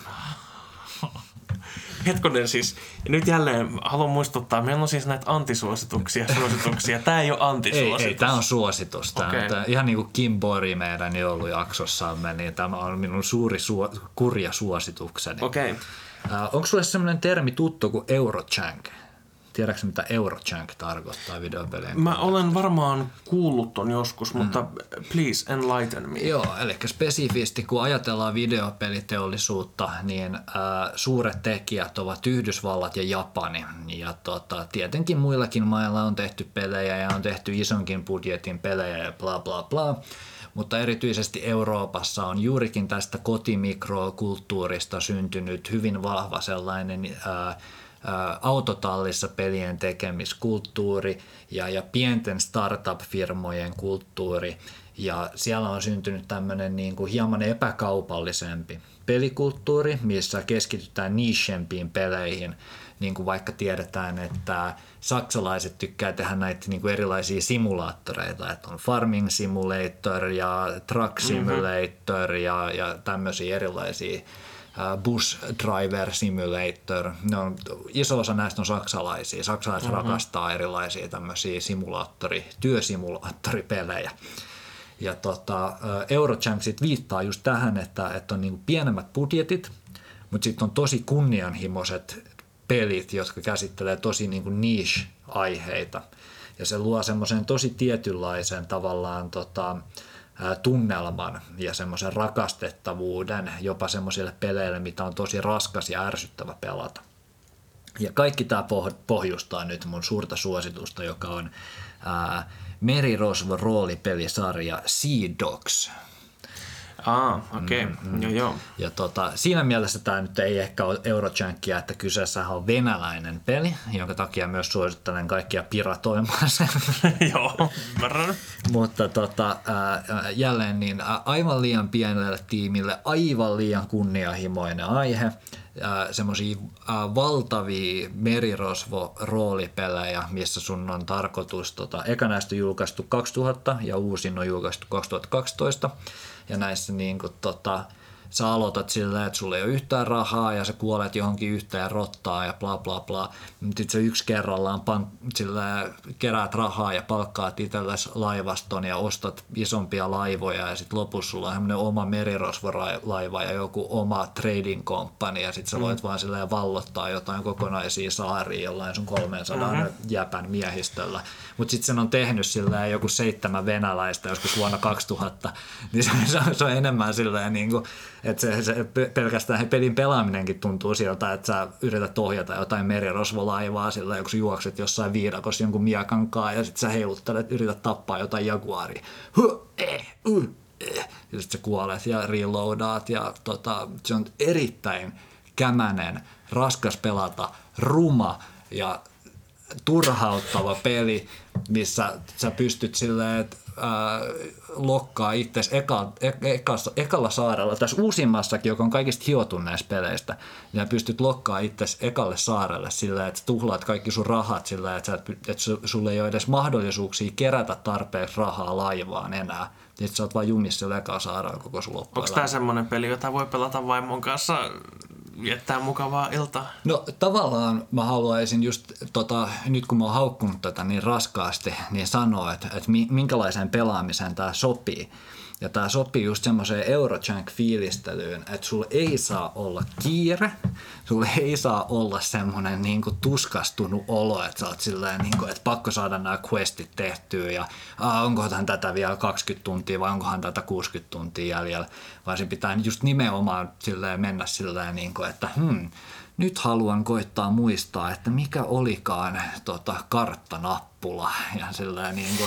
Hetkonen siis, nyt jälleen haluan muistuttaa, meillä on siis näitä antisuosituksia. Tämä ei ole antisuositus. Ei, tämä on suositus. Tämä ihan niin kuin Kim Bori meidän joulujaksossamme, niin tämä on minun suuri kurja suositukseni. Okei. Onko sulle sellainen termi tuttu kuin Eurochank? Tiedätkö mitä Eurojunk tarkoittaa videopelien? Mä olen varmaan kuullut ton joskus, mutta please enlighten me. Joo, eli spesifisti kun ajatellaan videopeliteollisuutta, niin suuret tekijät ovat Yhdysvallat ja Japani. Ja tietenkin muillakin mailla on tehty pelejä ja on tehty isonkin budjetin pelejä ja bla bla bla. Mutta erityisesti Euroopassa on juurikin tästä kotimikrokulttuurista syntynyt hyvin vahva sellainen autotallissa pelien tekemiskulttuuri ja pienten startup-firmojen kulttuuri. Ja siellä on syntynyt tämmöinen niin kuin hieman epäkaupallisempi pelikulttuuri, missä keskitytään nichempiin peleihin. Niin kuin vaikka tiedetään, että saksalaiset tykkää tehdä näitä niin kuin erilaisia simulaattoreita, että on Farming Simulator ja Truck Simulator ja tämmöisiä erilaisia Bus Driver Simulator. Iso osa näistä on saksalaisia. Saksalaiset rakastaa erilaisia tämmöisiä työsimulaattoripelejä. Ja Eurojunk sit viittaa just tähän, että on niinku pienemmät budjetit, mutta sitten on tosi kunnianhimoiset pelit, jotka käsittelee tosi niinku niche-aiheita. Ja se luo semmoisen tosi tietynlaisen tavallaan tunnelman ja semmoisen rakastettavuuden jopa semmoisille peleille, mitä on tosi raskas ja ärsyttävä pelata. Ja kaikki tämä pohjustaa nyt mun suurta suositusta, joka on Merirosvo roolipelisarja Sea Dogs. Okei. Joo. Ja siinä mielessä tämä nyt ei ehkä ole Eurojunkia, että kyseessä on venäläinen peli, jonka takia myös suosittelen kaikkia piratoimaan sen. Joo, ymmärrän. Mutta jälleen niin aivan liian pienelle tiimille, aivan liian kunnianhimoinen aihe. Semmoisia valtavia merirosvo-roolipelejä, missä sun on tarkoitus, eka näistä julkaistu 2000 ja uusin on julkaistu 2012. Ja näissä niin kuin, sä aloitat silleen, että sulla ei ole yhtään rahaa ja sä kuolet johonkin yhteen rottaan ja bla bla bla. Sitten sä yksi kerrallaan keräät rahaa ja palkkaat itsellesi laivaston ja ostat isompia laivoja ja sitten lopussa sulla on semmoinen oma merirosvolaiva ja joku oma trading company ja sitten sä voit vaan silleen vallottaa jotain kokonaisia saaria jollain sun 300 jäpän miehistöllä. Mutta sitten sen on tehnyt silleen joku 7 venäläistä joskus vuonna 2000, niin se on enemmän silleen niin kuin, että se pelkästään pelin pelaaminenkin tuntuu siltä, että sä yrität ohjata jotain merirosvolaivaa sillä, kun sä juokset jossain viidakossa jonkun miekankaan ja sitten sä heiluttelet, yrität tappaa jotain jaguaria. Ja sitten sä kuolet ja reloadaat ja se on erittäin kämänen, raskas pelata, ruma ja turhauttava peli, missä sä pystyt silleen, että lokkaa itsesi ekalla saarella, tässä uusimmassakin, joka on kaikista hiotun näistä peleistä, ja pystyt lokkaa itsesi ekalle saarelle sillä, että tuhlaat kaikki sun rahat sillä, että sulle ei ole edes mahdollisuuksia kerätä tarpeeksi rahaa laivaan enää. Sitten sä oot vaan jumissa sillä ekalla saarella koko sun loppuelämä. Onko tää semmoinen peli, jota voi pelata vaimon kanssa viettää mukavaa iltaa? No tavallaan mä haluaisin just, nyt kun mä oon haukkunut tätä niin raskaasti, niin sanoa, että minkälaiseen pelaamiseen tää sopii. Ja tää sopii just semmoiseen Eurojunk-fiilistelyyn, että sulla ei saa olla kiire, sulla ei saa olla semmoinen niinku tuskastunut olo, että sä oot silleen, niinku, että pakko saada nämä questit tehtyä ja onkohan tätä vielä 20 tuntia vai onkohan tätä 60 tuntia jäljellä, vaan se pitää just nimenomaan silleen mennä silleen, niinku, että nyt haluan koittaa muistaa, että mikä olikaan karttanappula ja silleen niinku,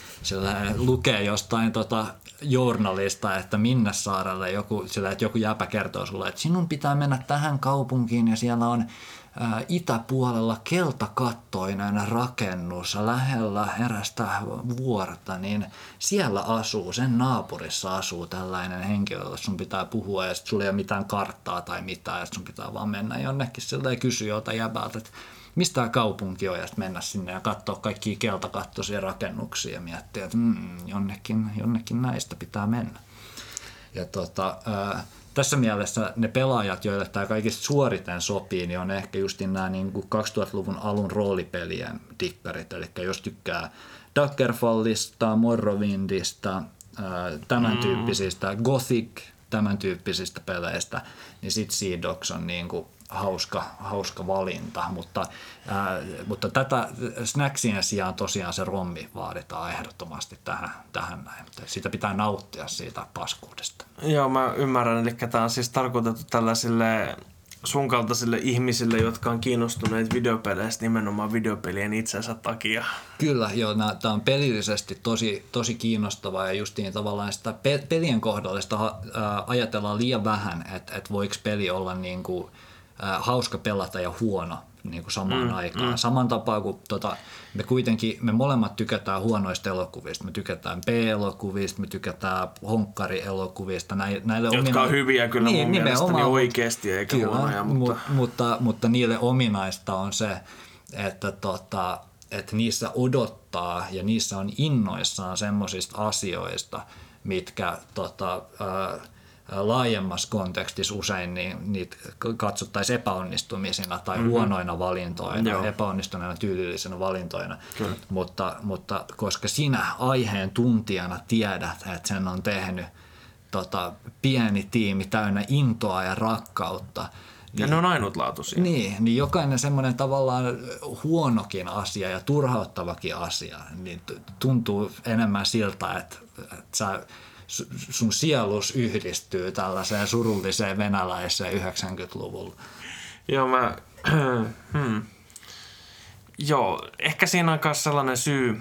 lukee jostain journalista, että minne saarelle että joku jäpä kertoo sulle, että sinun pitää mennä tähän kaupunkiin ja siellä on itäpuolella keltakattoinen rakennus lähellä erästä vuorta, niin siellä sen naapurissa asuu tällainen henkilö, jolle sun pitää puhua ja sitten sulla ei ole mitään karttaa tai mitään ja sun pitää vaan mennä jonnekin sillä ja kysyä jotain jäbältä, että mistä tämä kaupunki on ja sitten mennä sinne ja katsoa kaikkia keltakattoisia rakennuksia ja miettiä, että jonnekin näistä pitää mennä. Ja tässä mielessä ne pelaajat, joille tämä kaikista suoriten sopii, niin on ehkä just nämä niin kuin 2000-luvun alun roolipelien dikkarit. Eli jos tykkää Daggerfallista, Morrowindista, tämän tyyppisistä, Gothic, tämän tyyppisistä peleistä, niin sitten Sea Dogs on niin kuin hauska valinta, mutta tätä snacksien sijaan tosiaan se rommi vaaditaan ehdottomasti tähän näin. Siitä pitää nauttia siitä paskuudesta. Joo, mä ymmärrän, eli tämä on siis tarkoitettu tällaisille sun kaltaisille ihmisille, jotka on kiinnostuneet videopeleistä nimenomaan videopelien itsensä takia. Kyllä, joo, tämä on pelillisesti tosi kiinnostavaa ja justiin tavallaan sitä pelien kohdalla sitä ajatellaan liian vähän, että voiko peli olla niin kuin, hauska pelata ja huono niin kuin samaan aikaan. Saman tapaan kuin me molemmat tykätään huonoista elokuvista. Me tykätään B-elokuvista, me tykätään honkkarielokuvista. Jotka on hyviä kyllä mun mielestäni oikeasti eikä kyllä, huonoja. Mutta niille ominaista on se, että niissä odottaa ja niissä on innoissaan semmoisista asioista, mitkä laajemmassa kontekstissa usein niitä katsottaisiin epäonnistumisina tai huonoina valintoina, epäonnistuneina tyylillisenä valintoina, mutta koska sinä aiheen tuntijana tiedät, että sen on tehnyt pieni tiimi täynnä intoa ja rakkautta, ja ne on ainutlaatuisia. Niin jokainen semmoinen tavallaan huonokin asia ja turhauttavakin asia niin tuntuu enemmän siltä, että sun sielus yhdistyy tällaiseen surulliseen venäläiseen 90-luvulla. Joo, ehkä siinä on myös sellainen syy,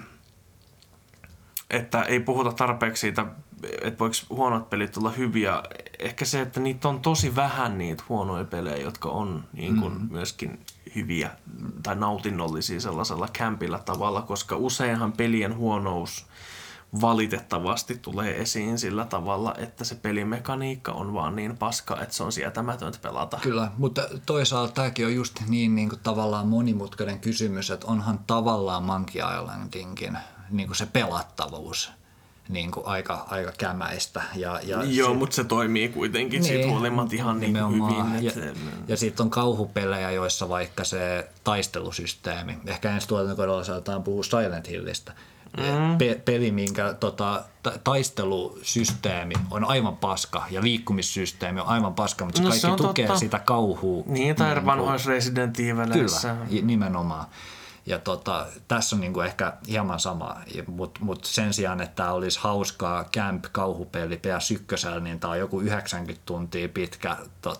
että ei puhuta tarpeeksi siitä, että voiko huonot pelit olla hyviä. Ehkä se, että niitä on tosi vähän niitä huonoja pelejä, jotka on niin kuin myöskin hyviä tai nautinnollisia sellaisella kämpillä tavalla, koska useinhan pelien huonous valitettavasti tulee esiin sillä tavalla, että se pelimekaniikka on vaan niin paska, että se on sietämätöntä pelata. Kyllä, mutta toisaalta tämäkin on just niin kuin tavallaan monimutkainen kysymys, että onhan tavallaan Monkey Islandinkin niin kuin se pelattavuus niin kuin aika kämäistä. Joo, mutta se toimii kuitenkin siitä huolimatta ihan niin hyvin. Ja sitten on kauhupelejä, joissa vaikka se taistelusysteemi, ehkä ensi tuotantokohdalla saataan puhua Silent Hillistä, peli, minkä taistelusysteemi on aivan paska ja liikkumissysteemi on aivan paska, mutta se kaikki tukee sitä kauhua. Niin, tai vanhoissa Resident Evileissä. Kyllä, nimenomaan. Ja tässä on niinku ehkä hieman sama, mutta sen sijaan, että tämä olisi hauskaa camp-kauhupeli PS1, niin tämä on joku 90 tuntia pitkä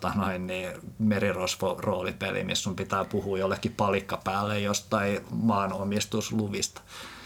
merirosvo-roolipeli, missä sun pitää puhua jollekin palikkapäälle jostain maanomistusluvista.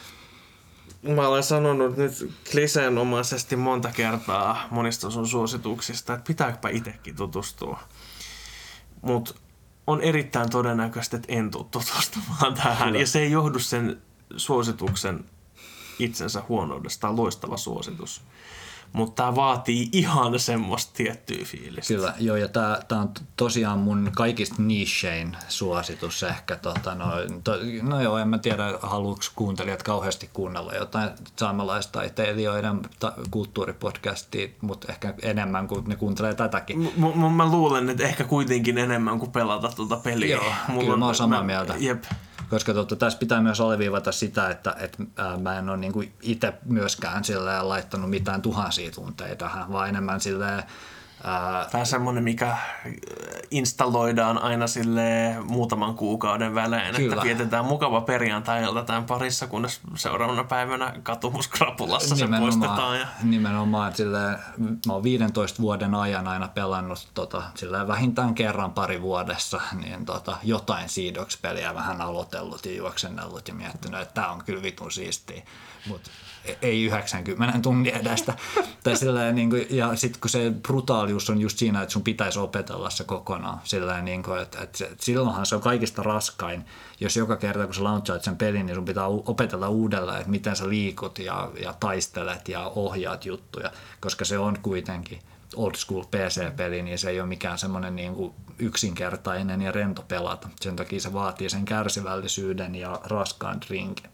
Mä olen sanonut nyt kliseenomaisesti monta kertaa monista sun suosituksista, että pitääkö itsekin tutustua. Mutta on erittäin todennäköistä, että en tule tutustumaan tähän. Kyllä. Ja se ei johdu sen suosituksen itsensä huonoudesta. Tämä on loistava suositus. Mutta tämä vaatii ihan semmoista tiettyä fiilistä. Kyllä, joo, ja tämä on tosiaan mun kaikista nichein suositus ehkä. No joo, en mä tiedä, haluuks kuuntelijat kauheasti kuunnella jotain saamelaistaiteilijoiden kulttuuripodcastia, mutta ehkä enemmän kuin ne kuuntelee tätäkin. Mä luulen, että ehkä kuitenkin enemmän kuin pelata tuota peliä. Joo, kyllä mä oon samaa mieltä. Jep. Koska tässä pitää myös alleviivata sitä, että mä en ole niinku itse myöskään laittanut mitään tuhansia tunteja tähän, vaan enemmän silleen... Tämä on semmoinen, mikä installoidaan aina muutaman kuukauden välein, kyllä, että vietetään mukava perjantai-ilta tämän parissa, kunnes seuraavana päivänä katumuskrapulassa se poistetaan. Nimenomaan, mä oon 15 vuoden ajan aina pelannut vähintään kerran pari vuodessa, niin jotain Seedox-peliä vähän aloitellut ja juoksennellut ja miettinyt, että tämä on kyllä vitun siistiä, mutta ei 90 tunnin edestä. Ja sitten kun se brutaalius on just siinä, että sun pitäisi opetella se kokonaan. Että silloinhan se on kaikista raskain, jos joka kerta kun sä launchaat sen pelin, niin sun pitää opetella uudelleen, että miten sä liikut ja taistelet ja ohjaat juttuja, koska se on kuitenkin old school PC-peli, niin se ei ole mikään semmoinen niin kuin yksinkertainen ja rento pelata. Sen takia se vaatii sen kärsivällisyyden ja raskaan drinkin.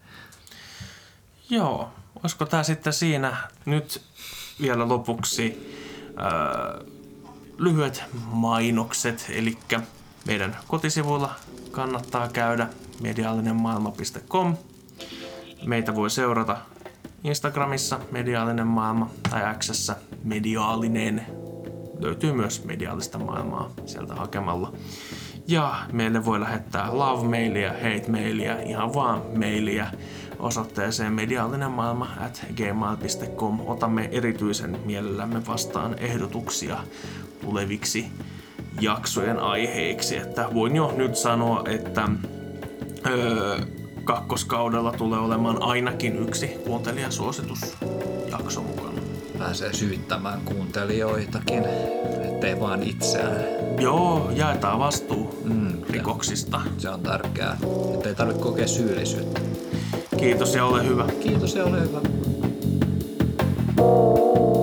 Joo, olisiko tämä sitten siinä nyt vielä lopuksi lyhyet mainokset, eli meidän kotisivuilla kannattaa käydä mediaalinenmaailma.com. Meitä voi seurata Instagramissa Mediaalinen Maailma tai X:ssä Mediaalinen. Löytyy myös Mediaalista maailmaa sieltä hakemalla. Ja meille voi lähettää love-mailia, hate-mailia, ihan vaan mailia osoitteeseen mediaalinenmaailma@gmail.com. Otamme erityisen mielellämme vastaan ehdotuksia tuleviksi jaksojen aiheiksi. Että voin jo nyt sanoa, että kakkoskaudella tulee olemaan ainakin yksi kuuntelijasuositusjakso mukana. Pääsee syyttämään kuuntelijoitakin, ettei vaan itseään. Joo, jaetaan vastuu rikoksista. Se on tärkeää, ettei tarvitse kokea syyllisyyttä. Kiitos ja ole hyvä. Kiitos ja ole hyvä.